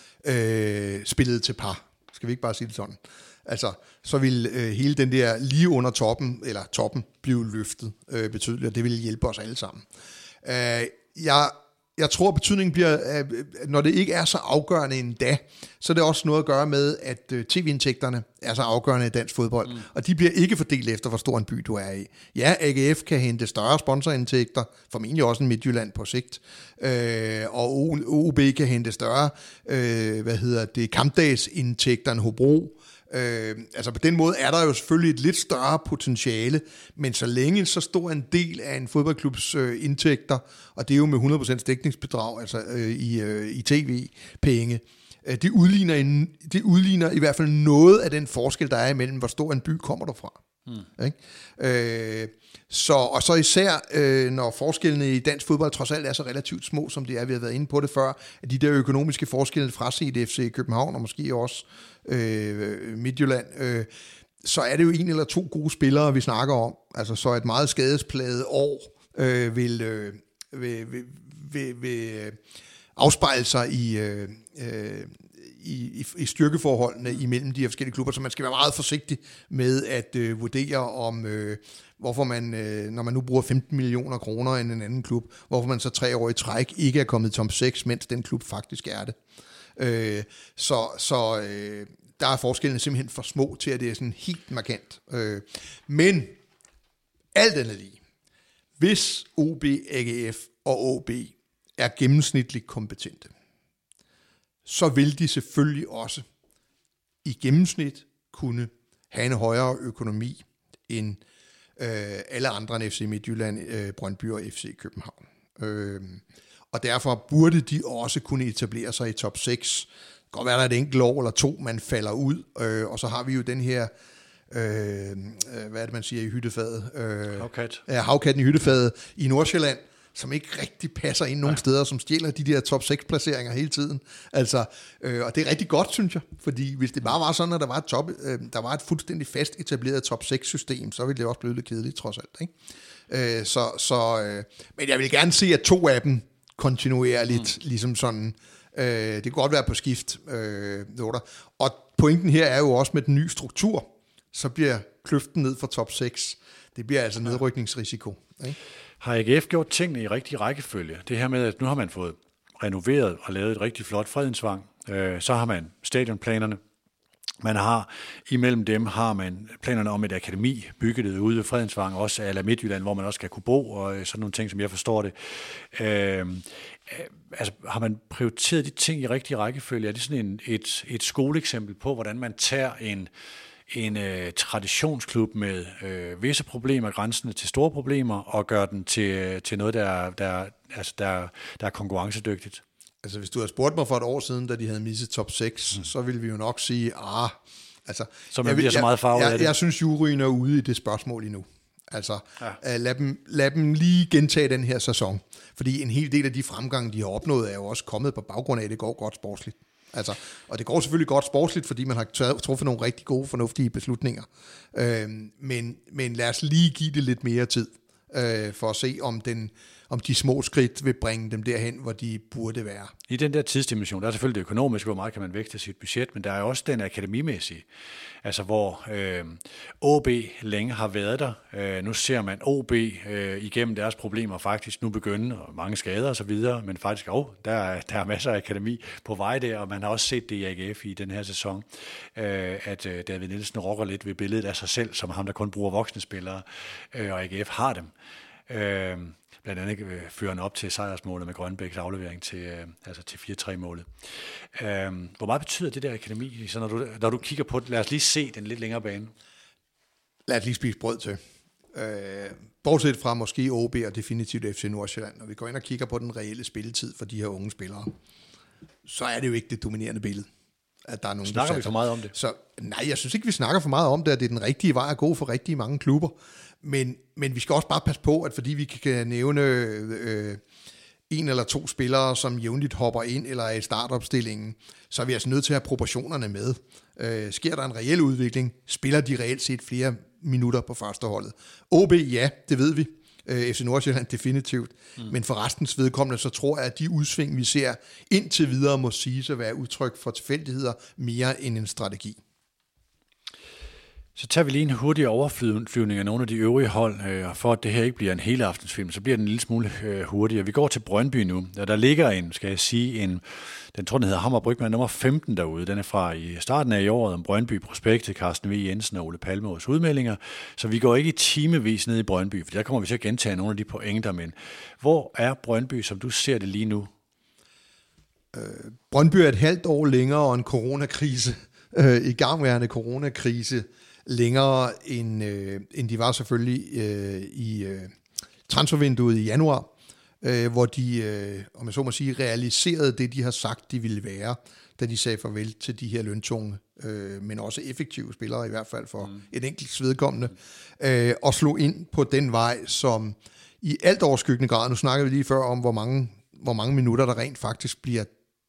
øh, spillede til par. Skal vi ikke bare sige det sådan? Altså, så vil øh, hele den der lige under toppen, eller toppen, blive løftet øh, betydeligt, og det vil hjælpe os alle sammen. Øh, jeg Jeg tror, betydningen bliver, når det ikke er så afgørende endda, så er det også noget at gøre med, at tv-indtægterne er så afgørende i dansk fodbold, mm. og de bliver ikke fordelt efter, hvor stor en by du er i. Ja, A G F kan hente større sponsorindtægter, formentlig også en Midtjylland på sigt, øh, og O B kan hente større, øh, hvad hedder det, kampdagsindtægter end Hobro. Øh, altså på den måde er der jo selvfølgelig et lidt større potentiale, men så længe så stor en del af en fodboldklubs øh, indtægter, og det er jo med hundrede procent dækningsbedrag, altså øh, i, øh, i tv-penge, øh, det, udligner en, det udligner i hvert fald noget af den forskel, der er imellem, hvor stor en by kommer du fra. Mm. Ikke? Øh, så, og så især, øh, når forskellene i dansk fodbold trods alt er så relativt små, som det er, vi har været inde på det før, at de der økonomiske forskelle fra C D F C København, og måske også øh, Midtjylland, øh, så er det jo en eller to gode spillere, vi snakker om. Altså så et meget skadesplaget år øh, vil, øh, vil, vil, vil, vil afspejle sig i... Øh, øh, I, i, i styrkeforholdene imellem de her forskellige klubber, så man skal være meget forsigtig med at øh, vurdere om, øh, hvorfor man, øh, når man nu bruger femten millioner kroner end en anden klub, hvorfor man så tre år i træk ikke er kommet i top seks, mens den klub faktisk er det. Øh, så så øh, der er forskellene simpelthen for små til, at det er sådan helt markant. Øh, men alt andet lige, hvis O B, A G F og O B er gennemsnitligt kompetente, så vil de selvfølgelig også i gennemsnit kunne have en højere økonomi end øh, alle andre end F C Midtjylland, øh, Brøndby og F C København. Øh, og derfor burde de også kunne etablere sig i top seks. Det kan godt være, der er et enkelt år eller to, man falder ud, øh, og så har vi jo den her, øh, hvad er det, man siger i hyttefadet? Øh, Havkat. Ja, havkatten i hyttefadet i Nordsjælland, som ikke rigtig passer ind nogen ja. steder, som stjæler de der top seks placeringer hele tiden. Altså, øh, og det er rigtig godt, synes jeg, fordi hvis det bare var sådan, at der var et, top, øh, der var et fuldstændig fast etableret top seks system, så ville det også blive lidt kedeligt, trods alt. Ikke? Øh, så, så, øh, men jeg vil gerne se, at to af dem kontinuerligt, mm. ligesom sådan, øh, det kan godt være på skift, øh, og pointen her er jo også med den nye struktur, så bliver kløften ned for top seks. Det bliver altså nedrykningsrisiko. Ikke? Har A G F gjort tingene i rigtig rækkefølge? Det her med, at nu har man fået renoveret og lavet et rigtig flot Fredensvang. Øh, så har man stadionplanerne. Man har, imellem dem har man planerne om et akademi, bygget ude ved Fredensvang, også ala Midtjylland, hvor man også skal kunne bo, og sådan nogle ting, som jeg forstår det. Øh, altså, har man prioriteret de ting i rigtig rækkefølge? Er det sådan en, et, et skoleeksempel på, hvordan man tager en, en øh, traditionsklub med øh, visse problemer, grænsende til store problemer, og gør den til, til noget, der, der, altså, der, der er konkurrencedygtigt? Altså, hvis du havde spurgt mig for et år siden, da de havde misset top seks, mm. så ville vi jo nok sige, ah, altså... Så man bliver så meget farvet jeg, af det? Jeg synes, juryen er ude i det spørgsmål endnu. Altså, ja. uh, lad, dem, lad dem lige gentage den her sæson. Fordi en hel del af de fremgange, de har opnået, er jo også kommet på baggrund af, at det går godt sportsligt. Altså, og det går selvfølgelig godt sportsligt, fordi man har truffet nogle rigtig gode, fornuftige beslutninger. Uh, men, men lad os lige give det lidt mere tid, uh, for at se, om den... om de små skridt vil bringe dem derhen, hvor de burde være. I den der tidsdimension, der er selvfølgelig det økonomiske, hvor meget kan man vægte sit budget, men der er også den akademimæssige, altså hvor øh, O B længe har været der. Øh, nu ser man O B øh, igennem deres problemer faktisk nu begynde, og mange skader og så videre, men faktisk oh, der, er, der er masser af akademi på vej der, og man har også set det i A G F i den her sæson, øh, at øh, David Nielsen rokker lidt ved billedet af sig selv, som ham, der kun bruger voksne spillere, øh, og A G F har dem. Øh, Blandt andet øh, fører han op til sejrsmålet med Grønbæks aflevering til, øh, altså til fire tre-målet. Øh, hvor meget betyder det der akademi, så når du, når du kigger på det? Lad os lige se den lidt længere bane. Lad os lige spise brød til. Øh, bortset fra måske O B og definitivt F C Nordsjælland, når vi går ind og kigger på den reelle spilletid for de her unge spillere, så er det jo ikke det dominerende billede. At der er nogen, snakker vi for meget om det? Så, nej, jeg synes ikke, vi snakker for meget om det, at det er den rigtige vej at gå for rigtig mange klubber. Men, men vi skal også bare passe på, at fordi vi kan nævne øh, en eller to spillere, som jævnligt hopper ind eller er i startopstillingen, så er vi altså nødt til at have proportionerne med. Øh, sker der en reel udvikling, spiller de reelt set flere minutter på førsteholdet. O B, ja, det ved vi. Øh, F C Nordsjælland definitivt. Mm. Men for restens vedkommende, så tror jeg, at de udsving, vi ser indtil videre, må siges at være udtryk for tilfældigheder mere end en strategi. Så tager vi lige en hurtig overflyvning af nogle af de øvrige hold, og for at det her ikke bliver en hele aftensfilm, så bliver den en lille smule hurtigere. Vi går til Brøndby nu, og der ligger en, skal jeg sige, en, den tror den hedder Hammer Brygman nummer femten derude. Den er fra i starten af i året om Brøndby Prospektet, Carsten V. Jensen og Ole Palmeås udmeldinger. Så vi går ikke i timevis ned i Brøndby, for der kommer vi til at gentage nogle af de pointer, men hvor er Brøndby, som du ser det lige nu? Øh, Brøndby er et halvt år længere og en coronakrise, øh, i gangværende coronakrise, længere end, øh, end de var selvfølgelig øh, i øh, transfervinduet i januar, øh, hvor de, øh, om jeg så må sige, realiserede det, de har sagt, de ville være, da de sagde farvel til de her løntunge, øh, men også effektive spillere, i hvert fald for mm. et enkelt vedkommende, øh, og slog ind på den vej, som i alt overskyggende grad, nu snakker vi lige før om, hvor mange, hvor mange minutter der rent faktisk bliver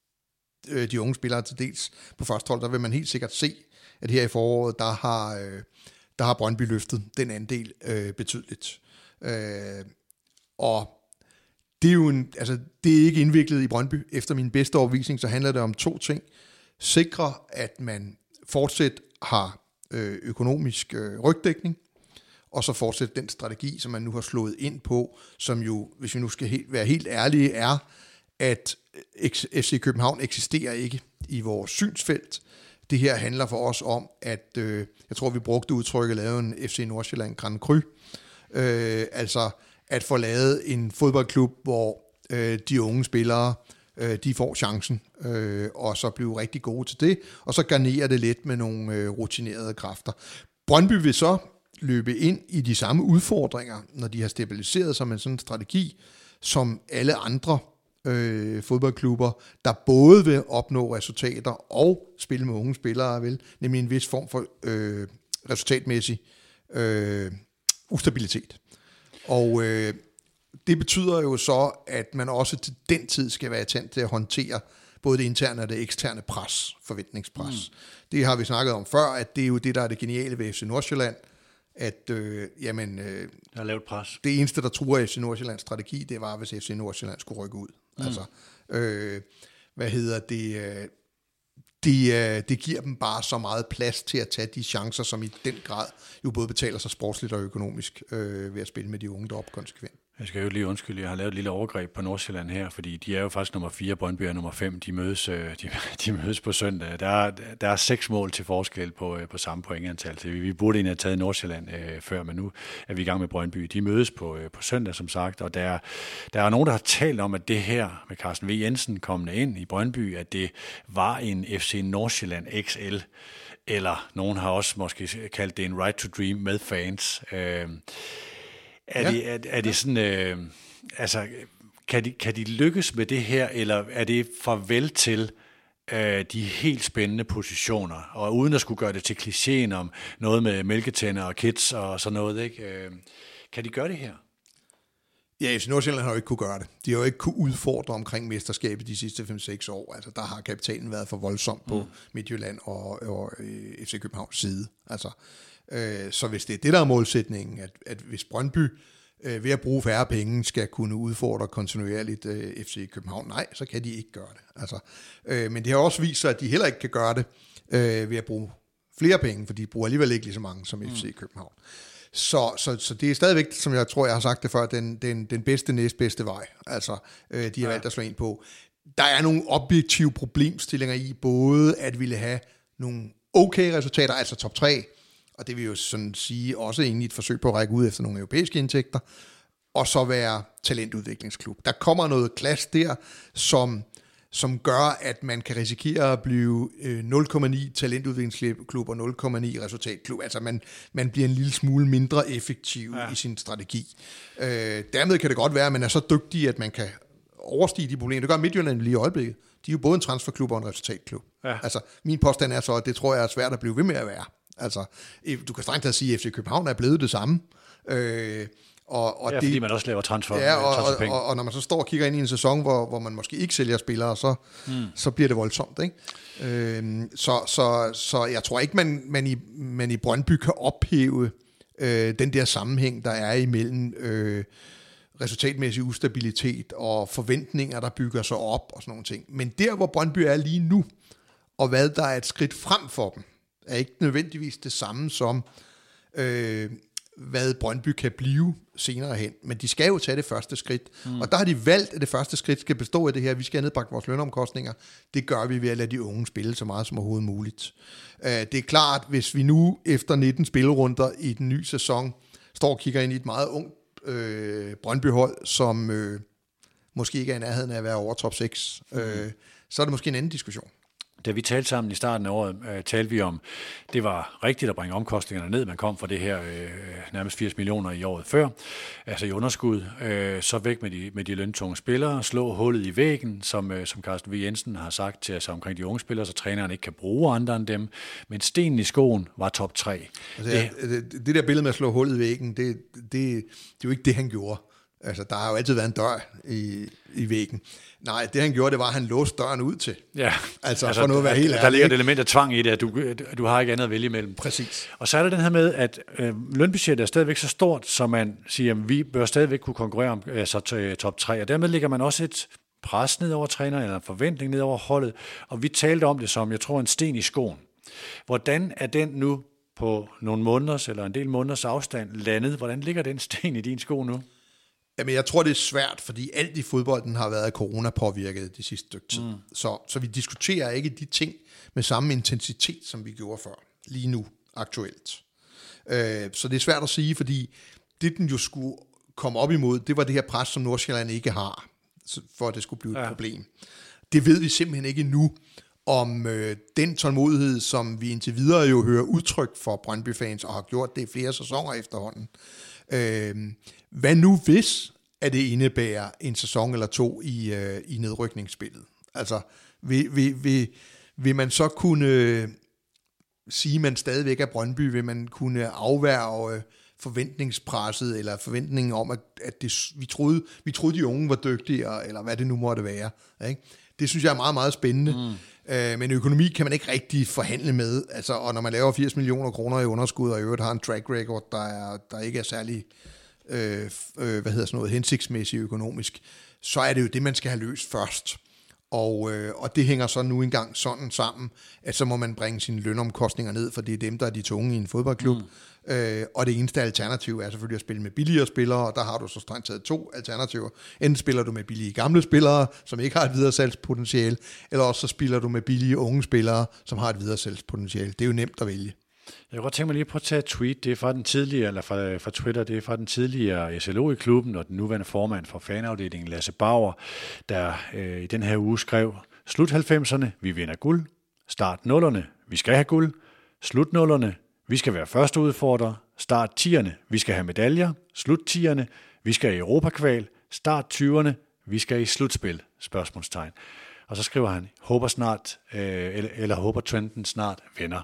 øh, de unge spillere til dels på første hold, der vil man helt sikkert se, at her i foråret, der har, øh, der har Brøndby løftet den andel øh, betydeligt. Øh, og det er jo en, altså, det er ikke indviklet i Brøndby. Efter min bedste overvisning, så handler det om to ting. Sikre, at man fortsat har øh, økonomisk øh, rygdækning, og så fortsætte den strategi, som man nu har slået ind på, som jo, hvis vi nu skal helt, være helt ærlige, er, at F C København eksisterer ikke i vores synsfelt. Det her handler for os om, at øh, jeg tror, vi brugte udtrykket at lave en F C Nordsjælland Grand Cru. Øh, altså at få lavet en fodboldklub, hvor øh, de unge spillere, øh, de får chancen, øh, og så blive rigtig gode til det, og så garnerer det lidt med nogle øh, rutinerede kræfter. Brøndby vil så løbe ind i de samme udfordringer, når de har stabiliseret sig med sådan en strategi, som alle andre Øh, fodboldklubber, der både vil opnå resultater og spille med unge spillere, vel, nemlig en vis form for øh, resultatmæssig øh, ustabilitet. Og øh, det betyder jo så, at man også til den tid skal være i stand til at håndtere både det interne og det eksterne pres, forventningspres. Mm. Det har vi snakket om før, at det er jo det, der er det geniale ved F C Nordsjælland, at øh, jamen, øh, der er lavt pres. Det eneste, der truer F C Nordsjællands strategi, det var, hvis F C Nordsjælland skulle rykke ud. Mm. Altså, øh, hvad hedder det? Øh, det, det giver dem bare så meget plads til at tage de chancer, som i den grad jo både betaler sig sportsligt og økonomisk øh, ved at spille med de unge deroppe konsekvent. Jeg skal jo lige undskylde, jeg har lavet et lille overgreb på Nordsjælland her, fordi de er jo faktisk nummer fire, Brøndby er nummer fem, de mødes, de, de mødes på søndag. Der er, der er seks mål til forskel på, på samme pointantal. Så vi, vi burde egentlig have taget Nordsjælland øh, før, men nu er vi i gang med Brøndby. De mødes på, øh, på søndag, som sagt, og der, der er nogen, der har talt om, at det her med Carsten V. Jensen kommende ind i Brøndby, at det var en F C Nordsjælland X L, eller nogen har også måske kaldt det en right to dream med fans. Øh, Er, ja. det, er, er det sådan, øh, altså, kan de, kan de lykkes med det her, eller er det farvel til øh, de helt spændende positioner, og uden at skulle gøre det til klichéen om noget med mælketænder og kids og sådan noget, ikke? Øh, kan de gøre det her? Ja, F C Nordsjælland har jo ikke kunne gøre det. De har jo ikke kunne udfordre omkring mesterskabet de sidste fem seks år. Altså, der har kapitalen været for voldsom på mm. Midtjylland og, og øh, F C Københavns side. Altså, øh, så hvis det er det, der er målsætningen, at, at hvis Brøndby øh, ved at bruge færre penge skal kunne udfordre kontinuerligt øh, F C København, nej, så kan de ikke gøre det. Altså, øh, men det har også vist sig, at de heller ikke kan gøre det øh, ved at bruge flere penge, for de bruger alligevel ikke lige så mange som F C mm. København. Så, så, så det er stadigvæk, som jeg tror, jeg har sagt det før, den, den, den bedste, næstbedste vej, altså øh, de har ja. valgt at slå ind på. Der er nogle objektive problemstillinger i, både at ville have nogle okay resultater, altså top tre, og det vil jo sådan sige også egentlig et forsøg på at række ud efter nogle europæiske indtægter, og så være talentudviklingsklub. Der kommer noget klasse der, som... som gør, at man kan risikere at blive nul komma ni talentudviklingsklub og nul komma ni resultatklub. Altså man, man bliver en lille smule mindre effektiv ja. i sin strategi. Øh, dermed kan det godt være, at man er så dygtig, at man kan overstige de problemer. Det gør Midtjylland lige i øjeblikket. De er jo både en transferklub og en resultatklub. Ja. Altså min påstand er så, at det tror jeg er svært at blive ved med at være. Altså du kan strengt taget sige, at F C København er blevet det samme. Øh, Og, og ja, fordi det, man også laver transfer, ja, og, og, og, og når man så står og kigger ind i en sæson, hvor, hvor man måske ikke sælger spillere, så, mm. så bliver det voldsomt. Ikke? Øhm, så, så, så jeg tror ikke, man, man, i, man i Brøndby kan ophæve øh, den der sammenhæng, der er imellem øh, resultatmæssig ustabilitet og forventninger, der bygger sig op og sådan nogle ting. Men der, hvor Brøndby er lige nu, og hvad der er et skridt frem for dem, er ikke nødvendigvis det samme som... Øh, hvad Brøndby kan blive senere hen. Men de skal jo tage det første skridt. Mm. Og der har de valgt, at det første skridt skal bestå af det her. Vi skal nedbakke vores lønomkostninger. Det gør vi ved at lade de unge spille så meget som overhovedet muligt. Det er klart, hvis vi nu efter nitten spillerunder i den nye sæson står og kigger ind i et meget ungt øh, Brøndby-hold, som øh, måske ikke er i nærheden af at være over top seks, mm. øh, så er det måske en anden diskussion. Da vi talte sammen i starten af året, øh, talte vi om, det var rigtigt at bringe omkostningerne ned. Man kom fra det her øh, nærmest firs millioner i året før, altså i underskud. Øh, så væk med de, med de løntunge spillere, slå hullet i væggen, som, øh, som Carsten V. Jensen har sagt til os omkring de unge spillere, så træneren ikke kan bruge andre end dem. Men stenen i skoen var top tre. Altså, det, det, det der billede med at slå hullet i væggen, det, det, det er jo ikke det, han gjorde. Altså, der har jo altid været en dør i, i væggen. Nej, det han gjorde, det var, at han låste døren ud til. Ja, altså, altså for nu at være helt der, der ligger et element af tvang i det, at du, du har ikke andet at vælge imellem. Præcis. Og så er der den her med, at øh, lønbudgettet er stadigvæk så stort, så man siger, at vi bør stadigvæk kunne konkurrere om altså, til top tre, og dermed ligger man også et pres ned over træneren, eller en forventning ned over holdet, og vi talte om det som, jeg tror, en sten i skoen. Hvordan er den nu på nogle måneders, eller en del måneders afstand landet? Hvordan ligger den sten i din sko nu? Jamen, jeg tror, det er svært, fordi alt i fodbolden har været corona-påvirket de sidste stykke tid. Mm. Så, så vi diskuterer ikke de ting med samme intensitet, som vi gjorde før, lige nu, aktuelt. Øh, så det er svært at sige, fordi det, den jo skulle komme op imod, det var det her pres, som Nordsjælland ikke har, for at det skulle blive et ja. problem. Det ved vi simpelthen ikke endnu, om øh, den tålmodighed, som vi indtil videre jo hører udtryk for Brøndby-fans, og har gjort det i flere sæsoner efterhånden. Øh, hvad nu hvis, at det indebærer en sæson eller to i, øh, i nedrykningsspillet? Altså, vil, vil, vil, vil man så kunne øh, sige, at man stadigvæk er Brøndby? Vil man kunne afværge øh, forventningspresset, eller forventningen om, at, at det, vi, troede, vi troede, de unge var dygtigere, eller hvad det nu måtte være, ikke? Det synes jeg er meget, meget spændende. Mm. Øh, men økonomi kan man ikke rigtig forhandle med. Altså, og når man laver firs millioner kroner i underskud, og i øvrigt har en track record, der, er, der ikke er særlig øh, øh, hvad hedder sådan noget, hensigtsmæssigt økonomisk, så er det jo det, man skal have løst først. Og, øh, og det hænger så nu engang sådan sammen, at så må man bringe sine lønomkostninger ned, for det er dem, der er de tunge i en fodboldklub. Mm. Øh, og det eneste alternativ er selvfølgelig at spille med billigere spillere, og der har du så strengt taget to alternativer. Enten spiller du med billige gamle spillere, som ikke har et videre salgspotentiale, eller også så spiller du med billige unge spillere, som har et videre salgspotentiale. Det er jo nemt at vælge. Jeg kunne godt tænke mig lige på at tage et tweet. Det er fra den tidligere, eller fra, fra Twitter, det er fra den tidligere S L O i klubben, og den nuværende formand for fanafdelingen, Lasse Bauer, der øh, i den her uge skrev: slut halvfemserne, vi vinder guld. Start nullerne, vi skal have guld. Slut nullerne, vi skal være første udfordrer. Start tierne, vi skal have medaljer. Slut tierne, vi skal i Europakval. Start tyverne, vi skal i slutspil. Spørgsmålstegn. Og så skriver han: håber snart, øh, eller, eller håber trenden snart vender.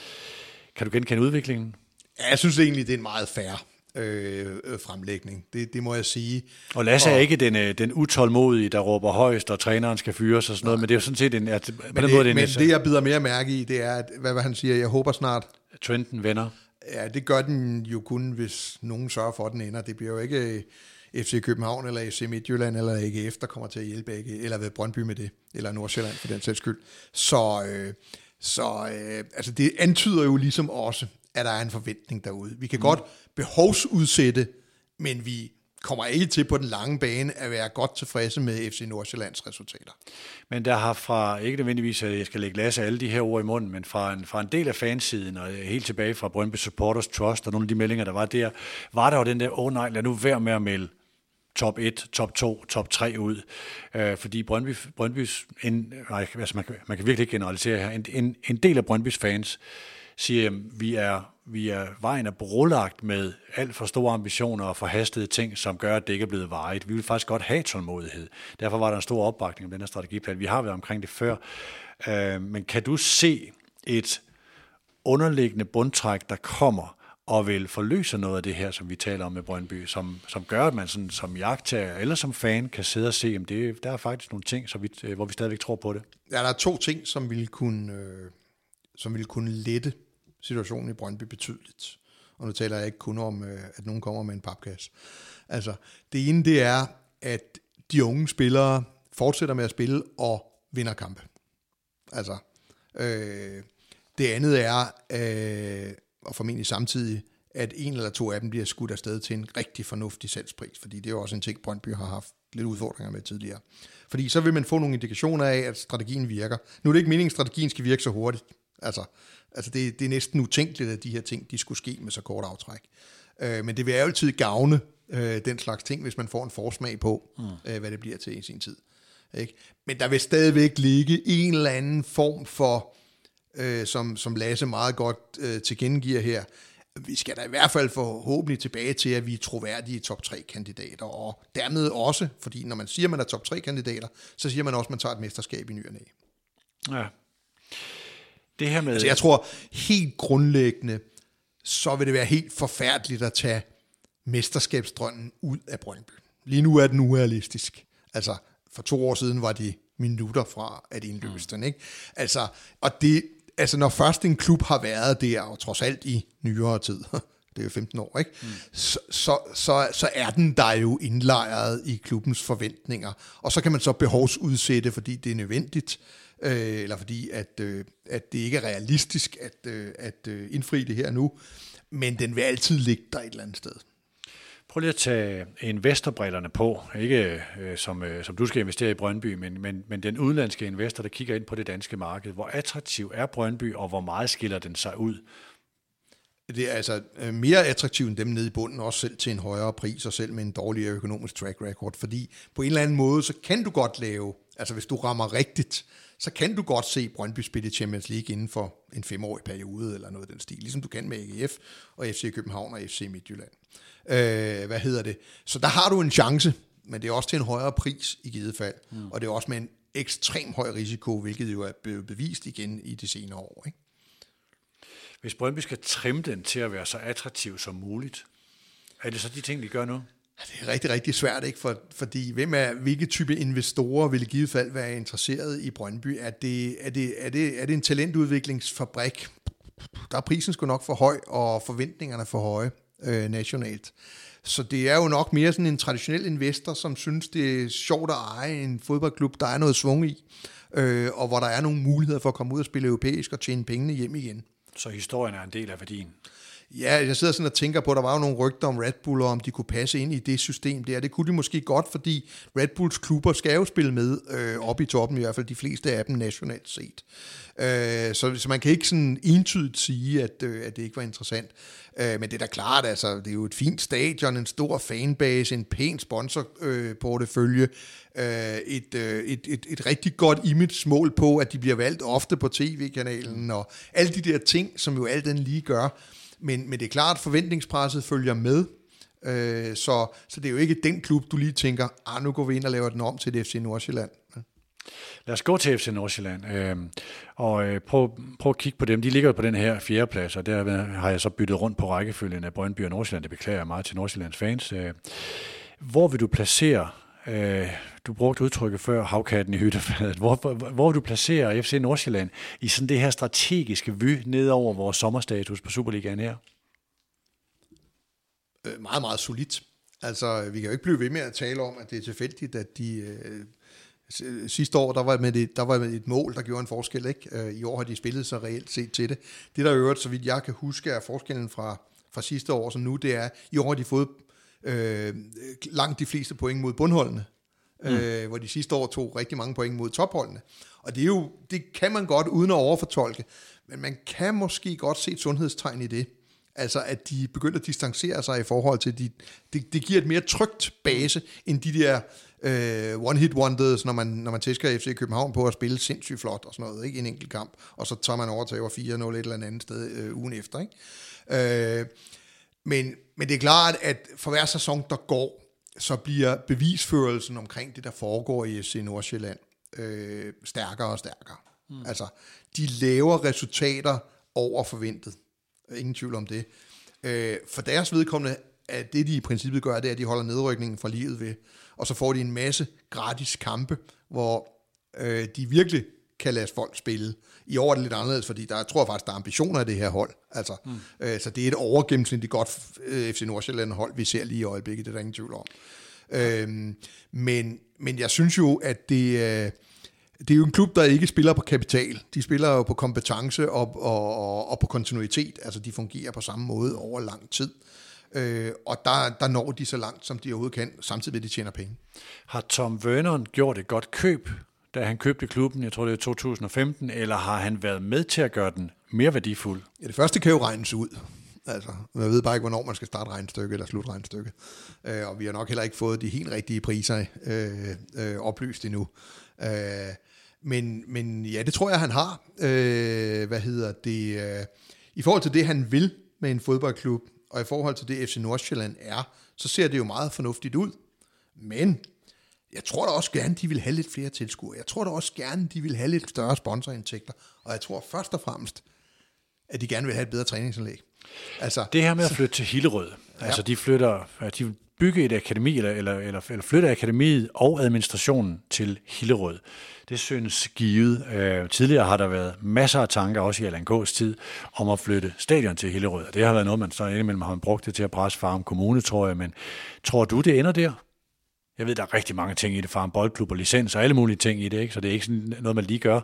Kan du genkende udviklingen? Ja, jeg synes egentlig, det er en meget fair øh, fremlægning. Det, det må jeg sige. Og Lasse og, er ikke den, den utålmodige, der råber højst, og træneren skal fyres og sådan noget, nej. Men det er jo sådan set en... At, men det, måde, det, men det, jeg bider mere mærke i, det er, at, hvad, hvad han siger, jeg håber snart... Trenden vender. Ja, det gør den jo kun, hvis nogen sørger for, at den ender. Det bliver jo ikke F C København, eller F C Midtjylland, eller A G F, der kommer til at hjælpe, ikke? Eller ved Brøndby med det, eller Nordsjælland for den sags skyld. Så... Øh, Så øh, altså det antyder jo ligesom også, at der er en forventning derude. Vi kan mm. godt behovsudsætte, men vi kommer ikke til på den lange bane at være godt tilfredse med F C Nordsjællands resultater. Men der har fra, ikke nødvendigvis, at jeg skal lægge Lasse alle de her ord i munden, men fra en, fra en del af fansiden, og helt tilbage fra Brøndby Supporters Trust, og nogle af de meldinger, der var der, var der jo den der, åh oh, nej, lad nu være med at melde top et, top to, top tre ud. Øh, fordi Brøndby, Brøndbys, en, nej, altså man, man kan virkelig ikke generalisere her, en, en, en del af Brøndbys fans siger, at vi er, vi er vejen er brolagt med alt for store ambitioner og forhastede ting, som gør, at det ikke er blevet varigt. Vi vil faktisk godt have tålmodighed. Derfor var der en stor opbakning om den her strategiplan. Vi har været omkring det før. Øh, men kan du se et underliggende bundtræk, der kommer og vil forløse noget af det her, som vi taler om med Brøndby, som, som gør, at man sådan, som jagttager eller som fan kan sidde og se, at det, der er faktisk nogle ting, så vi, hvor vi stadigvæk tror på det? Ja, der er to ting, som ville kunne, øh, som ville kunne lette situationen i Brøndby betydeligt. Og nu taler jeg ikke kun om, øh, at nogen kommer med en papkasse. Altså, det ene, det er, at de unge spillere fortsætter med at spille og vinder kampe. Altså, øh, det andet er... Øh, og formentlig samtidig, at en eller to af dem bliver skudt afsted til en rigtig fornuftig salgspris, fordi det er jo også en ting, Brøndby har haft lidt udfordringer med tidligere. Fordi så vil man få nogle indikationer af, at strategien virker. Nu er det ikke meningen, at strategien skal virke så hurtigt. Altså, altså det, det er næsten utænkeligt, at de her ting, de skulle ske med så kort aftræk. Øh, men det vil altid gavne øh, den slags ting, hvis man får en forsmag på, mm. øh, hvad det bliver til i sin tid. Ikke? Men der vil stadigvæk ligge en eller anden form for... Øh, som, som Lasse meget godt øh, tilkendegiver her. Vi skal da i hvert fald forhåbentlig tilbage til, at vi er troværdige top tre kandidater, og dermed også, fordi når man siger, at man er top tre kandidater, så siger man også, at man tager et mesterskab i ny og næ. Ja. Det her med... Altså jeg tror helt grundlæggende, så vil det være helt forfærdeligt at tage mesterskabsdrømmen ud af Brøndby. Lige nu er den urealistisk. Altså for to år siden var de minutter fra at indløse den, ikke? Altså, og det, altså når først en klub har været der, og trods alt i nyere tid, det er jo femten år, ikke? Mm. Så, så, så, så er den der jo indlejret i klubbens forventninger, og så kan man så behovsudsætte, fordi det er nødvendigt, øh, eller fordi at, øh, at det ikke er realistisk at, øh, at øh, indfri det her nu, men den vil altid ligge der et eller andet sted. Prøv lige at tage investorbrillerne på, ikke øh, som, øh, som du skal investere i Brøndby, men, men, men den udenlandske investor, der kigger ind på det danske marked. Hvor attraktiv er Brøndby, og hvor meget skiller den sig ud? Det er altså mere attraktivt end dem nede i bunden, også selv til en højere pris, og selv med en dårligere økonomisk track record, fordi på en eller anden måde, så kan du godt lave, altså hvis du rammer rigtigt, så kan du godt se Brøndby spille Champions League inden for en femårig periode, eller noget af den stil, ligesom du kan med A G F, og F C København og F C Midtjylland. Øh, hvad hedder det? Så der har du en chance, men det er også til en højere pris i givet fald, mm. og det er også med en ekstrem høj risiko, hvilket jo er blevet bevist igen i de senere år, ikke? Hvis Brøndby skal trimme den til at være så attraktiv som muligt, er det så de ting, de gør nu? Det er rigtig, rigtig svært, ikke? For, fordi hvem er, hvilke type investorer vil i givet fald være interesseret i Brøndby? Er det, er det, er det, er det en talentudviklingsfabrik? Der er prisen sgu nok for høj, og forventningerne for høje. øh, nationalt. Så det er jo nok mere sådan en traditionel investor, som synes, det er sjovt at eje en fodboldklub, der er noget svung i, øh, og hvor der er nogle muligheder for at komme ud og spille europæisk og tjene pengene hjem igen. Så historien er en del af værdien? Ja, jeg sidder sådan og tænker på, at der var jo nogle rygter om Red Bull, og om de kunne passe ind i det system der. Det kunne de måske godt, fordi Red Bulls klubber skal jo spille med øh, op i toppen, i hvert fald de fleste af dem nationalt set. Øh, så, så man kan ikke sådan entydigt sige, at, øh, at det ikke var interessant. Øh, men det er da klart, altså, det er jo et fint stadion, en stor fanbase, en pæn sponsorportefølje, øh, et, øh, et, et, et rigtig godt image-mål på, at de bliver valgt ofte på tv-kanalen, og alle de der ting, som jo alt den lige gør. Men, men det er klart, at forventningspresset følger med, øh, så, så det er jo ikke den klub, du lige tænker, ah, nu går vi ind og laver den om til det F C Nordsjælland. Ja. Lad os gå til F C Nordsjælland, øh, og øh, prøv, prøv at kigge på dem. De ligger på den her fjerdeplads, og der har jeg så byttet rundt på rækkefølgen af Brøndby og Nordsjælland. Det beklager jeg meget til Nordsjællands fans. Øh, hvor vil du placere, øh, du brugte udtrykket før, havkatten i hyttefadet, hvor, hvor, hvor vil du placere F C Nordsjælland i sådan det her strategiske vy ned over vores sommerstatus på Superligaen her? Øh, meget, meget solidt. Altså, vi kan jo ikke blive ved med at tale om, at det er tilfældigt, at de... Øh, sidste år, der var, med det, der var med et mål, der gjorde en forskel, ikke? I år har de spillet sig reelt set til det. Det, der øvrigt, så vidt jeg kan huske, er forskellen fra, fra sidste år, så nu, det er, i år har de fået øh, langt de fleste point mod bundholdene, mm. øh, hvor de sidste år tog rigtig mange point mod topholdene. Og det er jo, det kan man godt, uden at overfortolke, men man kan måske godt se et sundhedstegn i det. Altså, at de begynder at distancere sig i forhold til, de, det, det giver et mere trygt base, end de der øh, one-hit wonders, når man, når man tæsker F C København på at spille sindssygt flot og sådan noget, ikke? En enkelt kamp, og så tager man over til over fire nul et eller andet sted øh, ugen efter, ikke? Øh, men, men det er klart, at for hver sæson, der går, så bliver bevisførelsen omkring det, der foregår i F C Nordsjælland, øh, stærkere og stærkere. Mm. Altså, de laver resultater over forventet. Ingen tvivl om det. Øh, for deres vedkommende, at det de i princippet gør, det er, at de holder nedrykningen fra livet ved, og så får de en masse gratis kampe, hvor øh, de virkelig kan lade folk spille. I år er det lidt anderledes, fordi der, jeg tror faktisk, der er ambitioner i det her hold. Altså, mm. øh, så det er et overgennemsnitligt godt F C Nordsjælland hold, vi ser lige i øjeblikket, det er der ingen tvivl om. Øh, men, men jeg synes jo, at det... Øh, Det er jo en klub, der ikke spiller på kapital. De spiller jo på kompetence og, og, og, og på kontinuitet. Altså, de fungerer på samme måde over lang tid. Øh, og der, der når de så langt, som de overhovedet kan, samtidig med, at de tjener penge. Har Tom Vernon gjort et godt køb, da han købte klubben, jeg tror det er to tusind og femten, eller har han været med til at gøre den mere værdifuld? Ja, det første kan jo regnes ud. Altså, man ved bare ikke, hvornår man skal starte regnstykke eller slutte regnstykke. Øh, og vi har nok heller ikke fået de helt rigtige priser øh, øh, oplyst endnu. Øh, Men, men ja, det tror jeg, han har. Øh, hvad hedder det? Øh, I forhold til det, han vil med en fodboldklub, og i forhold til det, F C Nordsjælland er, så ser det jo meget fornuftigt ud. Men jeg tror da også gerne, de vil have lidt flere tilskuere. Jeg tror da også gerne, de vil have lidt større sponsorindtægter. Og jeg tror først og fremmest, at de gerne vil have et bedre træningsanlæg. Altså, det her med at flytte til Hillerød, ja. Altså de flytter, de vil bygge et akademi, eller, eller, eller, eller flytte akademiet og administrationen til Hillerød. Det synes givet. Øh, tidligere har der været masser af tanker, også i Allan K's tid, om at flytte stadion til Hillerød. Det har været noget, man så indimellem har brugt det til at presse Farum Kommune, tror jeg. Men tror du, det ender der? Jeg ved, der er rigtig mange ting i det. Farum Boldklub og licens og alle mulige ting i det, ikke? Så det er ikke sådan noget, man lige gør.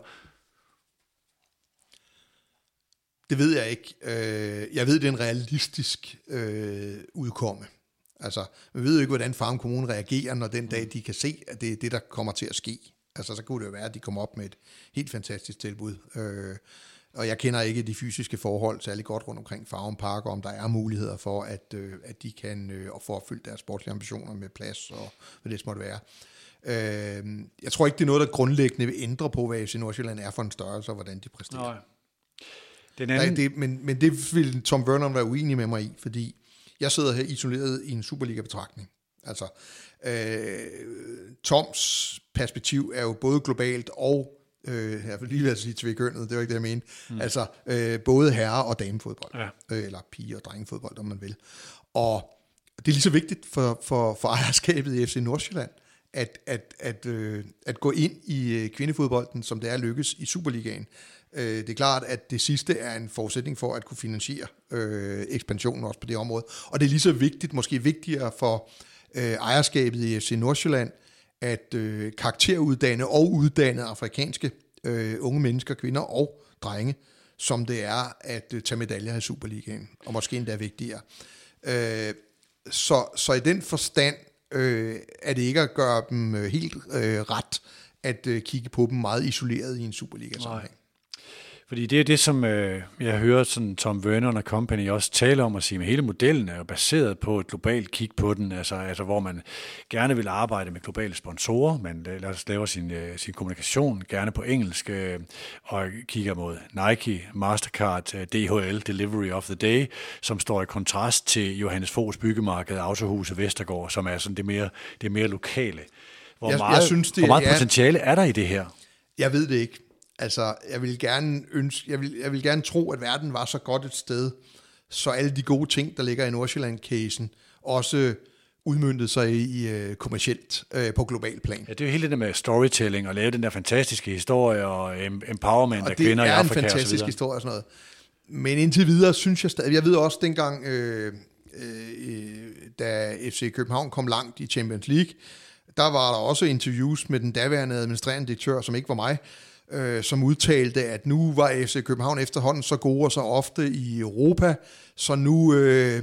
Det ved jeg ikke. Jeg ved, det er en realistisk udkomme. Altså, man ved jo ikke, hvordan Farum Kommune reagerer, når den dag, de kan se, at det er det, der kommer til at ske. Altså, så kunne det jo være, at de kommer op med et helt fantastisk tilbud. Øh, og jeg kender ikke de fysiske forhold særlig godt rundt omkring Farum Park, og om der er muligheder for, at, øh, at de kan øh, få opfyldt deres sportslige ambitioner med plads, og hvad det måtte være. Øh, jeg tror ikke, det er noget, der grundlæggende vil ændre på, hvad F C Nordsjælland er for en størrelse, og hvordan de præsterer. Nej. Den anden... Nej, det, men, men det vil Tom Vernon være uenig med mig i, fordi jeg sidder her isoleret i en Superliga-betragtning. Altså, øh, Toms perspektiv er jo både globalt og, øh, jeg vil lige vil sige tvekønnet, det var ikke det, jeg mente, mm. altså øh, både herre- og damefodbold, ja. øh, eller pige- og drengefodbold, om man vil. Og det er lige så vigtigt for, for, for ejerskabet i F C Nordsjælland, at, at, at, øh, at gå ind i kvindefodbolden, som det er lykkes i Superligaen. Øh, det er klart, at det sidste er en forudsætning for at kunne finansiere øh, ekspansionen også på det område. Og det er lige så vigtigt, måske vigtigere for øh, ejerskabet i F C Nordsjælland, at øh, karakteruddanne og uddanne afrikanske øh, unge mennesker, kvinder og drenge, som det er at øh, tage medaljer i Superligaen, og måske endda vigtigere. Øh, så, så i den forstand øh, er det ikke at gøre dem øh, helt øh, ret, at øh, kigge på dem meget isoleret i en Superliga-sammenhæng. Fordi det er det, som øh, jeg hører sådan Tom Vernon og Company også tale om at sige, at hele modellen er jo baseret på et globalt kig på den, altså, altså hvor man gerne vil arbejde med globale sponsorer, man laver sin, øh, sin kommunikation gerne på engelsk øh, og kigger mod Nike, Mastercard, D H L, Delivery of the Day, som står i kontrast til Johannes Foghs byggemarked, Autohuset Vestergaard, som er sådan det mere, det mere lokale. Hvor jeg, meget, jeg synes, det, hvor meget ja, potentiale er der i det her? Jeg ved det ikke. Altså, jeg vil gerne ønske, jeg vil, jeg vil gerne tro, at verden var så godt et sted, så alle de gode ting, der ligger i Nordsjælland-casen, også udmøntede sig i uh, kommercielt uh, på global plan. Ja, det er jo hele det der med storytelling og lave den der fantastiske historie og empowerment og af kvinder i Afrika og så videre. det er en fantastisk historie og sådan noget. Men indtil videre synes jeg stadig, jeg ved også dengang, øh, øh, da F C København kom langt i Champions League, der var der også interviews med den daværende administrerende direktør, som ikke var mig, øh, som udtalte, at nu var F C København efterhånden så gode og så ofte i Europa, så nu, øh,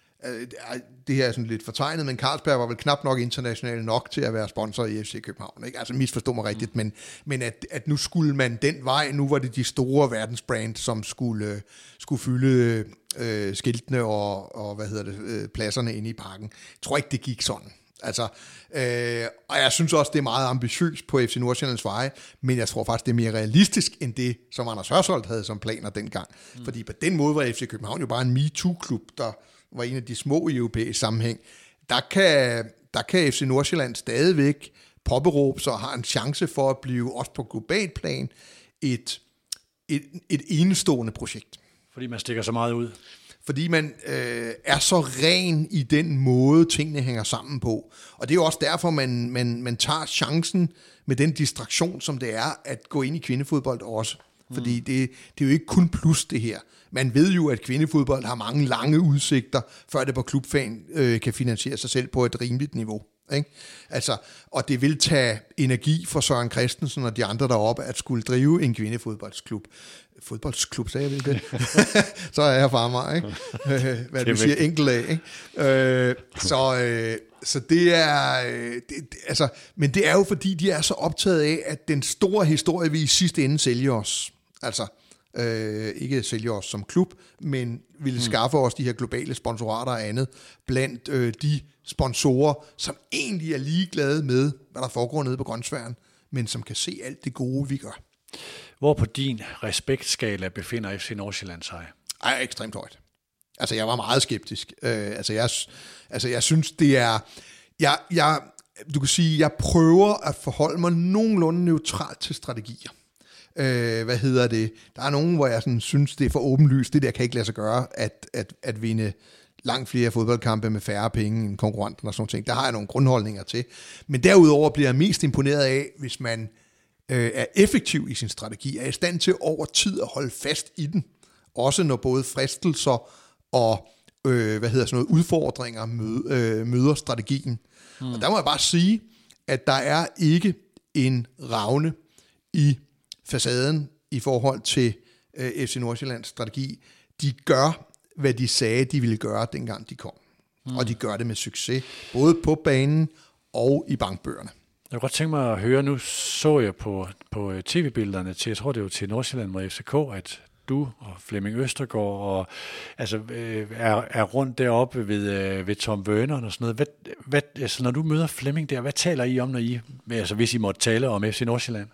det her er sådan lidt fortegnet, men Carlsberg var vel knap nok international nok til at være sponsor i F C København. Ikke? Altså misforstå mig rigtigt, mm. men, men at, at nu skulle man den vej, nu var det de store verdensbrand, som skulle, skulle fylde øh, skiltene og, og hvad hedder det, øh, pladserne inde i parken. Jeg tror ikke, det gik sådan. Altså, øh, og jeg synes også, det er meget ambitiøst på F C Nordsjællands veje, men jeg tror faktisk, det er mere realistisk end det, som Anders Hørsholt havde som planer dengang. Mm. Fordi på den måde var F C København jo bare en MeToo-klub, der var en af de små i europæisk sammenhæng. Der kan, der kan F C Nordsjælland stadigvæk påberåbe sig og har en chance for at blive, også på global plan, et, et, et enestående projekt. Fordi man stikker så meget ud. Fordi man øh, er så ren i den måde, tingene hænger sammen på. Og det er jo også derfor, man, man, man tager chancen med den distraktion, som det er, at gå ind i kvindefodbold også. Mm. Fordi det, det er jo ikke kun plus det her. Man ved jo, at kvindefodbold har mange lange udsigter, før det på klubfan øh, kan finansiere sig selv på et rimeligt niveau. Ikke? Altså, og det vil tage energi for Søren Christensen og de andre deroppe at skulle drive en kvindefodboldsklub. Fodboldsklub, sagde jeg det? Så er jeg fra mig, ikke? Hvad du siger, enkelt af, ikke? Øh, så, øh, så det er, øh, det, det, altså, men det er jo fordi, de er så optaget af, at den store historie vil i sidste ende sælge os. Altså, øh, ikke sælge os som klub, men ville skaffe os de her globale sponsorater og andet, blandt øh, de sponsorer, som egentlig er ligeglade med, hvad der foregår nede på Grønsværen, men som kan se alt det gode, vi gør. Hvor på din respektskala befinder F C Nordsjælland sig? Ej, ekstremt højt. Altså, jeg var meget skeptisk. Øh, altså, jeg, altså, jeg synes, det er... Jeg, jeg, du kan sige, jeg prøver at forholde mig nogenlunde neutralt til strategier. Øh, hvad hedder det? Der er nogen, hvor jeg sådan, synes, det er for åbenlyst. Det der kan ikke lade sig gøre, at, at, at vinde langt flere fodboldkampe med færre penge end konkurrenten og sådan ting. Der har jeg nogle grundholdninger til. Men derudover bliver jeg mest imponeret af, hvis man øh, er effektiv i sin strategi, er i stand til over tid at holde fast i den. Også når både fristelser og øh, hvad hedder sådan noget, udfordringer møde, øh, møder strategien. Hmm. Og der må jeg bare sige, at der er ikke en ravne i facaden i forhold til øh, F C Nordsjællands strategi. De gør, hvad de sagde, de ville gøre, dengang de kom. Mm. Og de gør det med succes, både på banen og i bankbøgerne. Jeg kunne godt tænke mig at høre, nu så jeg på, på tv-billederne til, jeg tror det var til Nordsjælland mod F C K, at du og Flemming Østergaard og, altså, øh, er, er rundt deroppe ved, øh, ved Tom Vernon og sådan noget. Hvad, hvad, altså, når du møder Flemming der, hvad taler I om, når I, altså, hvis I måtte tale om F C Nordsjælland?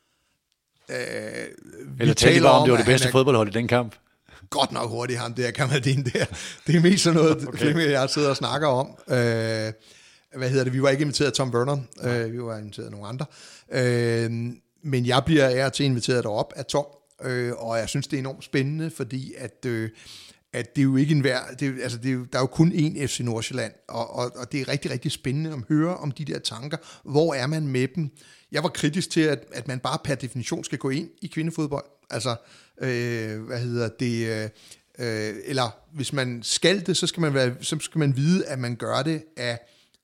Øh, Eller taler I bare om, om, det var det bedste fodboldhold i den kamp? Godt nok hurtigt ham der, Kamaldin der. Det er mest sådan noget, okay. Flemming og jeg sidder og snakker om. Øh, hvad hedder det? Vi var ikke inviteret af Tom Vernon. Øh, vi var inviteret af nogle andre. Øh, men jeg bliver af til inviteret derop af Tom. Øh, og jeg synes, det er enormt spændende, fordi at, øh, at det er jo ikke en vær, det er, altså det er jo, der er jo kun én F C Nordsjælland, og, og, og det er rigtig, rigtig spændende at høre om de der tanker. Hvor er man med dem? Jeg var kritisk til, at, at man bare per definition skal gå ind i kvindefodbold. Altså, øh, hvad hedder det... Øh, eller hvis man skal det, så skal man, være, så skal man vide, at man gør det af,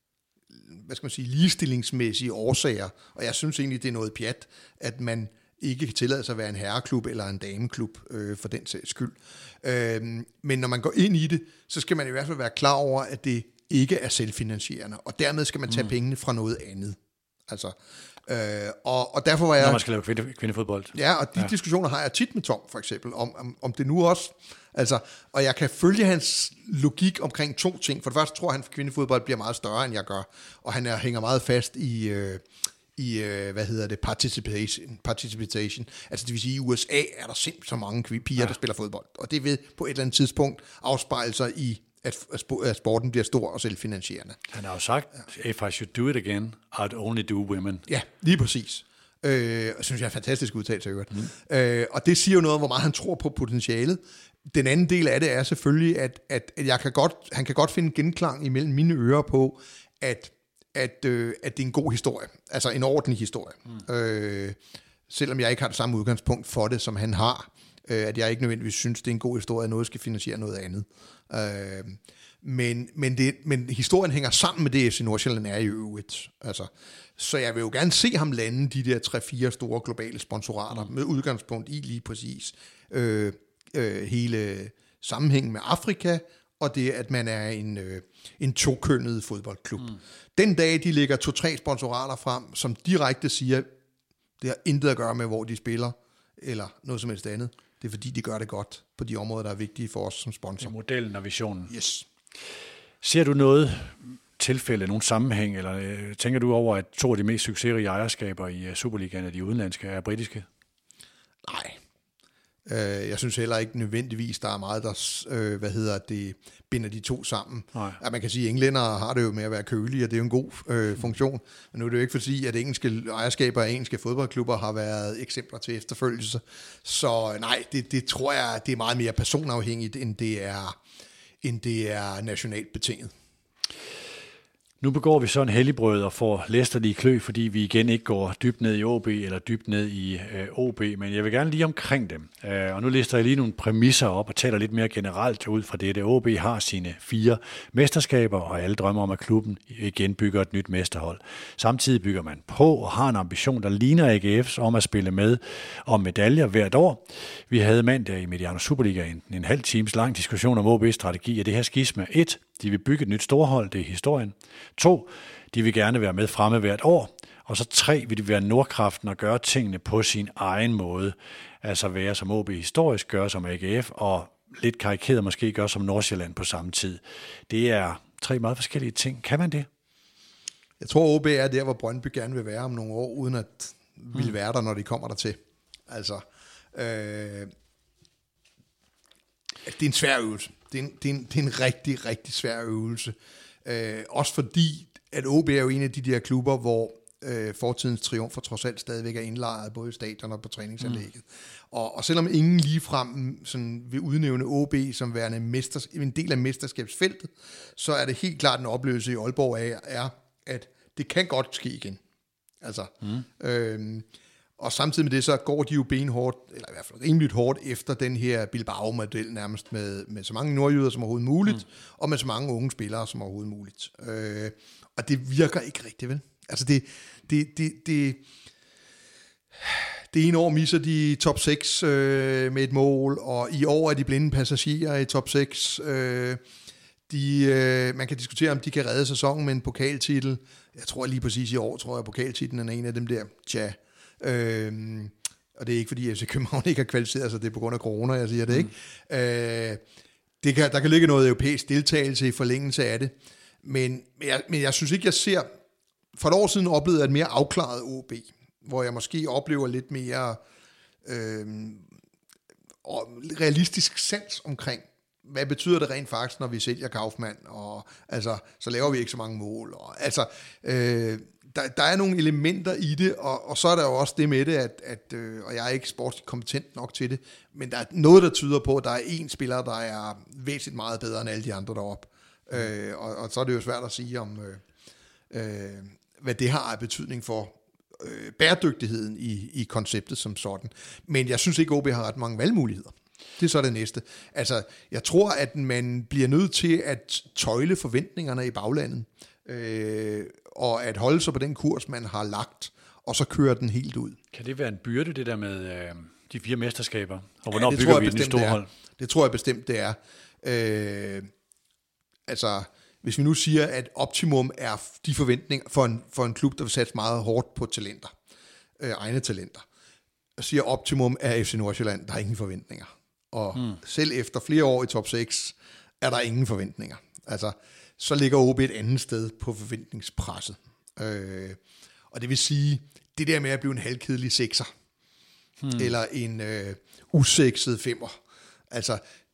hvad skal man sige, ligestillingsmæssige årsager. Og jeg synes egentlig, det er noget pjat, at man ikke kan tillade sig at være en herreklub eller en dameklub øh, for den sags skyld. Øh, men når man går ind i det, så skal man i hvert fald være klar over, at det ikke er selvfinansierende, og dermed skal man tage mm. pengene fra noget andet. Altså, øh, og, og derfor var jeg... Når man skal lave kvinde, kvindefodbold. Ja, og de ja. diskussioner har jeg tit med Tom, for eksempel, om, om, om det nu også... Altså, og jeg kan følge hans logik omkring to ting. For det første tror jeg, at han for kvindefodbold bliver meget større, end jeg gør, og han er, hænger meget fast i... Øh, i, øh, hvad hedder det, participation, participation. Altså det vil sige, at i U S A er der simpelthen så mange piger, ja. der spiller fodbold. Og det vil på et eller andet tidspunkt afspejle sig i, at, at sporten bliver stor og selvfinansierende. Han har jo sagt, if I should do it again, I'd only do women. Ja, lige præcis. Øh, jeg synes, jeg er fantastisk udtalt til øvrigt. Mm. Øh, og det siger jo noget om, hvor meget han tror på potentialet. Den anden del af det er selvfølgelig, at, at, at jeg kan godt, han kan godt finde genklang imellem mine ører på, at At, øh, at det er en god historie, altså en ordentlig historie. Mm. Øh, selvom jeg ikke har det samme udgangspunkt for det, som han har, øh, at jeg ikke nødvendigvis synes, det er en god historie, at noget skal finansiere noget andet. Øh, men, men, det, men historien hænger sammen med det, F C Nordsjælland er i øvrigt. Altså, så jeg vil jo gerne se ham lande de der tre-fire store globale sponsorater, mm. med udgangspunkt i lige præcis øh, øh, hele sammenhængen med Afrika, og det, at man er en, øh, en tokønnet fodboldklub. Mm. Den dag, de lægger to-tre sponsorater frem, som direkte siger, det har intet at gøre med, hvor de spiller, eller noget som helst andet. Det er fordi, de gør det godt på de områder, der er vigtige for os som sponsor. Det er modellen og visionen. Yes. Ser du noget tilfælde, nogen sammenhæng, eller øh, tænker du over, at to af de mest succesrige ejerskaber i uh, Superligaen af de udenlandske er britiske? Nej. Jeg synes heller ikke nødvendigvis, der er meget, der øh, hvad hedder det, binder de to sammen. At man kan sige, at englændere har det jo med at være kølige, og det er jo en god øh, funktion. Men nu er det jo ikke fordi, at engelske ejerskaber af engelske fodboldklubber har været eksempler til efterfølgelse. Så nej, det, det tror jeg, det er meget mere personafhængigt, end det er, end det er nationalt betinget. Nu begår vi så en helligbrød og får læsterlige klø, fordi vi igen ikke går dybt ned i O B eller dybt ned i øh, O B, men jeg vil gerne lige omkring dem. Øh, og nu lister jeg lige nogle præmisser op og taler lidt mere generelt ud fra det. O B har sine fire mesterskaber, og alle drømmer om, at klubben igen bygger et nyt mesterhold. Samtidig bygger man på og har en ambition, der ligner A G F's om at spille med om medaljer hvert år. Vi havde mandag i Mediano Superliga en, en halv times lang diskussion om O B's strategi af det her skisma. et. De vil bygge et nyt storhold, det er historien. To, de vil gerne være med fremme hvert år. Og så tre, vil de være Nordkraften og gøre tingene på sin egen måde. Altså være som O B historisk, gøre som A G F, og lidt karikeret måske gøre som Nordsjælland på samme tid. Det er tre meget forskellige ting. Kan man det? Jeg tror, O B er der, hvor Brøndby gerne vil være om nogle år, uden at vil være der, når de kommer dertil. Altså, øh, det er en svær øvelse. Det er en, det, er en, det er en rigtig, rigtig svær øvelse. Øh, også fordi, at O B er jo en af de der klubber, hvor øh, fortidens triumfer trods alt stadigvæk er indlejret, både i stadion og på træningsanlægget. Mm. Og, og selvom ingen ligefrem sådan, vil udnævne O B som værende mesters, en del af mesterskabsfeltet, så er det helt klart en oplevelse i Aalborg af, er, at det kan godt ske igen. Altså, mm. øh, og samtidig med det, så går de jo benhårdt, eller i hvert fald rimeligt hårdt, efter den her Bilbao-model nærmest med, med så mange nordjyder som overhovedet muligt, mm. og med så mange unge spillere som overhovedet muligt. Øh, og det virker ikke rigtigt, vel? Altså det, det, det, det, det ene år misser de top seks øh, med et mål, og i år er de blinde passagerer i top seks. Øh, de, øh, man kan diskutere, om de kan redde sæsonen med en pokaltitel. Jeg tror lige præcis i år, tror jeg, pokaltitlen er en af dem der, tja, Øhm, og det er ikke fordi F C København ikke har kvalificeret sig, det er på grund af corona, jeg siger det ikke. Mm. Øh, det kan, der kan ligge noget europæisk deltagelse i forlængelse af det, men, men, jeg, men jeg synes ikke, jeg ser, for et år siden oplevede jeg et mere afklaret O B, hvor jeg måske oplever lidt mere øh, realistisk sans omkring, hvad betyder det rent faktisk, når vi sælger Kaufmann, og altså, så laver vi ikke så mange mål, og altså, øh, Der, der er nogle elementer i det, og, og så er der jo også det med det, at, at øh, og jeg er ikke sportsligt kompetent nok til det, men der er noget, der tyder på, at der er én spiller, der er væsentligt meget bedre end alle de andre deroppe. Mm. Øh, og, og så er det jo svært at sige, om øh, øh, hvad det har af betydning for, øh, bæredygtigheden i, i konceptet som sådan. Men jeg synes ikke, O B har ret mange valgmuligheder. Det er så det næste. Altså, jeg tror, at man bliver nødt til at tøjle forventningerne i baglandet, øh, og at holde sig på den kurs, man har lagt, og så køre den helt ud. Kan det være en byrde, det der med øh, de fire mesterskaber? Og hvornår ja, bygger vi et stort hold? Det tror jeg bestemt, det er. Øh, altså, hvis vi nu siger, at optimum er de forventninger for en, for en klub, der vil satse meget hårdt på talenter, øh, egne talenter, og siger optimum er F C Nordsjælland, der er ingen forventninger. Og hmm. selv efter flere år i top seks, er der ingen forventninger. Altså, så ligger O B et andet sted på forventningspresset. Øh, og det vil sige, det der med at blive en halvkedelig sekser, hmm. eller en øh, usekset femmer, altså,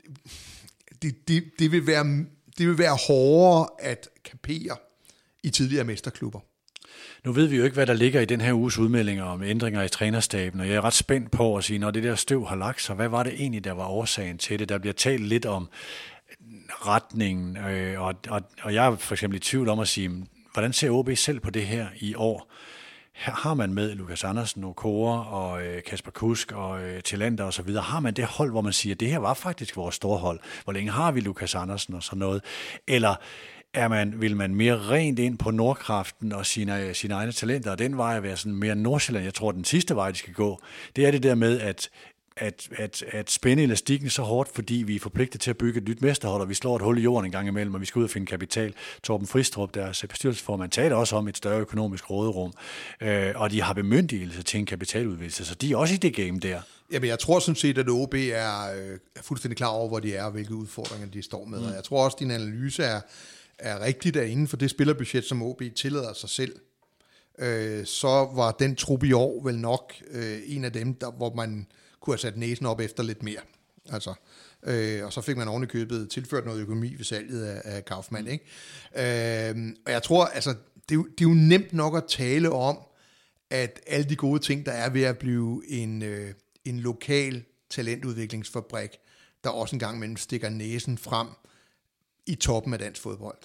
det, det, det, vil være, det vil være hårdere at kapere i tidligere mesterklubber. Nu ved vi jo ikke, hvad der ligger i den her uges udmeldinger om ændringer i trænerstaben, og jeg er ret spændt på at sige, når det der støv har lagt sig, hvad var det egentlig, der var årsagen til det? Der bliver talt lidt om retningen, øh, og, og, og jeg er for eksempel i tvivl om at sige, hvordan ser O B selv på det her i år? Her har man med Lukas Andersen, Okora og øh, Kasper Kusk og øh, Tillander og så videre. Har man det hold, hvor man siger, det her var faktisk vores store hold. Hvor længe har vi Lukas Andersen og sådan noget? Eller er man, vil man mere rent ind på Nordkraften og sine, sine egne talenter, og den vej at være sådan mere Nordsjælland? Jeg tror, den sidste vej, de skal gå, det er det der med at, at, at, at spænde elastikken så hårdt, fordi vi er forpligtet til at bygge et nyt mesterhold, og vi slår et hul i jorden en gang imellem, og vi skal ud og finde kapital. Torben Fristrup, deres bestyrelsesformand, taler også om et større økonomisk råderum, øh, og de har bemyndigelse til en kapitaludvidelse, så de er også i det game der. Jamen, jeg tror sådan set, at O B er, øh, er fuldstændig klar over, hvor de er, og hvilke udfordringer de står med. Mm. Og jeg tror også, at din analyse er er rigtigt, at inden for det spillerbudget, som O B tillader sig selv, øh, så var den trup i år vel nok øh, en af dem, der, hvor man kunne have sat næsen op efter lidt mere. Altså, øh, og så fik man oven i købet tilført noget økonomi ved salget af, af Kaufmann. Ikke? Øh, og jeg tror, altså, det, er jo, det er jo nemt nok at tale om, at alle de gode ting, der er ved at blive en, øh, en lokal talentudviklingsfabrik, der også en gang imellem stikker næsen frem i toppen af dansk fodbold.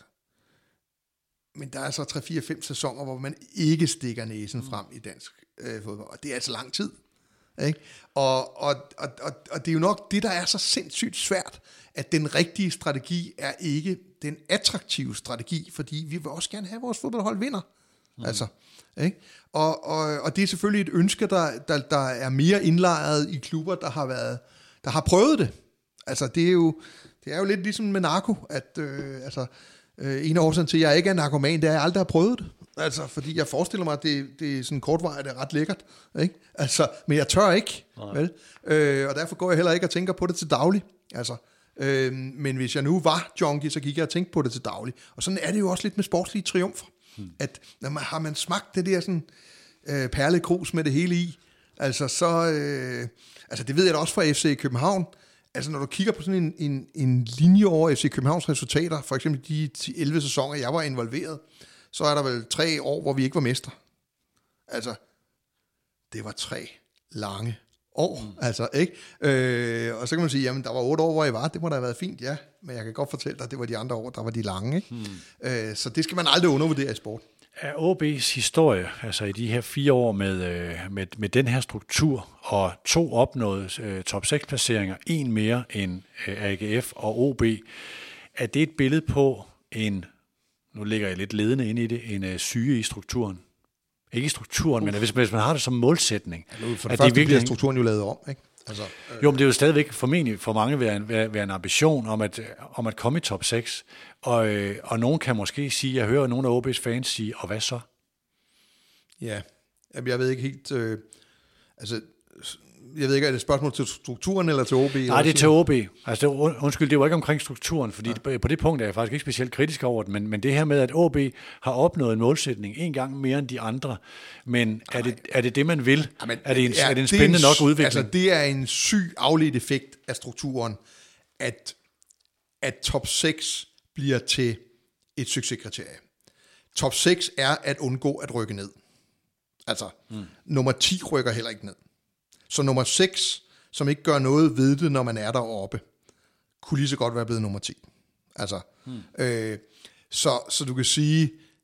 Men der er så tre, fire, fem sæsoner, hvor man ikke stikker næsen frem i dansk øh, fodbold. Og det er altså lang tid. Ikke? Og, og, og, og, og det er jo nok det, der er så sindssygt svært, at den rigtige strategi er ikke den attraktive strategi, fordi vi vil også gerne have, at vores fodboldhold vinder. Mm. Altså, ikke? Og, og, og det er selvfølgelig et ønske, der, der, der er mere indlejret i klubber, der har, været, der har prøvet det. Altså, det er jo Det er jo lidt ligesom med narko, at øh, altså, øh, en af årsagen til, at jeg ikke er narkoman, det er, at jeg aldrig har prøvet det. Altså, fordi jeg forestiller mig, at det, det er sådan kortvarigt, det er ret lækkert. Ikke? Altså, men jeg tør ikke. Vel? Øh, og derfor går jeg heller ikke og tænker på det til daglig. Altså, øh, men hvis jeg nu var junkie, så gik jeg og tænkte på det til daglig. Og sådan er det jo også lidt med sportslige triumfer. Hmm. At når man, har man smagt det der sådan, øh, perlekrus med det hele i, altså så... Øh, altså, det ved jeg da også fra F C København. Altså, når du kigger på sådan en, en, en linje over F C Københavns resultater, for eksempel de elleve sæsoner, jeg var involveret, så er der vel tre år, hvor vi ikke var mestre. Altså, det var tre lange år, mm. altså, ikke? Øh, og så kan man sige, jamen, der var otte år, hvor I var, det må da have været fint, ja, men jeg kan godt fortælle dig, det var de andre år, der var de lange, ikke? Mm. Øh, så det skal man aldrig undervurdere i sport. Er O B's historie, altså i de her fire år med, med, med den her struktur, og to opnåede uh, top seks placeringer, en mere end uh, A G F og O B, er det et billede på en, nu ligger jeg lidt ledende ind i det, en uh, syge i strukturen? Ikke i strukturen, uh. men hvis, hvis man har det som målsætning. Ja, nu, for det første bliver strukturen jo lavet om, ikke? Altså, øh. Jo, men det er jo stadigvæk formentlig for mange være en, være, være en ambition om at, om at komme i top seks. Og, øh, og nogen kan måske sige, jeg hører nogle af O B's fans sige, og hvad så? Ja, jeg ved ikke helt... Øh, altså, jeg ved ikke, er det et spørgsmål til strukturen eller til O B? Nej, det er til O B. Altså, det, undskyld, det var ikke omkring strukturen, fordi ja. på det punkt er jeg faktisk ikke specielt kritisk over det, men, men det her med, at O B har opnået en målsætning en gang mere end de andre, men er det, er det det, man vil? Jamen, er, det en, er, er det en spændende det er en, nok udvikling? Altså, det er en syg afledt effekt af strukturen, at, at top seks bliver til et succeskriterie. Top seks er at undgå at rykke ned. Altså, hmm. nummer ti rykker heller ikke ned. Så nummer seks, som ikke gør noget ved det, når man er deroppe, kunne lige så godt være blevet nummer ti. Altså, hmm. øh, så, så du kan sige,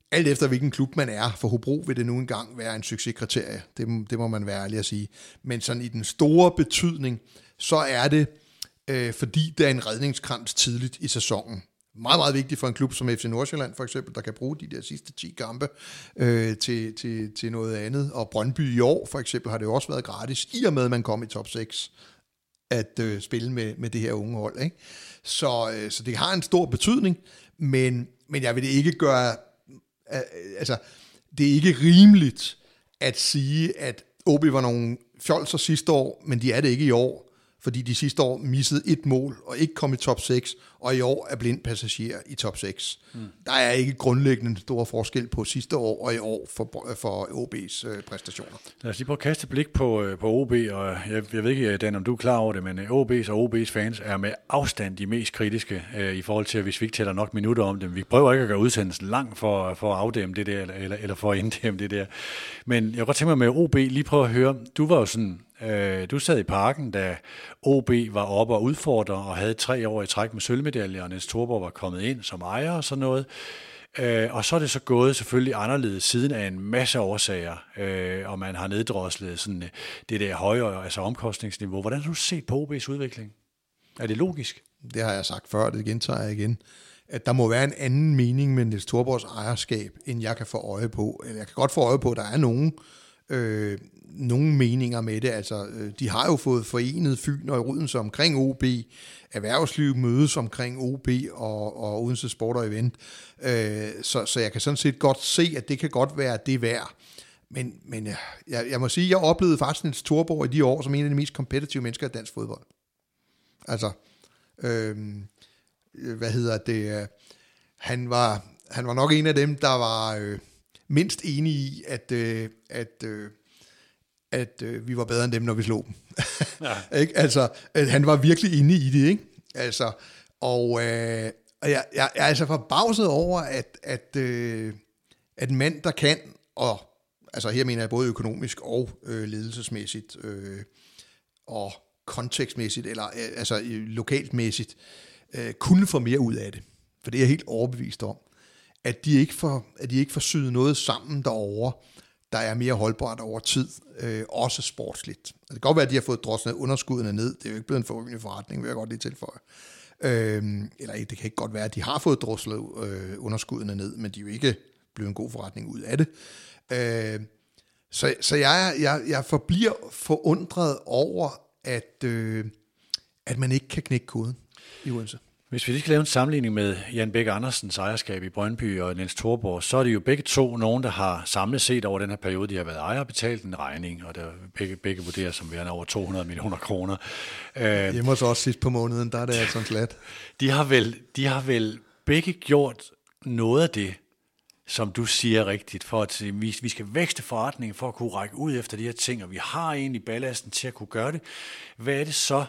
alt efter hvilken klub man er, for Hobro vil det nu engang være en succeskriterie. Det, det må man være ærlig at sige. Men sådan i den store betydning, så er det, øh, fordi der er en redningskrans tidligt i sæsonen. Meget, meget vigtigt for en klub som F C Nordsjælland for eksempel, der kan bruge de der sidste ti kampe øh, til, til, til noget andet. Og Brøndby i år for eksempel har det jo også været gratis, i og med at man kom i top seks, at øh, spille med, med det her unge hold. Ikke? Så, øh, så det har en stor betydning, men, men jeg vil det ikke gøre... Øh, altså, det er ikke rimeligt at sige, at O B var nogle fjolser sidste år, men de er det ikke i år, fordi de sidste år missede et mål og ikke kom i top seks, og i år er blind passager i top seks. Mm. Der er ikke grundlæggende en stor forskel på sidste år og i år for, for O B's øh, præstationer. Lad os lige prøve at kaste et blik på, på O B, og jeg, jeg ved ikke, Dan, om du er klar over det, men O B's og O B's fans er med afstand de mest kritiske øh, i forhold til, hvis vi ikke tæller nok minutter om dem. Vi prøver ikke at gøre udsendelsen lang for, for at afdæmme det der, eller, eller for at inddæmme det der. Men jeg kunne godt tænke mig med O B lige prøve at høre, du var jo sådan... Du sad i parken, da O B var oppe og udfordrer og havde tre år i træk med sølvmedaljer, og Niels Thorborg var kommet ind som ejer og sådan noget. Og så er det så gået selvfølgelig anderledes siden af en masse årsager, og man har neddroslet sådan det der højere altså omkostningsniveau. Hvordan har du set på O B's udvikling? Er det logisk? Det har jeg sagt før, det gentager jeg igen. At der må være en anden mening med Niels Thorborgs ejerskab, end jeg kan få øje på. Eller jeg kan godt få øje på, at der er nogen... Øh, nogle meninger med det. Altså, de har jo fået forenet Fyn og Odense omkring O B. Erhvervsliv mødes omkring O B og, og Odense Sport og Event. Øh, så, så jeg kan sådan set godt se, at det kan godt være det værd. Men, men jeg, jeg må sige, at jeg oplevede faktisk Niels Thorborg i de år som en af de mest kompetitive mennesker i dansk fodbold. Altså, øh, hvad hedder det? Han var, han var nok en af dem, der var øh, mindst enig i, at, øh, at øh, at øh, vi var bedre end dem, når vi slog dem. Ja. Ikke? Altså, at han var virkelig inde i det, ikke? Altså, og, øh, og jeg, jeg, jeg er altså forbavset over, at, at, øh, at en mand, der kan, og altså her mener jeg både økonomisk og øh, ledelsesmæssigt, øh, og kontekstmæssigt, eller øh, altså lokaltmæssigt, øh, kunne få mere ud af det. For det er jeg helt overbevist om, at de ikke får, at de ikke får syet noget sammen derovre, der er mere holdbart over tid, øh, også sportsligt. Det kan godt være, at de har fået droslet underskuddene ned. Det er jo ikke blevet en forrygende forretning, vil jeg godt lige tilføje. Øh, eller det kan ikke godt være, at de har fået droslet øh, underskuddene ned, men de er jo ikke blevet en god forretning ud af det. Øh, så så jeg, jeg, jeg forbliver forundret over, at, øh, at man ikke kan knække koden i Odense. Hvis vi lige skal lave en sammenligning med Jan Bæk Andersens ejerskab i Brøndby og Niels Thorborg, så er det jo begge to nogen, der har samlet set over den her periode, de har været ejer og betalt en regning, og der begge, begge vurderer som værende over to hundrede millioner kroner. Det må så også sidst på måneden, der er det altså slat. De har vel, de har vel begge gjort noget af det, som du siger rigtigt, for at vi, vi skal vækste forretningen for at kunne række ud efter de her ting, og vi har egentlig ballasten til at kunne gøre det. Hvad er det så?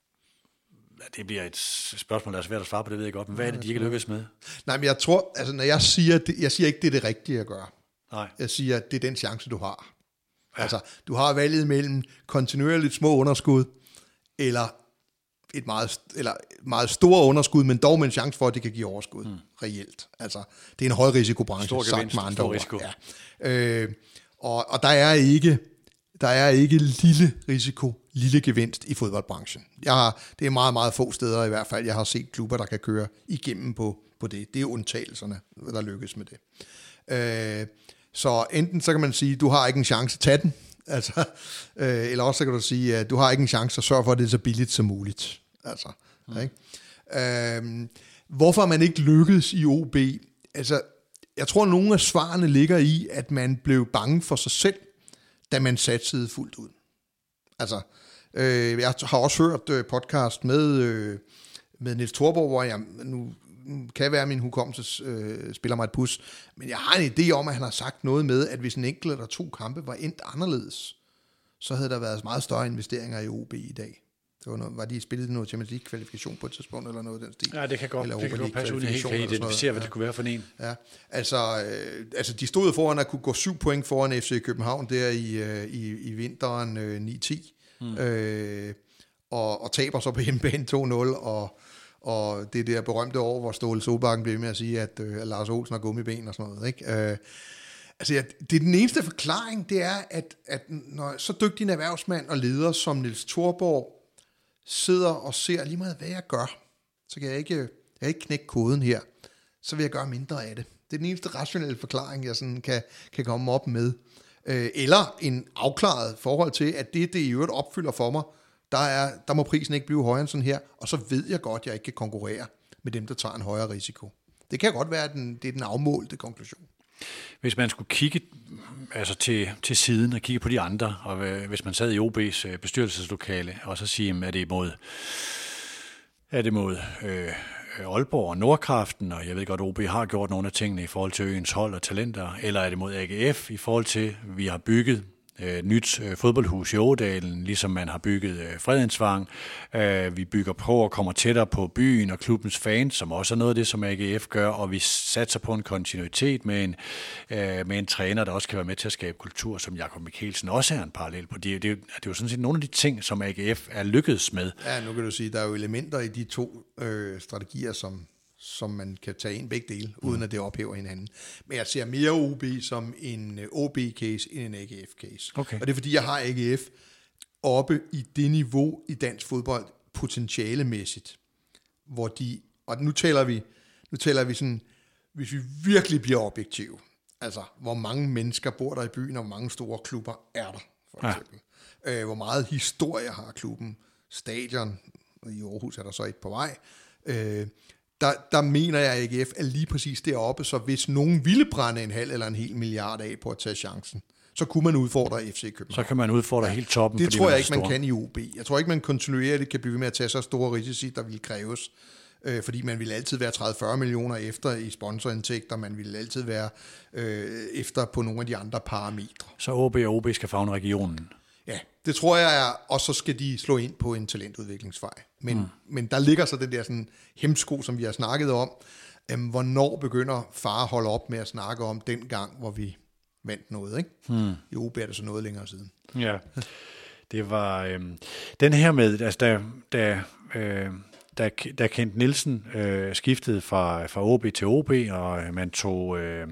Det bliver et spørgsmål, der er svært at svare på, det ved jeg godt, men hvad er det, de ikke lykkes med? Nej, men jeg tror, altså når jeg siger, det, jeg siger ikke, det er det rigtige at gøre. Nej. Jeg siger, det er den chance, du har. Ja. Altså, du har valget mellem kontinuerligt små underskud, eller et meget, eller meget store underskud, men dog med en chance for, at det kan give overskud, mm. reelt. Altså, det er en højrisikobranche, stor gevinst, sagt med stor risiko. Ja. Øh, og, og der er ikke... Der er ikke lille risiko, lille gevinst i fodboldbranchen. Jeg har, det er meget, meget få steder i hvert fald, jeg har set klubber, der kan køre igennem på, på det. Det er undtagelserne, der lykkes med det. Øh, så enten så kan man sige, du har ikke en chance at tage den, altså, øh, eller også så kan du sige, at du har ikke en chance at sørge for, at det er så billigt som muligt. Altså, mm. ikke? Øh, hvorfor man ikke lykkedes i O B? Altså, jeg tror, at nogle af svarene ligger i, at man blev bange for sig selv, da man satsede fuldt ud. Altså, øh, jeg har også hørt øh, podcast med, øh, med Niels Thorborg, hvor jeg nu kan være, at min hukommelse øh, spiller mig et pus, men jeg har en idé om, at han har sagt noget med, at hvis en enkelt eller to kampe var endt anderledes, så havde der været meget større investeringer i O B i dag. Det var, noget, var de spillet noget Champions League kvalifikation på et tidspunkt, eller noget af den stil? Ja, det kan godt, det kan godt passe ud, at helt kan identificere, hvad det kunne være for en. Ja, altså, øh, altså de stod foran at kunne gå syv point foran F C København der i, øh, i, i vinteren øh, ni ti, mm. øh, og, og taber så på hjemmebane to nul, og, og det der berømte år, hvor Ståle Solbakken blev med at sige, at øh, Lars Olsen har gummiben og sådan noget, ikke? Øh, altså, ja, det er den eneste forklaring, det er, at, at når så dygtig en erhvervsmand og leder som Niels Thorborg sidder og ser lige meget, hvad jeg gør, så kan jeg ikke, jeg kan ikke knække koden her, så vil jeg gøre mindre af det. Det er den eneste rationelle forklaring, jeg sådan kan, kan komme op med. Øh, eller en afklaret forhold til, at det, det i øvrigt opfylder for mig, der, er, der må prisen ikke blive højere end sådan her, og så ved jeg godt, at jeg ikke kan konkurrere med dem, der tager en højere risiko. Det kan godt være, at den, det er den afmålte konklusion. Hvis man skulle kigge altså til, til siden og kigge på de andre, og hvis man sad i O B's bestyrelseslokale, og så sige, er det imod, er det mod øh, Aalborg og Nordkraften, og jeg ved godt, at O B har gjort nogle af tingene i forhold til øens hold og talenter, eller er det mod A G F i forhold til, at vi har bygget øh, nyt øh, fodboldhus i Ådalen, ligesom man har bygget øh, Fredensvang. Øh, vi bygger på og kommer tættere på byen og klubbens fans, som også er noget af det, som A G F gør, og vi satser på en kontinuitet med en, øh, med en træner, der også kan være med til at skabe kultur, som Jakob Mikkelsen også er en parallel på. Det, det, det er jo sådan set nogle af de ting, som A G F er lykkedes med. Ja, nu kan du sige, der er jo elementer i de to øh, strategier, som som man kan tage ind begge dele, uden mm. at det ophæver hinanden. Men jeg ser mere O B som en O B-case end en A G F-case. Okay. Og det er fordi, jeg har A G F oppe i det niveau i dansk fodbold potentialemæssigt, hvor de, og nu taler vi, nu taler vi sådan, hvis vi virkelig bliver objektive, altså hvor mange mennesker bor der i byen, og hvor mange store klubber er der, for eksempel. Ja. Øh, hvor meget historie har klubben, stadion, i Aarhus er der så et på vej, øh, Der, der mener jeg, at A G F er lige præcis deroppe, så hvis nogen ville brænde en halv eller en hel milliard af på at tage chancen, så kunne man udfordre F C København. Så kan man udfordre ja, helt toppen. Det tror jeg ikke, man kan i O B. Jeg tror ikke, man kontinuerligt kan blive med at tage så store risici, der vil kræves, øh, fordi man vil altid være tredive til fyrre millioner efter i sponsorindtægter, man vil altid være øh, efter på nogle af de andre parametre. Så O B og O B skal favne regionen? Ja, det tror jeg er, og så skal de slå ind på en talentudviklingsvej. Men, mm. men der ligger så den der sådan hemsko, som vi har snakket om. Øhm, hvornår begynder far at holde op med at snakke om den gang, hvor vi vandt noget, ikke? Mm. I O B er det så noget længere siden. Ja, det var øhm, den her med, altså da, da, øh, da, da Kent Nielsen øh, skiftede fra, fra O B til O B, og man tog... Øh,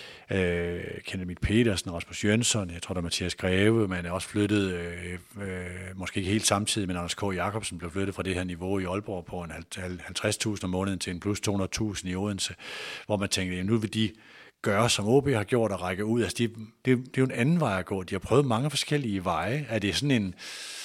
Øh, Kenneth Mit Petersen, Rasmus Jønsson, jeg tror der er Mathias Greve, man er også flyttet, øh, øh, måske ikke helt samtidig, men Anders K. Jacobsen blev flyttet fra det her niveau i Aalborg på en halvtreds tusind om måneden til en plus to hundrede tusind i Odense, hvor man tænkte, nu vil de gøre, som O B har gjort, og række ud. Altså, de, det, det er jo en anden vej at gå. De har prøvet mange forskellige veje. Er det sådan en...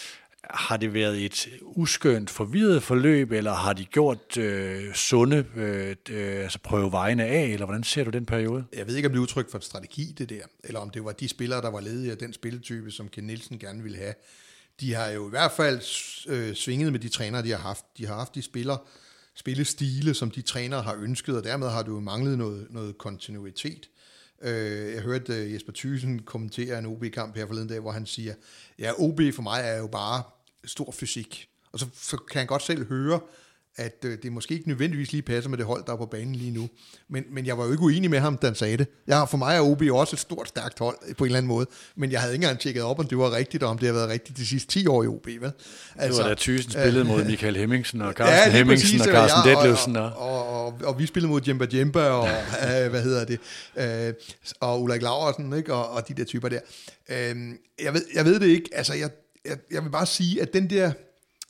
Har det været et uskønt forvirret forløb, eller har de gjort øh, sunde, øh, øh, altså prøve vejene af, eller hvordan ser du den periode? Jeg ved ikke, om det er udtryk for en strategi, det der, eller om det var de spillere, der var ledige af den spilletype, som Ken Nielsen gerne ville have. De har jo i hvert fald øh, svinget med de trænere, de har haft. De har haft de spillere, spillestile, som de trænere har ønsket, og dermed har det jo manglet noget, noget kontinuitet. Jeg hørte Jesper Thyssen kommentere en O B-kamp her forleden dag, hvor han siger, ja, O B for mig er jo bare stor fysik. Og så, så kan han godt selv høre, at det måske ikke nødvendigvis lige passer med det hold, der er på banen lige nu. Men, men jeg var jo ikke uenig med ham, da han sagde det. Jeg, for mig er O B også et stort, stærkt hold på en eller anden måde. Men jeg havde ikke engang tjekket op, om det var rigtigt, og om det har været rigtigt de sidste ti år i O B. Vel? Altså, det var da Thyssen spillede mod Michael Hemmingsen og Carsten ja, Hemmingsen præcis, og Carsten ja, Detlevsen. Og, og, og, og, og vi spillede mod Jemba Jemba og øh, hvad hedder det, øh, og Ulrik Laursen, ikke? Og, og de der typer der. Øh, jeg, ved, jeg ved det ikke. Altså, jeg, jeg, jeg vil bare sige, at den der...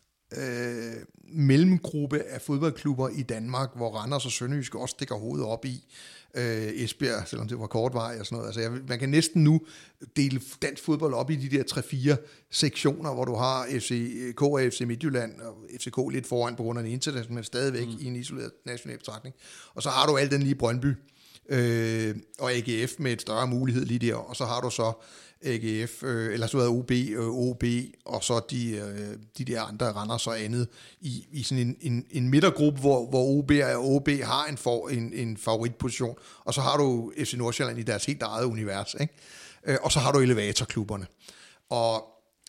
Øh, mellemgruppe af fodboldklubber i Danmark, hvor Randers og Sønderjysk også stikker hovedet op i, øh, Esbjerg, selvom det var kort vej og sådan noget. Altså, jeg, man kan næsten nu dele dansk fodbold op i de der tre fire sektioner, hvor du har F C K og F C Midtjylland, og F C K lidt foran på grund af en international, men stadigvæk mm. i en isoleret national betragtning. Og så har du alt den lige Brøndby øh, og A G F med et større mulighed lige der, og så har du så A G F, øh, eller så er O B, øh, O B, og så de, øh, de der andre Randers og andet, i, i sådan en, en, en midtergruppe, hvor, hvor O B og O B har en, for, en, en favoritposition, og så har du F C Nordsjælland i deres helt eget univers, ikke? Øh, og så har du elevatorklubberne. Og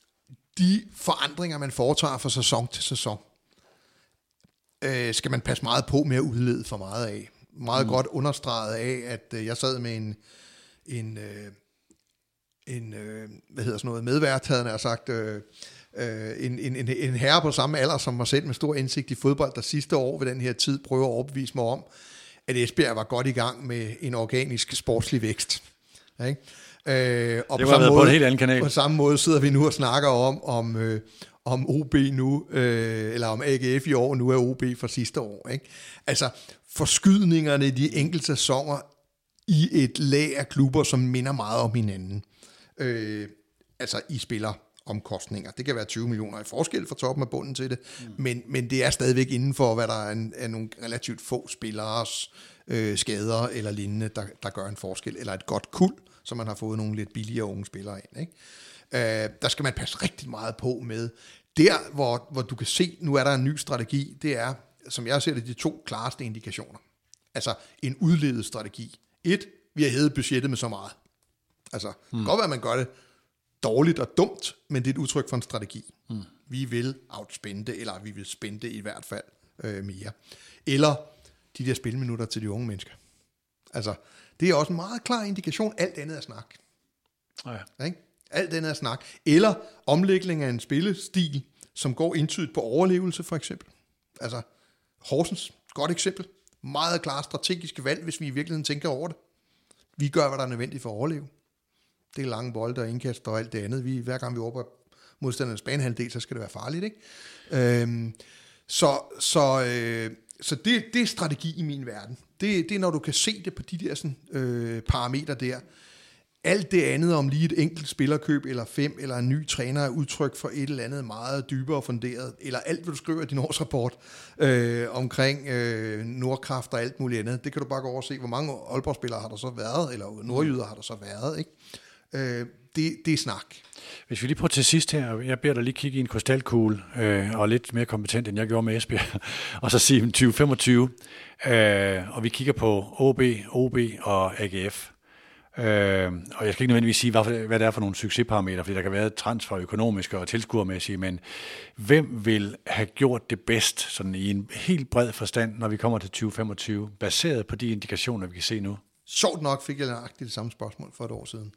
de forandringer, man foretager fra sæson til sæson, øh, skal man passe meget på med at udlede for meget af. Meget mm. godt understreget af, at øh, jeg sad med en... en øh, en øh, hvad hedder sådan noget, medvært, havde han sagt, øh, øh, en, en, en, en herre på samme alder som mig selv, med stor indsigt i fodbold, der sidste år ved den her tid prøver at overbevise mig om, at Esbjerg var godt i gang med en organisk sportslig vækst. Ikke? Øh, og det på var samme måde, på en helt anden kanal. På samme måde sidder vi nu og snakker om, om, øh, om O B nu, øh, eller om A G F i år, nu er O B fra sidste år. Ikke? Altså, forskydningerne i de enkelte sæsoner i et lag af klubber, som minder meget om hinanden. Øh, altså, I spiller omkostninger. Det kan være tyve millioner i forskel fra toppen af bunden til det, mm. men, men det er stadigvæk inden for, hvad der er, en, er nogle relativt få spilleres øh, skader eller lignende, der, der gør en forskel, eller et godt kuld, så man har fået nogle lidt billigere unge spillere ind. Ikke? Øh, der skal man passe rigtig meget på med. Der, hvor, hvor du kan se, nu er der en ny strategi, det er, som jeg ser det, de to klareste indikationer. Altså en udledet strategi. Et, vi har hævet budgettet med så meget. Altså, mm. det kan godt være, at man gør det dårligt og dumt, men det er et udtryk for en strategi. Mm. Vi vil outspende, eller vi vil spænde i hvert fald øh, mere. Eller de der spilminutter til de unge mennesker. Altså, det er også en meget klar indikation. Alt andet er snak. Ja. Ikke? Alt andet er snak. Eller omlægning af en spillestil, som går entydigt på overlevelse, for eksempel. Altså, Horsens, godt eksempel. Meget klart strategiske valg, hvis vi i virkeligheden tænker over det. Vi gør, hvad der er nødvendigt for at overleve. Det er lange bolde og indkast og alt det andet. Vi, hver gang vi åbner modstandernes banehalvdel, så skal det være farligt. Ikke? Øhm, så så, øh, så det, det er strategi i min verden. Det, det er, når du kan se det på de der sådan, øh, parametre der. Alt det andet om lige et enkelt spillerkøb, eller fem, eller en ny træner er udtryk for et eller andet meget dybere funderet, eller alt, hvad du skriver i din årsrapport øh, omkring øh, Nordkraft og alt muligt andet. Det kan du bare gå over og se, hvor mange Aalborg-spillere har der så været, eller nordjyder har der så været. Ikke? Øh, det, det er snak. Hvis vi lige prøver til sidst her, jeg beder dig lige kigge i en krystalkugle, øh, og lidt mere kompetent, end jeg gjorde med Esbjerg, og så sige tyve femogtyve, øh, og vi kigger på O B, O B og A G F. Øh, og jeg skal ikke nødvendigvis sige, hvad, hvad det er for nogle succesparametre, fordi der kan være transfer økonomiske og tilskuermæssige, men hvem vil have gjort det bedst, sådan i en helt bred forstand, når vi kommer til tyve femogtyve, baseret på de indikationer, vi kan se nu? Sjovt nok fik jeg nøjagtigt det samme spørgsmål for et år siden.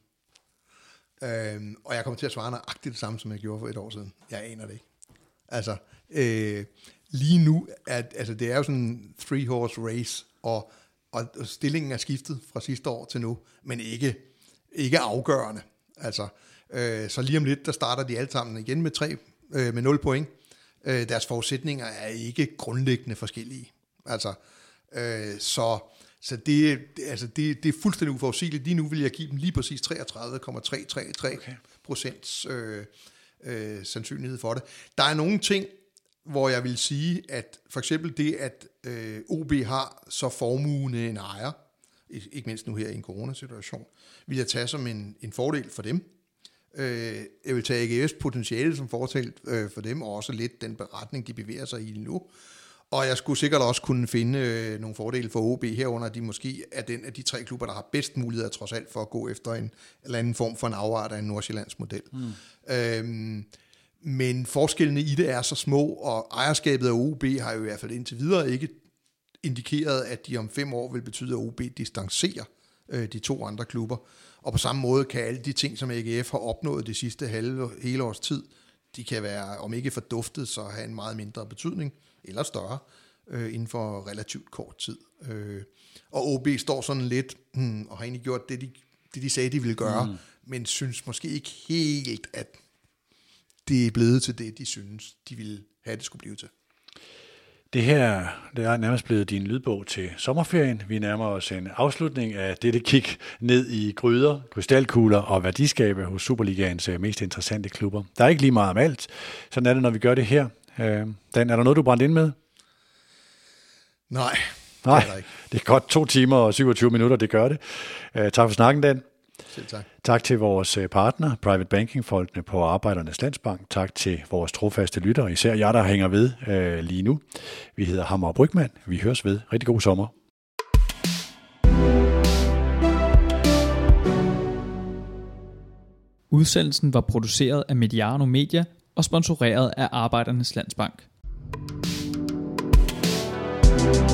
Øhm, og jeg kommer til at svare nøjagtigt det samme, som jeg gjorde for et år siden. Jeg aner det ikke. Altså, øh, lige nu, er, altså det er jo sådan en three-horse race, og og stillingen er skiftet fra sidste år til nu, men ikke, ikke afgørende. Altså, øh, så lige om lidt, der starter de alle sammen igen med, tre, øh, med nul point. Øh, deres forudsætninger er ikke grundlæggende forskellige. Altså, øh, så så det, altså det, det er fuldstændig uforudsigeligt. Lige nu vil jeg give dem lige præcis treogtredive komma tre tre tre procent øh, øh, sandsynlighed for det. Der er nogle ting, hvor jeg vil sige, at for eksempel det, at øh, O B har så formugende en ejer, ikke mindst nu her i en coronasituation, vil jeg tage som en, en fordel for dem. Øh, jeg vil tage A G F's potentiale som fordel øh, for dem, og også lidt den beretning, de bevæger sig i nu. Og jeg skulle sikkert også kunne finde øh, nogle fordele for O B herunder, at de måske er den af de tre klubber, der har bedst mulighed trods alt for at gå efter en eller anden form for en afart af en nordsjællands model. Mm. Øhm, Men forskellene i det er så små, og ejerskabet af O B har jo i hvert fald indtil videre ikke indikeret, at de om fem år vil betyde, at O B distancerer øh, de to andre klubber. Og på samme måde kan alle de ting, som A G F har opnået det sidste halve hele års tid, de kan være, om ikke forduftet, så have en meget mindre betydning, eller større, øh, inden for relativt kort tid. Øh, og O B står sådan lidt, hmm, og har egentlig gjort det, de, det, de sagde, de ville gøre, mm. men synes måske ikke helt, at det er blevet til det, de synes, de ville have, det skulle blive til. Det her det er nærmest blevet din lydbog til sommerferien. Vi nærmer os en afslutning af dette kig ned i gryder, krystalkugler og værdiskabe hos Superligaens mest interessante klubber. Der er ikke lige meget om alt. Sådan er det, når vi gør det her. Dan, er der noget, du brændte ind med? Nej, Nej, det er der ikke. Det er godt to timer og syvogtyve minutter, det gør det. Tak for snakken, Dan. Selv tak. Tak til vores partner, Private Banking-folkene på Arbejdernes Landsbank. Tak til vores trofaste lyttere, især jer, der hænger ved øh, lige nu. Vi hedder Hammer og Brygman. Vi høres ved. Rigtig god sommer. Udsendelsen var produceret af Mediano Media og sponsoreret af Arbejdernes Landsbank.